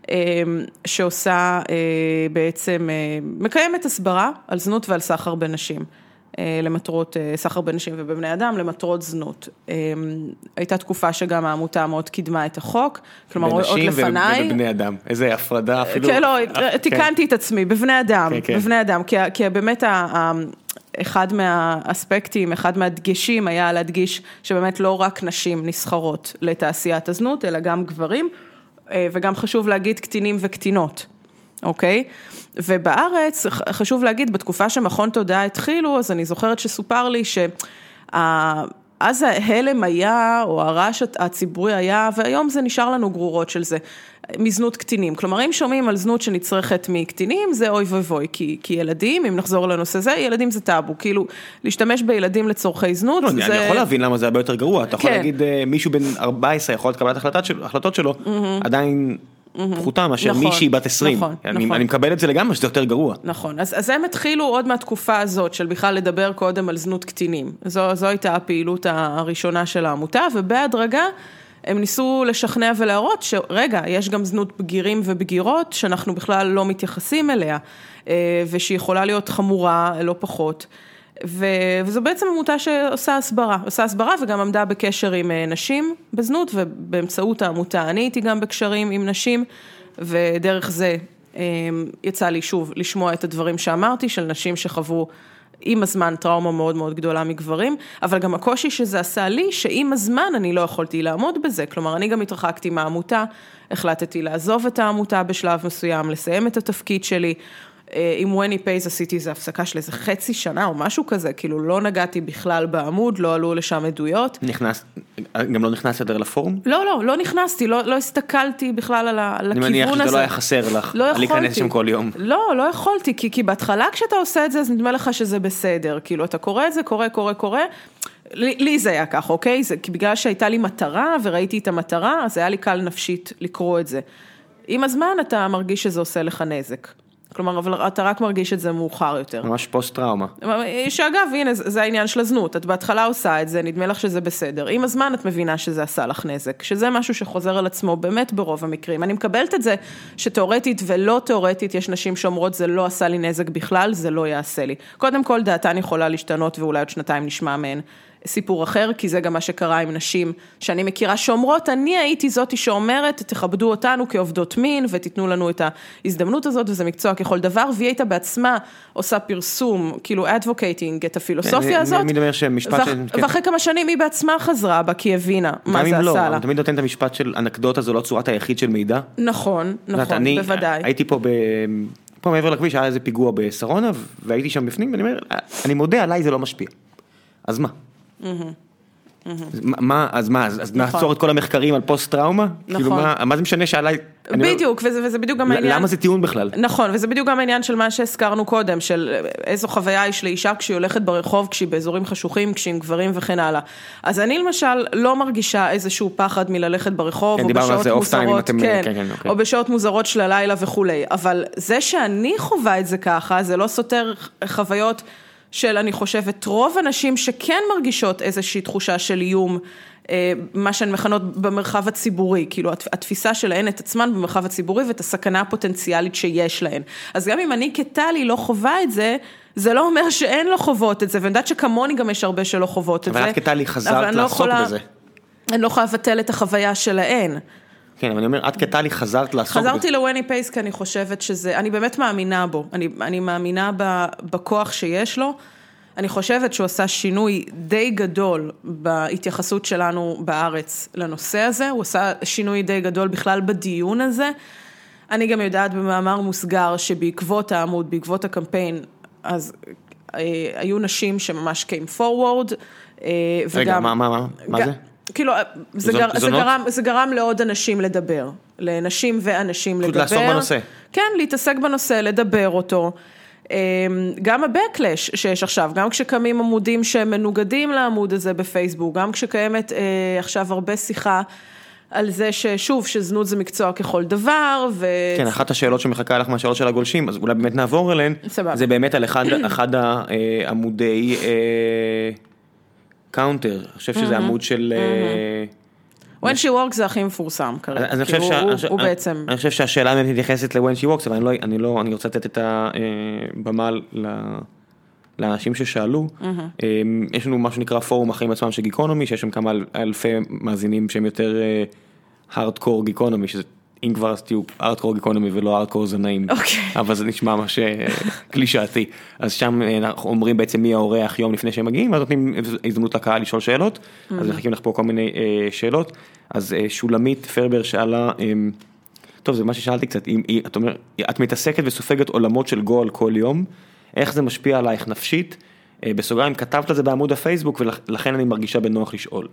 שעושה בעצם, מקיימת הסברה על זנות ועל סחר בנשים. למטרות סחר בנשים ובבני אדם, למטרות זנות. הייתה תקופה שגם העמותה מאוד קידמה את החוק, כלומר עוד לפניי. בנשים ובבני אדם, איזה הפרדה אפילו. כן, לא, תיקנתי את עצמי, בבני אדם, בבני אדם, כי באמת אחד מהאספקטים, אחד מהדגשים היה להדגיש שבאמת לא רק נשים נסחרות לתעשיית הזנות, אלא גם גברים, וגם חשוב להגיד קטינים וקטינות. אוקיי? ובארץ, חשוב להגיד, בתקופה שמכון תודעה התחילו, אז אני זוכרת שסופר לי אז ההלם היה, או הרעש הציבורי היה, והיום זה נשאר לנו גרורות של זה, מזנות קטינים. כלומר, אם שומעים על זנות שנצרכת מקטינים, זה אוי ואבוי, כי ילדים, אם נחזור לנושא זה, ילדים זה טאבו, כאילו, להשתמש בילדים לצורכי זנות. אני יכול להבין למה זה הרבה יותר גרוע, אתה יכול להגיד, מישהו בן 14 יכול לקבל את ההחלטות שלו, עדיין פחותה מאשר מישהי בת 20. אני מקבל את זה לגמרי, שזה יותר גרוע. נכון, אז הם התחילו עוד מהתקופה הזאת, של בכלל לדבר קודם על זנות קטינים. זו הייתה הפעילות הראשונה של העמותה, ובהדרגה הם ניסו לשכנע ולהראות שרגע, יש גם זנות בגירים ובגירות, שאנחנו בכלל לא מתייחסים אליה, ושהיא יכולה להיות חמורה, לא פחות. וזו בעצם עמותה שעושה הסברה וגם עמדה בקשר עם נשים בזנות, ובאמצעות העמותה אני הייתי גם בקשרים עם נשים, ודרך זה יצא לי שוב לשמוע את הדברים שאמרתי, של נשים שחוו עם הזמן טראומה מאוד מאוד גדולה מגברים, אבל גם הקושי שזה עשה לי, שעם הזמן אני לא יכולתי לעמוד בזה, כלומר אני גם התרחקתי מהעמותה, החלטתי לעזוב את העמותה בשלב מסוים, לסיים את התפקיד שלי, עם When He Pays עשיתי איזו הפסקה של איזה חצי שנה או משהו כזה, כאילו לא נגעתי בכלל בעמוד, לא עלו לשם עדויות. גם לא נכנס יותר לפורום? לא נכנסתי, לא הסתכלתי בכלל על הכיוון הזה. אני מניח שזה לא היה חסר לך, להיכנס שם כל יום. לא יכולתי, כי בהתחלה כשאתה עושה את זה, אז נדמה לך שזה בסדר, כאילו אתה קורא את זה, קורא, לי זה היה כך, אוקיי? כי בגלל שהייתה לי מטרה וראיתי את המטרה, אז היה לי קל נפשית לקרוא את זה. עם הזמן אתה מרגיש שזה עושה לך נזק. כלומר, אבל אתה רק מרגיש את זה מאוחר יותר. ממש פוסט טראומה. שאגב, הנה, זה העניין של הזנות. את בהתחלה עושה את זה, נדמה לך שזה בסדר. עם הזמן את מבינה שזה עשה לך נזק, שזה משהו שחוזר על עצמו באמת ברוב המקרים. אני מקבלת את זה שתיאורטית ולא תיאורטית, יש נשים שאומרות, זה לא עשה לי נזק בכלל, זה לא יעשה לי. קודם כל, דעתן יכולה להשתנות, ואולי עוד שנתיים נשמע מהן סיפור אחר, כי זה גם מה שקרה עם נשים שאני מכירה שאומרות, אני הייתי זאתי שאומרת, תכבדו אותנו כעובדות מין, ותיתנו לנו את ההזדמנות הזאת, וזה מקצוע ככל דבר, והיא הייתה בעצמה עושה פרסום, כאילו advocating את הפילוסופיה הזאת, ואחרי כמה שנים היא בעצמה חזרה בה, כי הבינה מה זה עשה לה. אני תמיד נותן את המשפט של אנקדוטה, זו לא צורת היחיד של מידע. נכון, בוודאי. הייתי פה מעבר לכביש, היה איזה פיגוע בשרונה, והייתי שם בפנים, ואני אומר, אני מודה, עליי זה לא משפיע. אז מה? אז נעצור את כל המחקרים על פוסט טראומה? נכון. מה זה משנה שעליי... בדיוק, וזה בדיוק גם העניין... למה זה טיעון בכלל? נכון, וזה בדיוק גם העניין של מה שהזכרנו קודם, של איזו חוויה יש לאישה כשהיא הולכת ברחוב, כשהיא באזורים חשוכים, כשהיא עם גברים וכן הלאה. אז אני למשל לא מרגישה איזשהו פחד מללכת ברחוב, או בשעות מוזרות של הלילה וכולי, אבל זה שאני חווה את זה ככה, זה לא סותר חוויות של, אני חושבת, רוב אנשים שכן מרגישות איזושהי תחושה של איום, מה שהן מכנות במרחב הציבורי, כאילו התפיסה שלהן את עצמן במרחב הציבורי ואת הסכנה הפוטנציאלית שיש להן. אז גם אם אני כטלי לא חווה את זה, זה לא אומר שאין לו חוות את זה, ואני יודעת שכמוני גם יש הרבה שלא חוות את זה. אבל את כטלי חזרת לעסוק בזה. אני לא יכולה לבטל את החוויה שלהן. כן, אבל אני אומר, את כטלי חזרת לעסוק בזה. חזרתי לווני פייס כי אני חושבת שזה, אני באמת מאמינה בו, אני מאמינה בכוח שיש לו, אני חושבת שהוא עשה שינוי די גדול בהתייחסות שלנו בארץ לנושא הזה, הוא עשה שינוי די גדול בכלל בדיון הזה, אני גם יודעת במאמר מוסגר שבעקבות העמוד, בעקבות הקמפיין, אז היו נשים שממש came forward, רגע, מה זה? כאילו, זה גרם לעוד אנשים לדבר, לנשים ואנשים לדבר. לעסוק בנושא. כן, להתעסק בנושא, לדבר אותו. גם הבקלש שיש עכשיו, גם כשקמים עמודים שמנוגדים לעמוד הזה בפייסבוק, גם כשקיימת עכשיו הרבה שיחה על זה ששוב, שזנות זה מקצוע ככל דבר. כן, אחת השאלות שמחכה לך מהשאלות של הגולשים, אז אולי באמת נעבור אליהן. זה באמת על אחד העמודי קאונטר, אני חושב שזה עמוד של... When she works זה הכי מפורסם כרגע, אני חושב שהשאלה מתייחסת ל-When she works, אבל אני רוצה לתת את הבמה לאנשים ששאלו. יש לנו מה שנקרא פורום החיים עצמם של גיקונומי, שיש שם כמה אלפי מאזינים שהם יותר הארדקור גיקונומי, שזה אם כבר תהיו הארדקור גיקונומי ולא הארדקור זנאים, אבל זה נשמע ממש קלישאתי. אז שם אנחנו אומרים בעצם מי האורח יום לפני שהם מגיעים, אז נותנים הזדמנות לקהל לשאול שאלות, אז מחכים לך פה כל מיני שאלות. אז שולמית פרבר שאלה, טוב זה מה ששאלתי קצת, את אומרת, את מתעסקת וסופגת עולמות של גול כל יום, איך זה משפיע עלייך נפשית? בסוגריים כתבת על זה בעמוד הפייסבוק, ולכן אני מרגישה בנוח לשאול.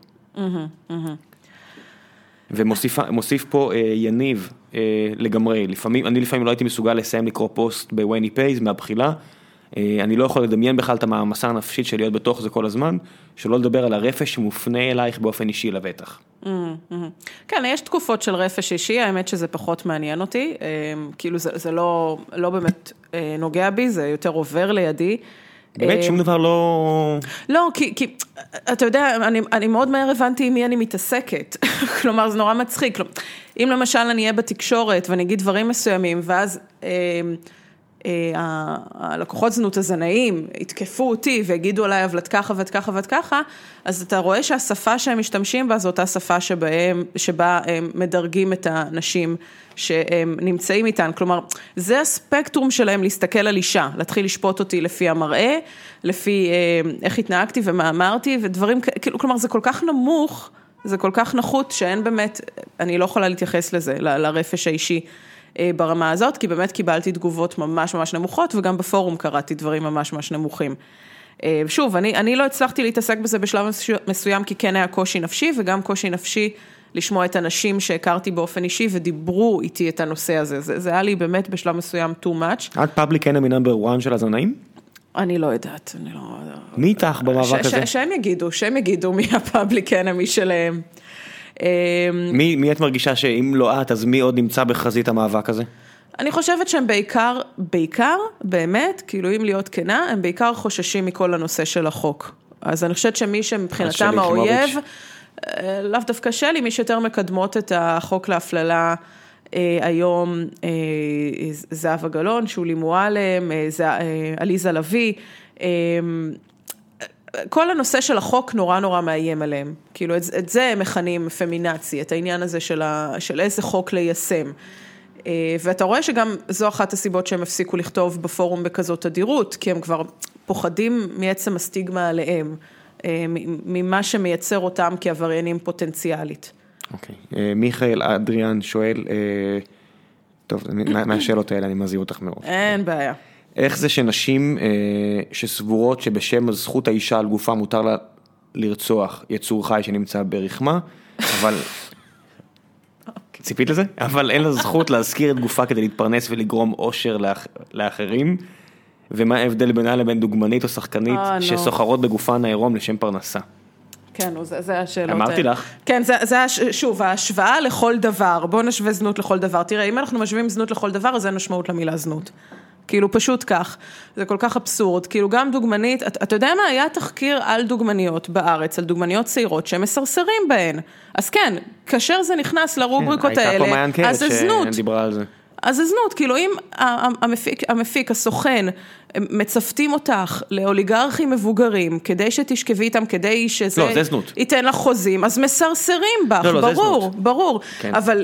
ומוסיף פה יניב לגמרי, אני לפעמים לא הייתי מסוגל לסיים לקרוא פוסט בווני פייס מהבחילה, אני לא יכול לדמיין בכלל את המסע הנפשית של להיות בתוך זה כל הזמן, שלא לדבר על הרפש שמופנה אלייך באופן אישי לבטח. כן, יש תקופות של רפש אישי, האמת שזה פחות מעניין אותי, כאילו זה לא באמת נוגע בי, זה יותר עובר לידי. באמת שום דבר לא... לא, כי אתה יודע, אני מאוד מהר הבנתי עם מי אני מתעסקת, כלומר זה נורא מצחיק, אם למשל אני אהיה בתקשורת ואני אגיד דברים מסוימים, ואז הלקוחות זנות הזנאים יתקפו אותי ויגידו עליי אבל ככה ואת ככה ואת ככה, אז אתה רואה שהשפה שהם משתמשים בה זו אותה שפה שבה הם מדרגים את האנשים שהם נמצאים איתן, כלומר זה הספקטרום שלהם להסתכל על אישה, להתחיל לשפוט אותי לפי המראה, לפי איך התנהגתי ומה אמרתי ודברים, כלומר זה כל כך נמוך, זה כל כך נחות שאין באמת, אני לא יכולה להתייחס לזה, לרפש האישי ברמה הזאת, כי באמת קיבלתי תגובות ממש ממש נמוכות, וגם בפורום קראתי דברים ממש ממש נמוכים. שוב, אני לא הצלחתי להתעסק בזה בשלב מסוים, כי כן היה קושי נפשי, וגם קושי נפשי לשמוע את האנשים שהכרתי באופן אישי, ודיברו איתי את הנושא הזה. זה היה לי באמת בשלב מסוים too much. את public enemy number 1 של הזנאים? אני לא יודעת, אני לא... מי איתך במאבק הזה? שהם יגידו מי הפאבליק אנמי שלהם. מי את מרגישה שאם לא את, אז מי עוד נמצא בחזית המאבק הזה? אני חושבת שהם בעיקר, באמת, כאילו אם להיות כנה, הם בעיקר חוששים מכל הנושא של החוק. אז אני חושבת שמי שמבחינתם האויב, לאו דווקא שלי, מי שיותר מקדמות את החוק להפללה היום, זהבה גלאון, שולי מועלם, עליזה לביא, כל הנושא של החוק נורא נורא מאיים עליהם, כאילו את זה הם מכנים פמינצי, את העניין הזה של איזה חוק ליישם, ואתה רואה שגם זו אחת הסיבות שהם הפסיקו לכתוב בפורום בכזאת תדירות, כי הם כבר פוחדים מעצם הסטיגמה עליהם, ממה שמייצר אותם כעבריינים פוטנציאלית. אוקיי, מיכאל אדריאן שואל, טוב, מהשאלות האלה אני מזהיר אותך מראש. אין בעיה. איך זה שנשים שסבורות שבשם זכות האישה על גופה מותר לה לרצוח יצור חי שנמצא ברחמה, אבל... ציפית לזה? אבל אין לה זכות להזכיר את גופה כדי להתפרנס ולגרום אושר לאחרים, ומה ההבדל בינה לבין דוגמנית או שחקנית שסוחרות בגופן העירום לשם פרנסה? כן, זה השאלות. אמרתי לך. כן, זה שוב, ההשוואה לכל דבר, בוא נשווה זנות לכל דבר. תראה, אם אנחנו משווים זנות לכל דבר, אז אין משמעות למילה זנות. כאילו פשוט כך, זה כל כך אבסורד, כאילו גם דוגמנית, אתה יודע מה, היה תחקיר על דוגמניות בארץ, על דוגמניות צעירות שהם מסרסרים בהן, אז כן, כאשר זה נכנס לרובריקות האלה, אז זה זנות, אז זה זנות, כאילו אם המפיק, הסוכן, מצפתים אותך לאוליגרכים מבוגרים, כדי שתשכבי איתם, כדי שזה ייתן לך חוזים, אז מסרסרים בך, ברור, אבל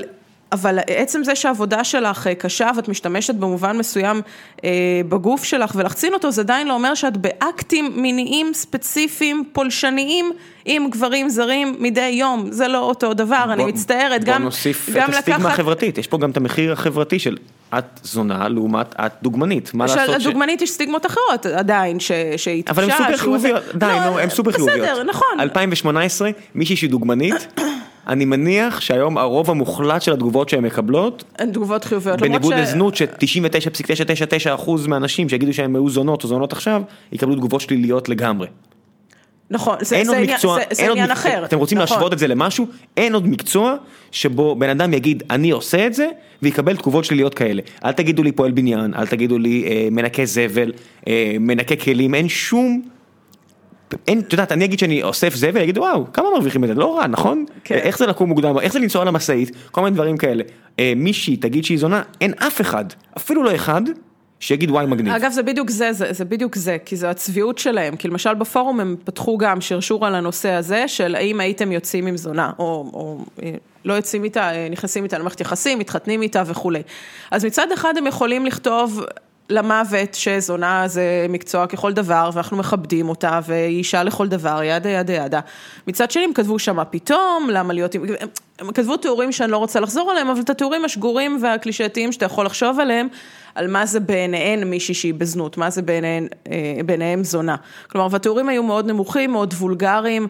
אבל עצם זה שהעבודה שלך קשה, ואת משתמשת במובן מסוים בגוף שלך, ולחצין אותו, זה עדיין לא אומר שאת באקטים מיניים ספציפיים, פולשניים, עם גברים זרים מדי יום. זה לא אותו דבר, אני מצטערת. בוא נוסיף את הסטיגמה החברתית. יש פה גם את המחיר החברתי של את זונה לעומת את דוגמנית. מה לעשות של הדוגמנית יש סטיגמות אחרות עדיין, שהתפשע. אבל הן סופר חיוביות. די, הן סופר חיוביות. בסדר, נכון. 2018, מישהי שהיא דוגמנית, אני מניח שהיום הרוב המוחלט של התגובות שהן מקבלות, הן תגובות חיוביות. בניגוד לזנות ש99.999% מהאנשים שיגידו שהן היו זונות או זונות עכשיו, יקבלו תגובות שליליות לגמרי. נכון, זה עניין אחר. אתם רוצים להשוות את זה למשהו? אין עוד מקצוע שבו בן אדם יגיד, אני עושה את זה, ויקבל תגובות שליליות כאלה. אל תגידו לי פועל בניין, אל תגידו לי מנקה זבל, מנקה כלים, אין שום... את יודעת, אני אגיד שאני אוסף זבל, יגיד, וואו, כמה מרוויחים את זה? לא רע, נכון? איך זה לקום מוקדם, איך זה לנסוע על המשאית, כל מיני דברים כאלה. מישהי תגיד שהיא זונה, אין אף אחד, אפילו לא אחד, שיגיד וואי מגניב. אגב, זה בדיוק זה, כי זה הצביעות שלהם, כי למשל בפורום הם פתחו גם שרשור על הנושא הזה, של האם הייתם יוצאים עם זונה, או לא יוצאים איתה, נכנסים איתה למערכת יחסים, מתחתנים איתה וכו'. אז מצד אחד הם יכולים לכתוב למוות שזונה זה מקצוע ככל דבר, ואנחנו מכבדים אותה, והיא אישה לכל דבר, ידה ידה ידה. מצד שני הם כתבו שמה פתאום, למה להיות... הם כתבו תיאורים שאני לא רוצה לחזור עליהם, אבל את התיאורים השגורים והקלישאתיים שאתה יכול לחשוב עליהם, על מה זה בעיניהן מישהי שהיא בזנות, מה זה בעיניהם זונה. כלומר, והתיאורים היו מאוד נמוכים, מאוד וולגריים,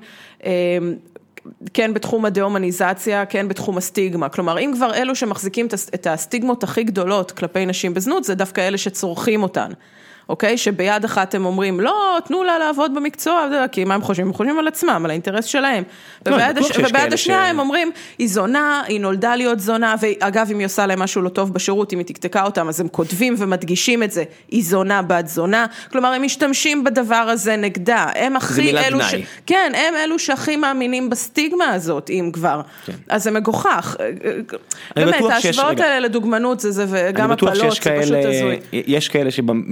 כן בתחום הדהומניזציה, כן בתחום הסטיגמה. כלומר, אם כבר אלו שמחזיקים את הסטיגמות הכי גדולות כלפי נשים בזנות, זה דווקא אלה שצורכים אותן. אוקיי? שביד אחת הם אומרים, לא, תנו לה לעבוד במקצוע, כי מה הם חושבים? הם חושבים על עצמם, על האינטרס שלהם. וביד השנייה הם אומרים, היא זונה, היא נולדה להיות זונה, ואגב, אם היא עושה להם משהו לא טוב בשירות, אם היא תקתקה אותם, אז הם כותבים ומדגישים את זה, היא זונה, בת זונה. כלומר, הם משתמשים בדבר הזה נגדה. הם הכי אלו כן, הם אלו שהכי מאמינים בסטיגמה הזאת, אם כבר. אז זה מגוחך. באמת, ההשוואות האלה לדוגמנות, זה וגם הפלות, זה פשוט הזוי. יש כאלה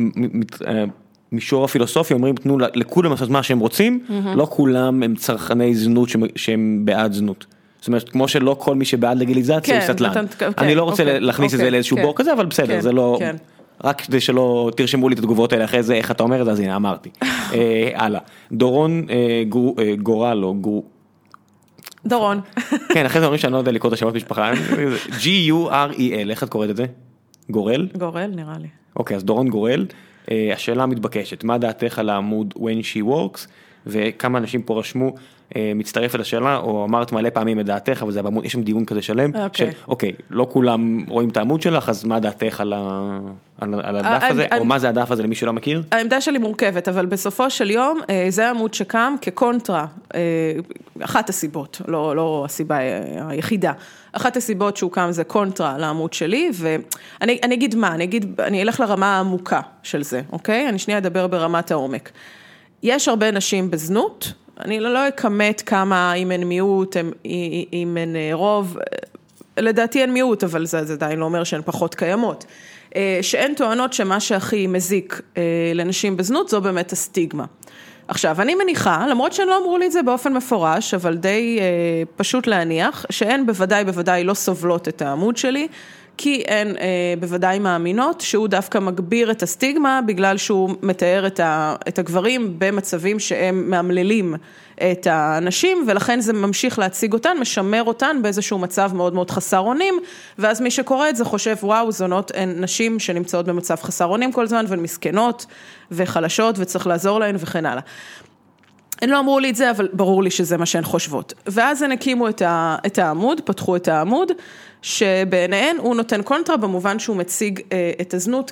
מישור הפילוסופי אומרים, תנו לכולם לעשות מה שהם רוצים, לא כולם הם צרכני זנות שהם בעד זנות. זאת אומרת, כמו שלא כל מי שבעד לגיליזציה הוא סטלן. אני לא רוצה להכניס את זה לאיזשהו בור כזה, אבל בסדר, זה לא... רק כדי שלא תרשמו לי את התגובות האלה אחרי זה, איך אתה אומר את זה, אז הנה, אמרתי. הלאה. דורון גורל, או דורון. כן, אחרי זה אומרים שאני לא יודע לקרוא את השמות משפחה. G-U-R-E-L, איך את קוראת את זה? גורל? גורל, נראה לי. אוקיי, אז דורון גורל, השאלה מתבקשת, מה דעתך על העמוד When She Works, וכמה אנשים פה רשמו, מצטרפת לשאלה, או אמרת מלא פעמים את דעתך, אבל זה בעמוד, יש שם דיון כזה שלם, של, אוקיי, לא כולם רואים את העמוד שלך, אז מה דעתך על הדף הזה, או מה זה הדף הזה למי שלא מכיר? העמדה שלי מורכבת, אבל בסופו של יום, זה העמוד שקם כקונטרה, אחת הסיבות, לא הסיבה היחידה, אחת הסיבות שהוא קם זה קונטרה לעמוד שלי, ואני אגיד מה, אני אלך לרמה העמוקה של זה, אוקיי? אני שנייה אדבר ברמת העומק. יש הרבה נשים בזנות, אני לא אכמת כמה אם הן מיעוט, אם הן רוב, לדעתי הן מיעוט, אבל זה עדיין לא אומר שהן פחות קיימות. שהן טוענות שמה שהכי מזיק לנשים בזנות, זו באמת הסטיגמה. עכשיו, אני מניחה, למרות שהן לא אמרו לי את זה באופן מפורש, אבל די פשוט להניח, שהן בוודאי לא סובלות את העמוד שלי, כי הן בוודאי מאמינות שהוא דווקא מגביר את הסטיגמה, בגלל שהוא מתאר את הגברים במצבים שהם מאמללים את האנשים, ולכן זה ממשיך להציג אותן, משמר אותן באיזשהו מצב מאוד מאוד חסר אונים, ואז מי שקורא את זה חושב, וואו, זונות הן נשים שנמצאות במצב חסר אונים כל זמן, והן מסכנות וחלשות, וצריך לעזור להן וכן הלאה. הן לא אמרו לי את זה, אבל ברור לי שזה מה שהן חושבות. ואז הן הקימו את העמוד, פתחו את העמוד, שבעיניהן הוא נותן קונטרה במובן שהוא מציג את הזנות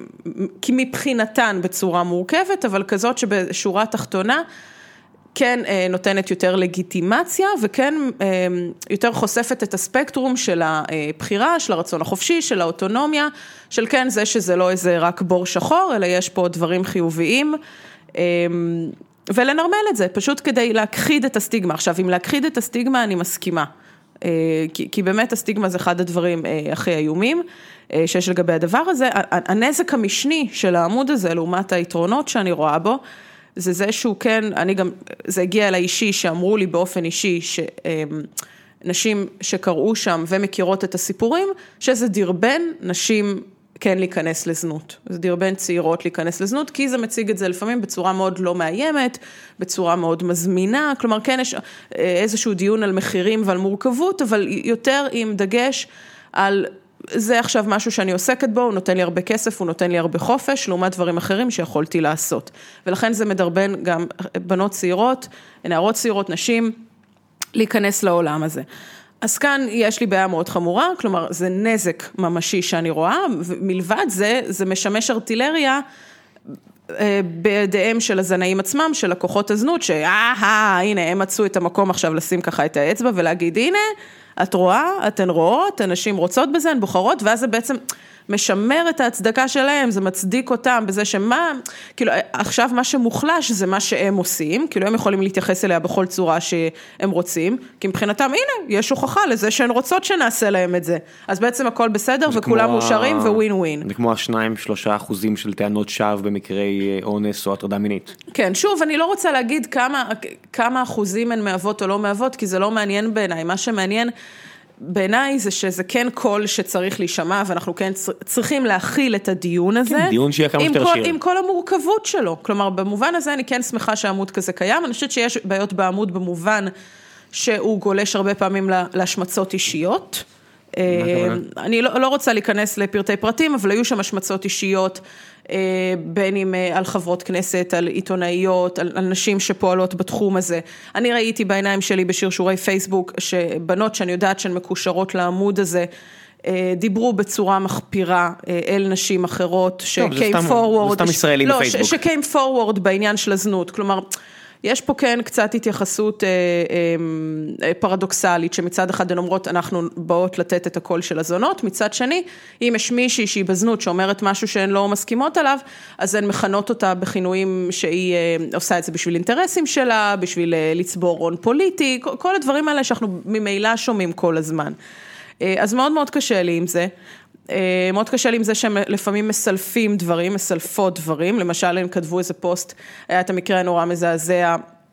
כמבחינתן בצורה מורכבת, אבל כזאת שבשורה התחתונה כן נותנת יותר לגיטימציה, וכן יותר חושפת את הספקטרום של הבחירה, של הרצון החופשי, של האוטונומיה, של כן זה שזה לא איזה רק בור שחור, אלא יש פה דברים חיוביים, ולנרמל את זה, פשוט כדי להכחיד את הסטיגמה. עכשיו, אם להכחיד את הסטיגמה, אני מסכימה. כי באמת הסטיגמה זה אחד הדברים הכי איומים שיש לגבי הדבר הזה. הנזק המשני של העמוד הזה, לעומת היתרונות שאני רואה בו, זה שהוא כן, זה הגיע אל האישי, שאמרו לי באופן אישי, נשים שקראו שם ומכירות את הסיפורים, שזה דרבן נשים כן להיכנס לזנות. זה דרבן צעירות להיכנס לזנות, כי זה מציג את זה לפעמים בצורה מאוד לא מאיימת, בצורה מאוד מזמינה, כלומר כן יש איזשהו דיון על מחירים ועל מורכבות, אבל יותר עם דגש על זה עכשיו משהו שאני עוסקת בו, הוא נותן לי הרבה כסף, הוא נותן לי הרבה חופש, לעומת דברים אחרים שיכולתי לעשות. ולכן זה מדרבן גם בנות צעירות, נערות צעירות, נשים, להיכנס לעולם הזה. אז כאן יש לי בעיה מאוד חמורה, כלומר זה נזק ממשי שאני רואה, ומלבד זה, זה משמש ארטילריה בידיהם של הזנאים עצמם, של לקוחות הזנות, הנה הם מצאו את המקום עכשיו לשים ככה את האצבע ולהגיד, הנה, את רואה, אתן רואות, אנשים רוצות בזה, הן בוחרות, ואז זה בעצם משמר את ההצדקה שלהם, זה מצדיק אותם בזה שמה, כאילו עכשיו מה שמוחלש זה מה שהם עושים, כאילו הם יכולים להתייחס אליה בכל צורה שהם רוצים, כי מבחינתם הנה, יש הוכחה לזה שהן רוצות שנעשה להם את זה, אז בעצם הכל בסדר וכולם מאושרים וווין ווין. זה כמו 2-3% של טענות שווא במקרי אונס או הטרדה מינית. כן, שוב, אני לא רוצה להגיד כמה אחוזים הן מהוות או לא מהוות, כי זה לא מעניין בעיניי, מה שמעניין בעיניי זה שזה כן קול שצריך להישמע, ואנחנו כן צריכים להכיל את הדיון הזה. כן, דיון שיהיה כמה שיותר שיר. עם כל המורכבות שלו. כלומר, במובן הזה אני כן שמחה שהעמוד כזה קיים. אני חושבת שיש בעיות בעמוד במובן שהוא גולש הרבה פעמים להשמצות אישיות. אני לא רוצה להיכנס לפרטי פרטים, אבל היו שם השמצות אישיות, בין אם על חברות כנסת, על עיתונאיות, על נשים שפועלות בתחום הזה. אני ראיתי בעיניים שלי בשרשורי פייסבוק, שבנות שאני יודעת שהן מקושרות לעמוד הזה, דיברו בצורה מחפירה אל נשים אחרות, שקיים פורוורד. זה סתם ישראלים בפייסבוק. שקיים פורוורד בעניין של הזנות, כלומר, יש פה כן קצת התייחסות פרדוקסלית, שמצד אחד הן אומרות, אנחנו באות לתת את הקול של הזונות, מצד שני, אם יש מישהי שהיא בזנות, שאומרת משהו שהן לא מסכימות עליו, אז הן מכנות אותה בכינויים שהיא עושה את זה בשביל אינטרסים שלה, בשביל לצבור הון פוליטי, כל הדברים האלה שאנחנו ממילא שומעים כל הזמן. אז מאוד מאוד קשה לי עם זה. מאוד קשה לי עם זה שהם לפעמים מסלפים דברים, מסלפות דברים, למשל הם כתבו איזה פוסט, היה את המקרה הנורא מזעזע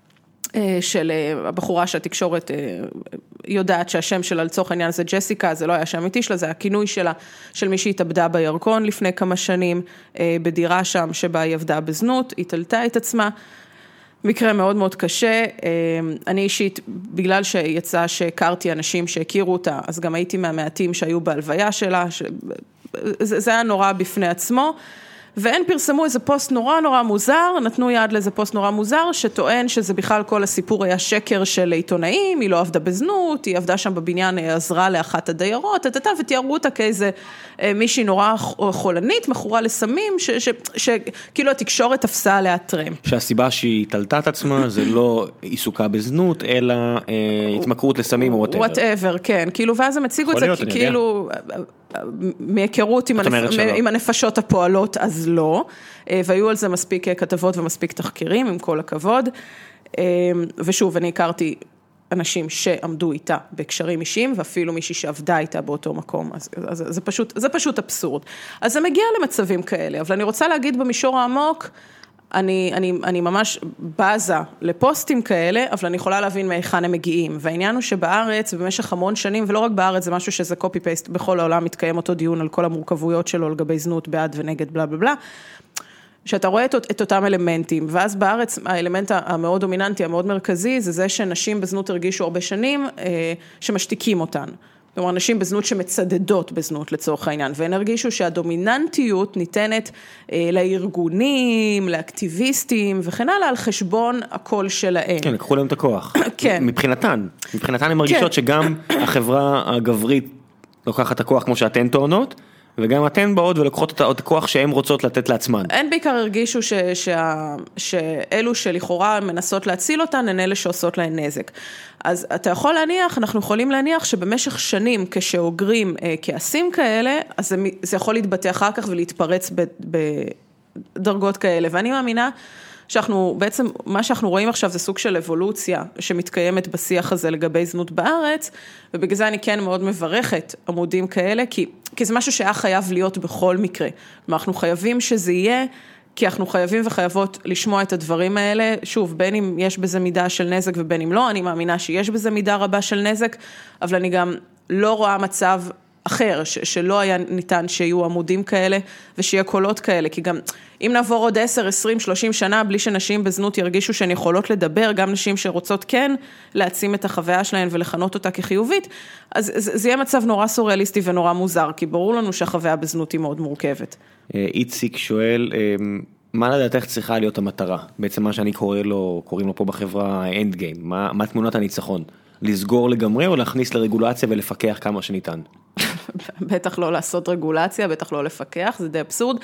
של הבחורה שהתקשורת יודעת שהשם שלה לצורך העניין זה ג'סיקה, זה לא היה שם אמיתי שלה, זה הכינוי שלה, של מי שהתאבדה בירקון לפני כמה שנים, בדירה שם שבה היא עבדה בזנות, היא תלתה את עצמה, מקרה מאוד מאוד קשה, אני אישית, בגלל שיצא שהכרתי אנשים שהכירו אותה, אז גם הייתי מהמעטים שהיו בהלוויה שלה, זה היה נורא בפני עצמו, והן פרסמו איזה פוסט נורא נורא מוזר, נתנו יד לאיזה פוסט נורא מוזר, שטוען שזה בכלל כל הסיפור היה שקר של עיתונאים, היא לא עבדה בזנות, היא עבדה שם בבניין, עזרה לאחת הדיירות, ותיארו אותה כאיזה מישהי נורא חולנית, מכורה לסמים, שכאילו התקשורת תפסה עליה טרמפ. שהסיבה שהיא תלתה את עצמה, זה לא עיסוקה בזנות, אלא התמכרות לסמים או whatever, כן, כאילו, ואז הם הציגו את זה, כאילו, מהיכרות עם הנפשות הפועלות, אז לא, והיו על זה מספיק כתבות ומספיק תחקירים, עם כל הכבוד, ושוב, אני הכרתי אנשים שעמדו איתה בקשרים אישיים, ואפילו מישהי שעבדה איתה באותו מקום, אז זה פשוט אבסורד. אז זה מגיע למצבים כאלה, אבל אני רוצה להגיד במישור העמוק, אני ממש בזה לפוסטים כאלה, אבל אני יכולה להבין מהיכן הם מגיעים, והעניין הוא שבארץ, במשך המון שנים, ולא רק בארץ, זה משהו שזה קופי פייסט, בכל העולם מתקיים אותו דיון על כל המורכבויות שלו, לגבי זנות, בעד ונגד, בלה בלה בלה, שאתה רואה את אותם אלמנטים, ואז בארץ האלמנט המאוד דומיננטי, המאוד מרכזי, זה זה שנשים בזנות הרגישו הרבה שנים, שמשתיקים אותן. כלומר, נשים בזנות שמצדדות בזנות לצורך העניין, והן הרגישו שהדומיננטיות ניתנת לארגונים, לאקטיביסטים, וכן הלאה, על חשבון הקול שלהם. כן, לקחו להם את הכוח. כן. מבחינתן הן מרגישות שגם החברה הגברית לוקחת את הכוח כמו שאתן טוענות, וגם אתן באות ולוקחות את הכוח שהן רוצות לתת לעצמן. הן בעיקר הרגישו שאלו שלכאורה מנסות להציל אותן, הן אלה שעושות להן נזק. אז אתה יכול להניח, אנחנו יכולים להניח שבמשך שנים כשאוגרים כעסים כאלה, אז זה יכול להתבטא אחר כך ולהתפרץ בדרגות כאלה. ואני מאמינה שאנחנו, בעצם מה שאנחנו רואים עכשיו זה סוג של אבולוציה שמתקיימת בשיח הזה לגבי זנות בארץ, ובגלל זה אני כן מאוד מברכת עמודים כאלה, כי זה משהו שהיה חייב להיות בכל מקרה. אנחנו חייבים שזה יהיה כי אנחנו חייבים וחייבות לשמוע את הדברים האלה, שוב, בין אם יש בזה מידה של נזק ובין אם לא, אני מאמינה שיש בזה מידה רבה של נזק, אבל אני גם לא רואה מצב אחר, שלא היה ניתן שיהיו עמודים כאלה, ושיהיה קולות כאלה, כי גם אם נעבור עוד 10, 20, 30 שנה, בלי שנשים בזנות ירגישו שהן יכולות לדבר, גם נשים שרוצות כן להעצים את החוויה שלהן ולכנות אותה כחיובית, אז זה יהיה מצב נורא סוריאליסטי ונורא מוזר, כי ברור לנו שהחוויה בזנות היא מאוד מורכבת. איציק שואל, מה לדעתך צריכה להיות המטרה? בעצם מה שאני קוראים לו פה בחברה האנד גיים, מה תמונת הניצחון? לסגור לגמרי או להכניס לרגולציה ולפקח כמה שניתן? בטח לא לעשות רגולציה, בטח לא לפקח, זה די אבסורד.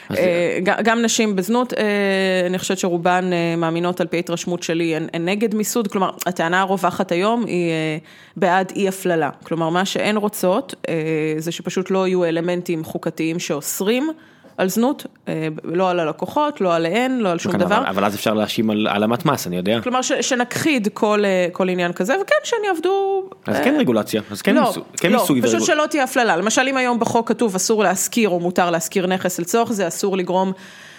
גם נשים בזנות, אני חושבת שרובן מאמינות על פי התרשמות שלי, הן נגד מיסוד, כלומר, הטענה הרווחת היום היא בעד אי הפללה. כלומר, מה שהן רוצות, זה שפשוט לא יהיו אלמנטים חוקתיים שאוסרים על זנות, לא על הלקוחות, לא עליהן, לא על שום דבר. אבל אז אפשר להאשים על העלמת מס, אני יודע. כלומר, שנכחיד כל עניין כזה, וכן, שהן יעבדו... אז כן רגולציה, אז כן מיסוי. לא, פשוט שלא תהיה הפללה. למשל, אם היום בחוק כתוב אסור להשכיר או מותר להשכיר נכס לצורך זה, אסור לגרום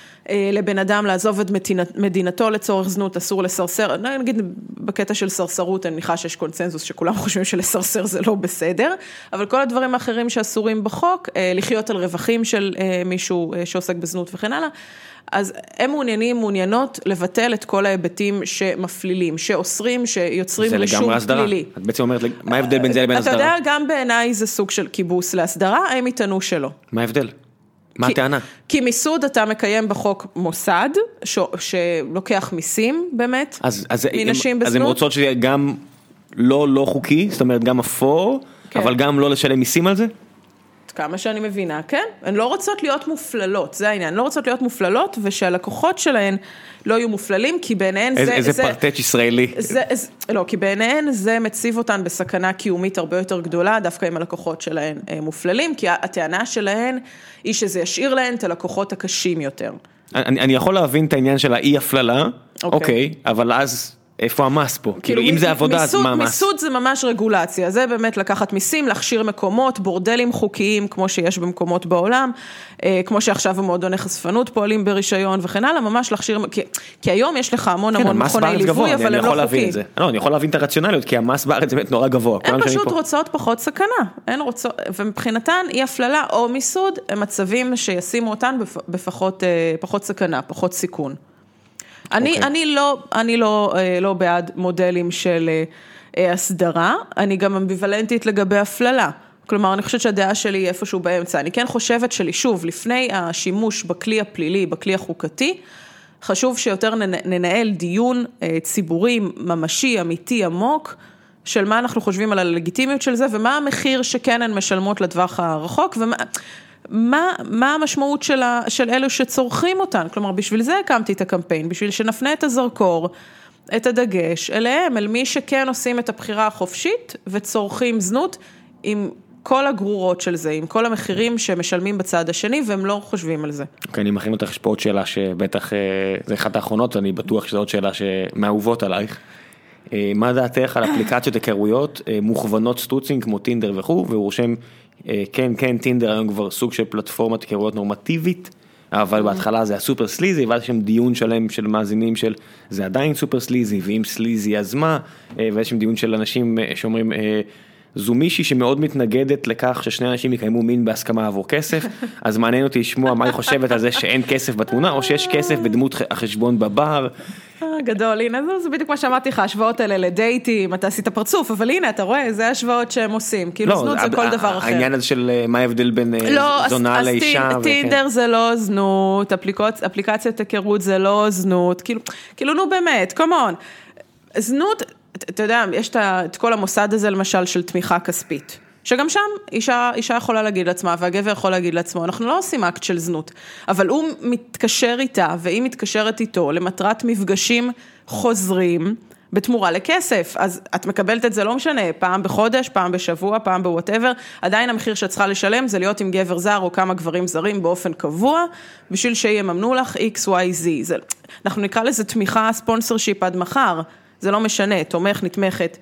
לבן אדם לעזוב את מדינתו לצורך זנות, אסור לסרסר, נגיד בקטע של סרסרות, אני מניחה שיש קונצנזוס שכולם חושבים שלסרסר זה לא בסדר, אבל כל הדברים האחרים שאסורים בחוק, לחיות על רווחים של מישהו שעוסק בזנות וכן הלאה, אז הם מעוניינות לבטל את כל ההיבטים שמפלילים, שאוסרים, שיוצרים רישום פלילי. את בעצם אומרת, מה ההבדל בין זה לבין הסדרה? אתה יודע, גם בעיניי זה סוג של כיבוס להסדרה, הם יתנו שלא. מה ההבדל? מה הטענה? כי מיסוד אתה מקיים בחוק מוסד, שלוקח מיסים באמת, מנשים בזנות. אז הן רוצות שזה גם לא חוקי, זאת אומרת גם אפור, אבל גם לא לשלם מיסים על זה? כמה שאני מבינה, כן. הן לא רוצות להיות מופללות, זה העניין. הן לא רוצות להיות מופללות, ושהלקוחות שלהן לא יהיו מופללים, כי בעיניהן זה... איזה פרטץ' ישראלי. לא, כי בעיניהן זה מציב אותן בסכנה קיומית הרבה יותר גדולה, דווקא אם הלקוחות שלהן מופללים, כי הטענה שלהן היא שזה ישאיר להן את הלקוחות הקשים יותר. אני יכול להבין את העניין של האי הפללה, אוקיי, אבל אז... איפה המס פה? כאילו אם זה עבודה, אז מה המס? מיסוד זה ממש רגולציה, זה באמת לקחת מיסים, להכשיר מקומות, בורדלים חוקיים, כמו שיש במקומות בעולם, כמו שעכשיו המועדוני חשפנות פועלים ברישיון וכן הלאה, ממש להכשיר, כי היום יש לך המון מכוני ליווי, אבל הם לא חוקיים. לא, אני יכול להבין את הרציונליות, כי המס בארץ באמת נורא גבוה. הן פשוט רוצות פחות סכנה, ומבחינתן אי הפללה או מיסוד, הם מצבים שישימו אותן בפחות סכנה, פחות סיכון. אני לא בעד מודלים של הסדרה, אני גם אמביוולנטית לגבי הפללה. כלומר, אני חושבת שהדעה שלי היא איפשהו באמצע. אני כן חושבת שלי, שוב, לפני השימוש בכלי הפלילי, בכלי החוקתי, חשוב שיותר ננהל דיון ציבורי, ממשי, אמיתי, עמוק, של מה אנחנו חושבים על הלגיטימיות של זה, ומה המחיר שכן הן משלמות לטווח הרחוק, מה המשמעות של אלו שצורכים אותן? כלומר, בשביל זה הקמתי את הקמפיין, בשביל שנפנה את הזרקור, את הדגש, אליהם, אל מי שכן עושים את הבחירה החופשית, וצורכים זנות, עם כל הגרורות של זה, עם כל המחירים שמשלמים בצד השני, והם לא חושבים על זה. אוקיי, אני מכין אותך פה עוד שאלה שבטח, זה אחת האחרונות, אני בטוח שזו עוד שאלה שמאהובות עלייך. מה דעתך על אפליקציות היכרויות, מוכוונות סטוצים כמו טינדר וכו', והוא רושם, כן, טינדר היום כבר סוג של פלטפורמת היכרויות נורמטיבית, אבל בהתחלה זה היה סופר סליזי, ואז יש שם דיון שלם של מאזינים של זה עדיין סופר סליזי, ואם סליזי אז מה, ויש שם דיון של אנשים שאומרים, זו מישהי שמאוד מתנגדת לכך ששני אנשים יקיימו מין בהסכמה עבור כסף, אז מעניין אותי לשמוע מה היא חושבת על זה שאין כסף בתמונה, או שיש כסף בדמות החשבון בבר. גדול, הנה, זה בדיוק מה שאמרתי לך, השוואות האלה לדייטים, אתה עשית פרצוף, אבל הנה, אתה רואה, זה השוואות שהם עושים, כאילו זנות זה כל דבר אחר. העניין הזה של מה ההבדל בין זונה לאישה. טינדר זה לא זנות, אפליקציית היכרות זה לא זנות, כאילו נו באמת, קומון, זנות, אתה יודע, יש את כל המוסד הזה למשל של תמיכה כספית, שגם שם אישה יכולה להגיד לעצמה, והגבר יכול להגיד לעצמו, אנחנו לא עושים אקט של זנות, אבל הוא מתקשר איתה, והיא מתקשרת איתו למטרת מפגשים חוזרים, בתמורה לכסף, אז את מקבלת את זה לא משנה, פעם בחודש, פעם בשבוע, פעם בוואטאבר, עדיין המחיר שאת צריכה לשלם זה להיות עם גבר זר או כמה גברים זרים באופן קבוע, בשביל שיממנו לך XYZ, אנחנו נקרא לזה תמיכה ספונסר שיפ עד מחר, זה לא משנה, תומך, נתמכת,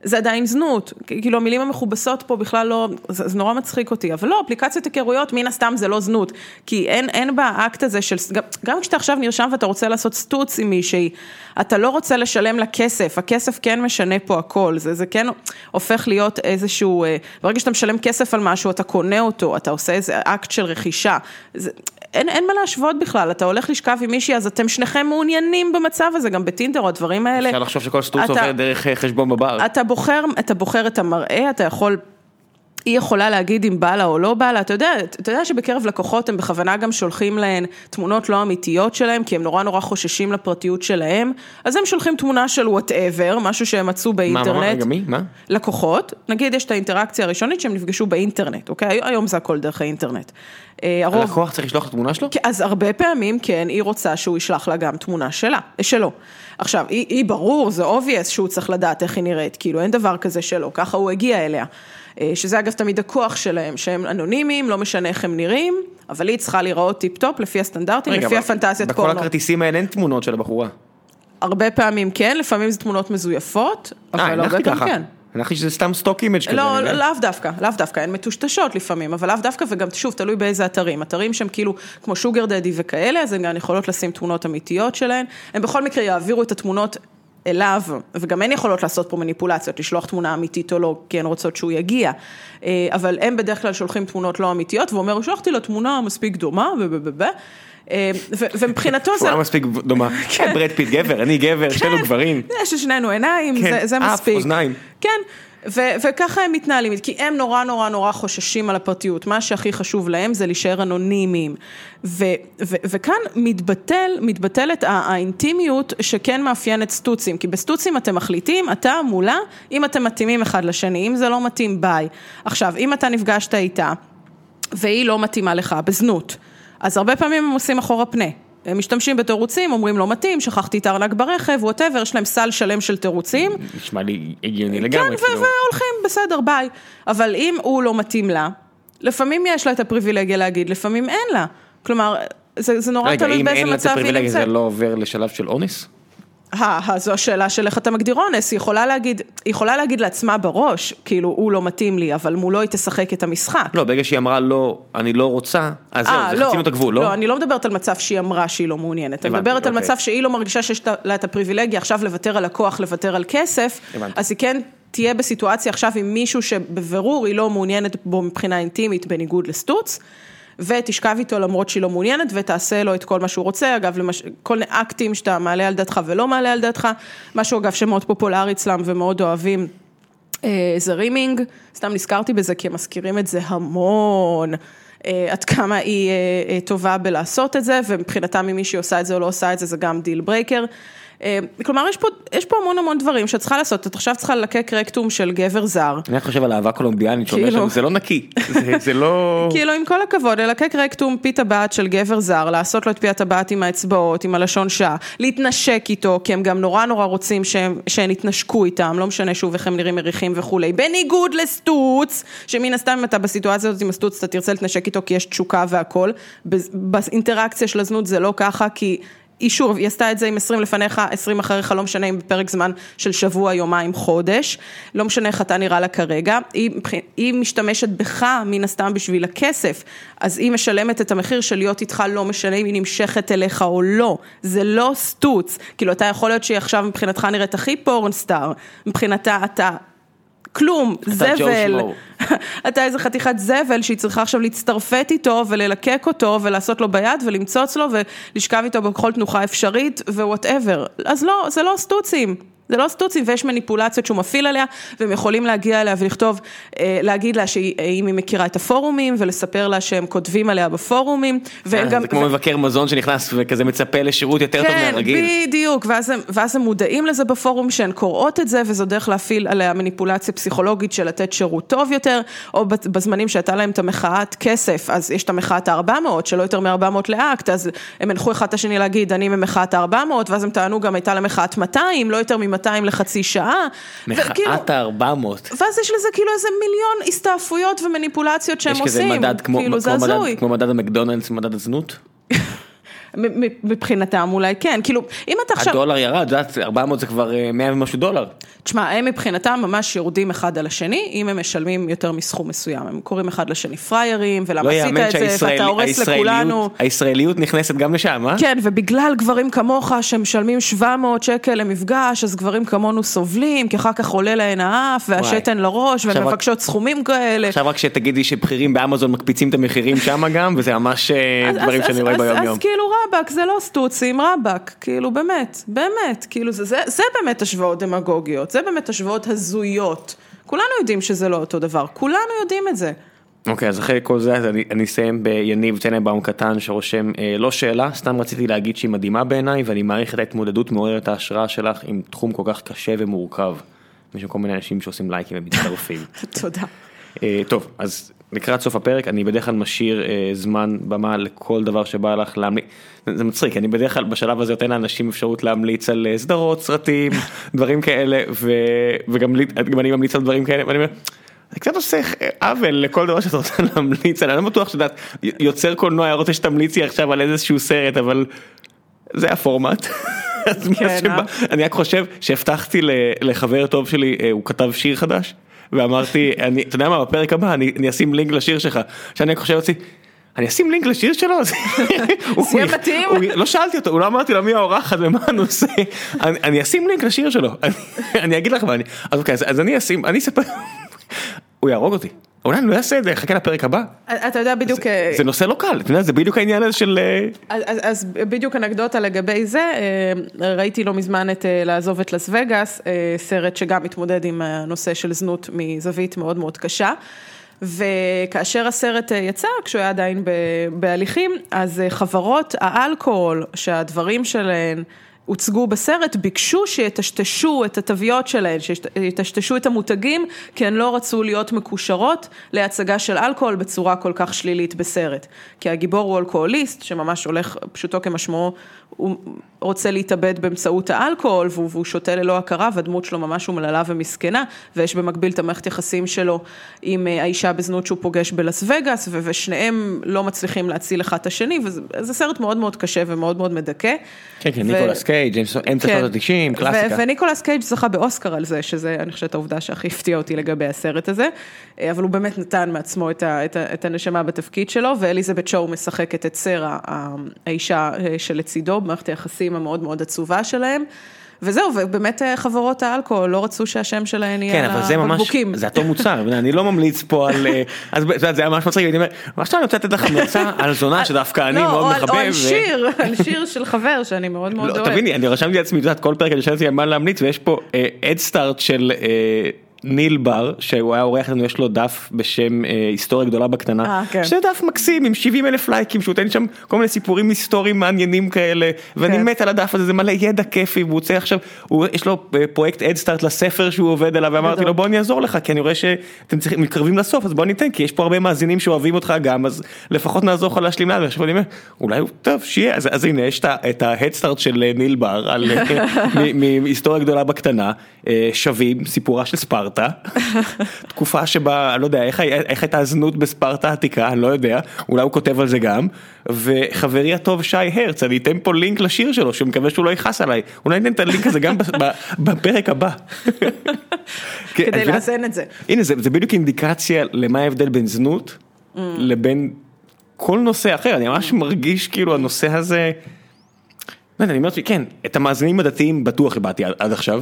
זה עדיין זנות, כאילו המילים המכובסות פה בכלל לא, זה נורא מצחיק אותי, אבל לא, אפליקציות היכרויות, מן הסתם זה לא זנות, כי אין בה האקט הזה של, גם כשאתה עכשיו נרשם ואתה רוצה לעשות סטוץ עם מישהי, אתה לא רוצה לשלם לה כסף, הכסף כן משנה פה הכל, זה כן הופך להיות איזשהו, ברגע שאתה משלם כסף על משהו, אתה קונה אותו, אתה עושה איזה אקט של רכישה, אין מה להשוות בכלל, אתה הולך לשכב עם מישהי, אז אתם שניכם מעוניינים במצב הזה, גם בטינדר או הדברים האלה. אפשר לחשוב שכל סטוץ עובר דרך חשבון בבר. אתה בוחר את המראה, היא יכולה להגיד אם בא לה או לא בא לה, אתה יודע שבקרב לקוחות הם בכוונה גם שולחים להן תמונות לא אמיתיות שלהם, כי הם נורא חוששים לפרטיות שלהם, אז הם שולחים תמונה של whatever, משהו שהם מצאו באינטרנט. מה? לקוחות, נגיד יש את האינטראקציה הראשונית שהם נפגשו באינטרנט, אוקיי? היום זה הכל דרך האינטרנט. הלקוח צריך לשלוח את התמונה שלו? אז הרבה פעמים כן, היא רוצה שהוא ישלח לה גם תמונה שלו. עכשיו, היא ברור, זה obvious שהוא צריך לדעת איך היא נראית, כאילו אין דבר כזה שלו, ככה הוא הגיע אליה. שזה אגב תמיד הכוח שלהם, שהם אנונימיים, לא משנה איך הם נראים, אבל היא צריכה לראות טיפ-טופ לפי הסטנדרטים, לפי הפנטזיית פורנו. בכל הכרטיסים האלה אין תמונות של הבחורה. הרבה פעמים כן, לפעמים זה תמונות מזויפות, אבל הרבה פעמים כן. אני חושב שזה סתם סטוק אימג' כזה. לא, לאו דווקא, הן מטושטשות לפעמים, אבל לאו דווקא, וגם שוב, תלוי באיזה אתרים שהם כאילו, כמו שוגר דדי וכאלה, אז הן גם יכולות לשים תמונות אמיתיות שלהן, הם בכל מקרה יעבירו את התמונות אליו, וגם הן יכולות לעשות פה מניפולציות, לשלוח תמונה אמיתית או לא, כי הן רוצות שהוא יגיע, אבל הם בדרך כלל שולחים תמונות לא אמיתיות, ואומר, שלחתי לה תמונה מספיק דומה, ומבחינתו זה... תמונה מספיק דומה, ברד פיט גבר, אני גבר, שנינו גברים. יש לשנינו עיניים, זה מספיק. אוזניים. כן, וככה הם מתנהלים, כי הם נורא חוששים על הפרטיות, מה שהכי חשוב להם זה להישאר אנונימיים, וכאן מתבטלת האינטימיות שכן מאפיינת סטוצים, כי בסטוצים אתם מחליטים, אתה מולה, אם אתם מתאימים אחד לשני, אם זה לא מתאים, ביי. עכשיו, אם אתה נפגשת איתה, והיא לא מתאימה לך בזנות, אז הרבה פעמים הם עושים אחורה פנה. הם משתמשים בתירוצים, אומרים לא מתאים, שכחתי את הארנק ברכב, whatever, יש להם סל שלם של תירוצים. נשמע לי הגיוני לגמרי. כן, והולכים, בסדר, ביי. אבל אם הוא לא מתאים לה, לפעמים יש לה את הפריבילגיה להגיד, לפעמים אין לה. כלומר, זה נורא תלוי באיזה מצב היא נמצאת. רגע, אם אין לה את הפריבילגיה, זה לא עובר לשלב של אונס? זו השאלה של איך אתה מגדיר אונס, היא יכולה להגיד לעצמה בראש, כאילו הוא לא מתאים לי, אבל מולו היא תשחק את המשחק. לא, ברגע שהיא אמרה לא, אני לא רוצה, אז זהו, זה חצים את הגבול, לא? לא, אני לא מדברת על מצב שהיא אמרה שהיא לא מעוניינת, אני מדברת על מצב שהיא לא מרגישה שיש לה את הפריבילגיה, עכשיו לוותר על הכוח, לוותר על כסף, אז היא כן תהיה בסיטואציה עכשיו עם מישהו שבבירור היא לא מעוניינת בו מבחינה אינטימית בניגוד לסטוץ, ותשכב איתו למרות שהיא לא מעוניינת, ותעשה לו את כל מה שהוא רוצה, אגב, כל אקטים שאתה מעלה על דעתך ולא מעלה על דעתך, משהו אגב שמאוד פופולרי אצלם ומאוד אוהבים, זה רימינג, סתם נזכרתי בזה כי הם מזכירים את זה המון, עד כמה היא טובה בלעשות את זה, ומבחינתם אם מישהי עושה את זה או לא עושה את זה, זה גם דיל ברייקר, כלומר, יש פה המון דברים שאת צריכה לעשות, את עכשיו צריכה לקק רקטום של גבר זר. אני חושב על אהבה קולומביאנית, שאומר שזה לא נקי, זה לא... כאילו, עם כל הכבוד, לקק רקטום פי טבעת של גבר זר, לעשות לו את פי הטבעת עם האצבעות, עם הלשון שעה, להתנשק איתו, כי הם גם נורא רוצים שהן יתנשקו איתם, לא משנה שוב איך הם נראים מריחים וכולי, בניגוד לסטוץ, שמן הסתם אם אתה בסיטואציה הזאת עם הסטוץ, אתה תרצה להתנשק איתו כי יש תשוקה והכל, באינטראקציה של הזנות זה לא ככה, כי היא שוב, היא עשתה את זה עם 20 לפניך, 20 אחריך, לא משנה אם בפרק זמן של שבוע, יומיים, חודש, לא משנה איך אתה נראה לה כרגע, היא משתמשת בך מן הסתם בשביל הכסף, אז היא משלמת את המחיר של להיות איתך, לא משנה אם היא נמשכת אליך או לא, זה לא סטוץ, כאילו אתה יכול להיות שהיא עכשיו מבחינתך נראית הכי פורנסטאר, מבחינתה אתה כלום, זבל, אתה איזה חתיכת זבל שהיא צריכה עכשיו להצטרפת איתו וללקק אותו ולעשות לו ביד ולמצוץ לו ולשכב איתו בכל תנוחה אפשרית ו-whatever, אז לא, זה לא סטוצים. זה לא סטוצים, ויש מניפולציות שהוא מפעיל עליה, והם יכולים להגיע אליה ולכתוב, להגיד לה שאם היא מכירה את הפורומים, ולספר לה שהם כותבים עליה בפורומים, זה כמו מבקר מזון שנכנס וכזה מצפה לשירות יותר טוב מהרגיל. כן, בדיוק, ואז הם מודעים לזה בפורום, שהן קוראות את זה, וזו דרך להפעיל עליה מניפולציה פסיכולוגית של לתת שירות טוב יותר, או בזמנים שהייתה להם את המחאת כסף, אז יש את המחאת 400, שלא יותר מ-400 לאקט, אז הם הנחו אחד את השני להגיד, אני ממחאת 400, ואז הם טענו גם הייתה למחאת 200, לא יותר 200 לחצי שעה. מחאת 400. ואז יש לזה כאילו איזה מיליון הסתעפויות ומניפולציות שהם עושים. יש כזה מדד כמו מדד המקדונלדס, מדד הזנות? מבחינתם אולי כן, כאילו, אם אתה עכשיו... הדולר ירד, 400 זה כבר 100 ומשהו דולר. תשמע, הם מבחינתם ממש יורדים אחד על השני, אם הם משלמים יותר מסכום מסוים, הם קוראים אחד לשני פריירים, ולמה עשית את זה, ואתה הורס לכולנו. הישראליות נכנסת גם לשם, אה? כן, ובגלל גברים כמוך, שמשלמים 700 שקל למפגש, אז גברים כמונו סובלים, כי אחר כך עולה להן האף, והשתן לראש, ומבקשות סכומים כאלה. עכשיו רק שתגידי שבחירים באמזון מקפיצים את המחירים שם גם, וזה ממש דברים שאני רואה ביום יום. אז כאילו רבק, זה לא סטוצים, רבק, כאילו באמת, כאילו זה באמת השוואות דמגוגיות, זה באמת השוואות הזויות. כולנו יודעים שזה לא אותו דבר, כולנו יודעים את זה. אוקיי, אז אחרי כל זה, אני אסיים ביניב טננבאום קטן שרושם, לא שאלה, סתם רציתי להגיד שהיא מדהימה בעיניי, ואני מעריך את ההתמודדות מעוררת ההשראה שלך עם תחום כל כך קשה ומורכב. יש כל מיני אנשים שעושים לייקים ומצטרפים. תודה. טוב, אז לקראת סוף הפרק, אני בדרך כלל משאיר זמן במה לכל דבר שבא לך להמליץ. זה מצחיק, אני בדרך כלל בשלב הזה נותן לאנשים אפשרות להמליץ על סדרות, סרטים, דברים כאלה, וגם אני ממליץ על דברים כאלה, ואני אומר, זה קצת עושה עוול לכל דבר שאתה רוצה להמליץ, אני לא בטוח שדעת, יוצר קולנוע, רוצה שתמליצי עכשיו על איזשהו סרט, אבל זה הפורמט. אני רק חושב שהבטחתי לחבר טוב שלי, הוא כתב שיר חדש, ואמרתי, אתה יודע מה, בפרק הבא, אני אשים לינק לשיר שלך, שאני חושב אותי, אני אשים לינק לשיר שלו, זה יהיה מתאים? לא שאלתי אותו, הוא לא אמרתי לו מי האורחת ומה הנושא, אני אשים לינק לשיר שלו, אני אגיד לך מה, אז אני אספר, הוא יהרוג אותי, אולי אני לא אעשה את זה, חכה לפרק הבא. אתה יודע בדיוק... זה נושא לא קל, זה בדיוק העניין הזה של... אז בדיוק אנקדוטה לגבי זה, ראיתי לא מזמן את לעזוב את לס וגאס, סרט שגם מתמודד עם הנושא של זנות מזווית מאוד מאוד קשה, וכאשר הסרט יצא, כשהוא היה עדיין בהליכים, אז חברות האלכוהול, שהדברים שלהן הוצגו בסרט, ביקשו שיטשטשו את התוויות שלהן, שיטשטשו את המותגים, כי הן לא רצו להיות מקושרות להצגה של אלכוהול בצורה כל כך שלילית בסרט. כי הגיבור הוא אלכוהוליסט, שממש הולך פשוטו כמשמעו, הוא רוצה להתאבד באמצעות האלכוהול, והוא שותה ללא הכרה, והדמות שלו ממש אומללה ומסכנה, ויש במקביל את המערכת יחסים שלו עם האישה בזנות שהוא פוגש בלס וגאס, ושניהם לא מצליחים להציל אחד את השני, וזה סרט מאוד מאוד קשה ומאוד מאוד מדכא. כן, ניקולס קייג', אמצע שנות ה-90, קלאסיקה. וניקולס קייג' זכה באוסקר על זה, שזה אני חושבת העובדה שהכי הפתיע אותי לגבי הסרט הזה, אבל הוא באמת נתן מעצמו את הנשמה בתפקיד שלו, ואליזבת שואו משחקת את סרה, האישה שלצידו, במערכת היחסים המאוד מאוד עצובה שלהם, וזהו, ובאמת חברות האלכוהול לא רצו שהשם שלהן יהיה על הבקבוקים. כן, אבל זה אותו מוצר, אני לא ממליץ פה על, אז זה היה ממש מצחיק, אני אומר, עכשיו אני רוצה לתת לך המלצה על זונה שדווקא אני מאוד מחבב. או על שיר של חבר שאני מאוד מאוד אוהב. תביני, אני רשמתי לעצמי, כל פרק אני חשבתי על מה להמליץ, ויש פה אד-סטארט של... ניל בר, שהוא היה עורך לנו, יש לו דף בשם היסטוריה גדולה בקטנה, שזה דף מקסים עם 70,000 לייקים, שהוא תן שם כל מיני סיפורים היסטוריים מעניינים כאלה, ואני מת על הדף הזה, זה מלא ידע כיפי, והוא רוצה עכשיו, יש לו פרויקט אד-סטארט לספר שהוא עובד עליו, ואמרתי לו בוא אני אעזור לך, כי אני רואה שאתם מתקרבים לסוף, אז בוא ניתן, כי יש פה הרבה מאזינים שאוהבים אותך גם, אז לפחות נעזור לך להשלים לה, ועכשיו אני אומר, אולי הוא טוב, שיהיה, אז הנה, יש את ההד-סטארט של ניל בר, מהיסטוריה גדולה בקטנה, שווים, סיפורה של ספרטה, תקופה שבה, לא יודע, איך הייתה הזנות בספרטה העתיקה, אני לא יודע, אולי הוא כותב על זה גם, וחברי הטוב שי הרץ, אני אתן פה לינק לשיר שלו, שמקווה שהוא לא יכעס עליי, אולי ניתן את הלינק הזה גם בפרק הבא. כדי לאזן את זה. הנה, זה בדיוק אינדיקציה למה ההבדל בין זנות, לבין כל נושא אחר, אני ממש מרגיש כאילו הנושא הזה... אני אומרת, כן, את המאזינים הדתיים בטוח הבאתי עד עכשיו,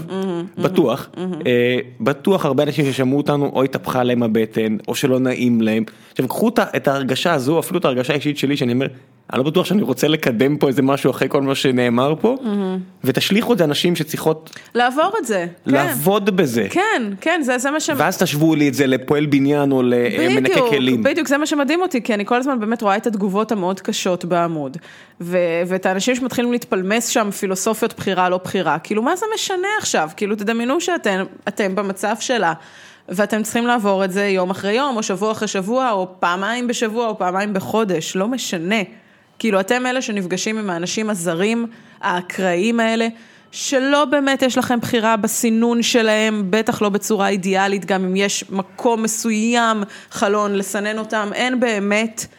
בטוח הרבה אנשים ששמעו אותנו, או התהפכה להם הבטן, או שלא נעים להם. עכשיו, קחו את ההרגשה הזו, אפילו את ההרגשה האישית שלי, שאני אומר, אני לא בטוח שאני רוצה לקדם פה איזה משהו אחרי כל מה שנאמר פה, ותשליחו את זה אנשים שצריכות... לעבור את זה. לעבוד בזה. כן, זה מה ש... ואז תשוו לי את זה לפועל בניין או למנקה כלים. בדיוק, זה מה שמדהים אותי, כי אני כל הזמן באמת רואה את התגובות המאוד קשות בעמוד, ואת האנשים שמתחילים להתפלמס שם פילוסופיות בחירה, לא בחירה, כאילו מה זה משנה עכשיו? כאילו תדמיינו שאתם במצב שלה, ואתם צריכים לעבור את זה יום אחרי יום, או שבוע אחרי שבוע, או פעמיים בשבוע, או פעמיים בחודש, לא משנה. כאילו אתם אלה שנפגשים עם האנשים הזרים, האקראיים האלה, שלא באמת יש לכם בחירה בסינון שלהם, בטח לא בצורה אידיאלית, גם אם יש מקום מסוים, חלון, לסנן אותם, אין באמת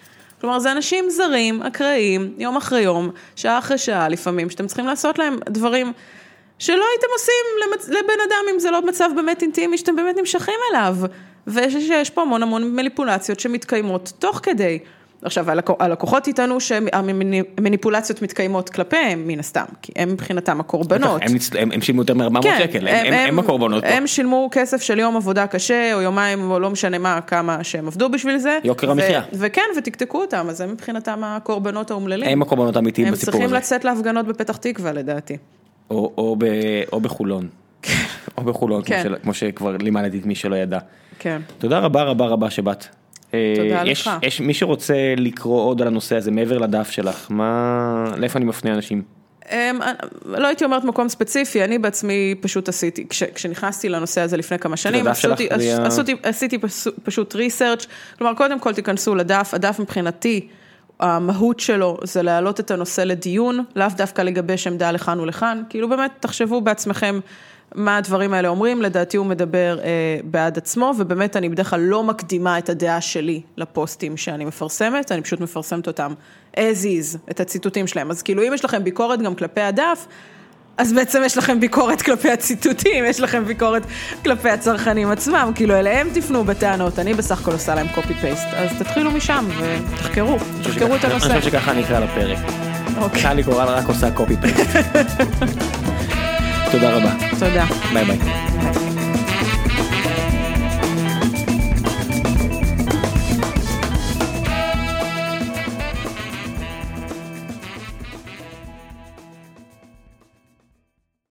כלומר, זה אנשים זרים, אקראיים, יום אחרי יום, שעה אחרי שעה לפעמים, שאתם צריכים לעשות להם דברים שלא הייתם עושים לבן אדם, אם זה לא מצב באמת אינטימי, שאתם באמת נמשכים אליו. ויש פה המון מניפולציות שמתקיימות תוך כדי. עכשיו, הלקוחות איתנו שהמניפולציות מתקיימות כלפיהם, מן הסתם, כי הם מבחינתם הקורבנות. הם שילמו יותר מ-400 שקל, הם הקורבנות. הם שילמו כסף של יום עבודה קשה, או יומיים, או לא משנה מה, כמה שהם עבדו בשביל זה. יוקר המחיה. וכן, ותקתקו אותם, אז הם מבחינתם הקורבנות האומללים. הם הקורבנות האמיתיים בסיפור הזה. הם צריכים לצאת להפגנות בפתח תקווה, לדעתי. או בחולון. או בחולון, כמו שכבר לימדתי את מי שלא ידע. כן. תודה רבה שבאת. תודה לך. יש מי שרוצה לקרוא עוד על הנושא הזה מעבר לדף שלך, לאיפה אני מפנה אנשים? לא הייתי אומרת מקום ספציפי, אני בעצמי פשוט עשיתי, כשנכנסתי לנושא הזה לפני כמה שנים, עשיתי פשוט ריסרצ', כלומר קודם כל תיכנסו לדף, הדף מבחינתי, המהות שלו זה להעלות את הנושא לדיון, לאו דווקא לגבש עמדה לכאן ולכאן, כאילו באמת תחשבו בעצמכם מה הדברים האלה אומרים, לדעתי הוא מדבר בעד עצמו, ובאמת אני בדרך כלל לא מקדימה את הדעה שלי לפוסטים שאני מפרסמת, אני פשוט מפרסמת אותם as is, את הציטוטים שלהם, אז כאילו אם יש לכם ביקורת גם כלפי הדף, אז בעצם יש לכם ביקורת כלפי הציטוטים, יש לכם ביקורת כלפי הצרכנים עצמם, כאילו אליהם תפנו בטענות, אני בסך הכל עושה להם copy-paste, אז תתחילו משם ותחקרו את הנושא. אני חושב שככה אני אקרא לפרק. טלי קורל רק עושה copy-paste. תודה רבה. תודה. ביי ביי.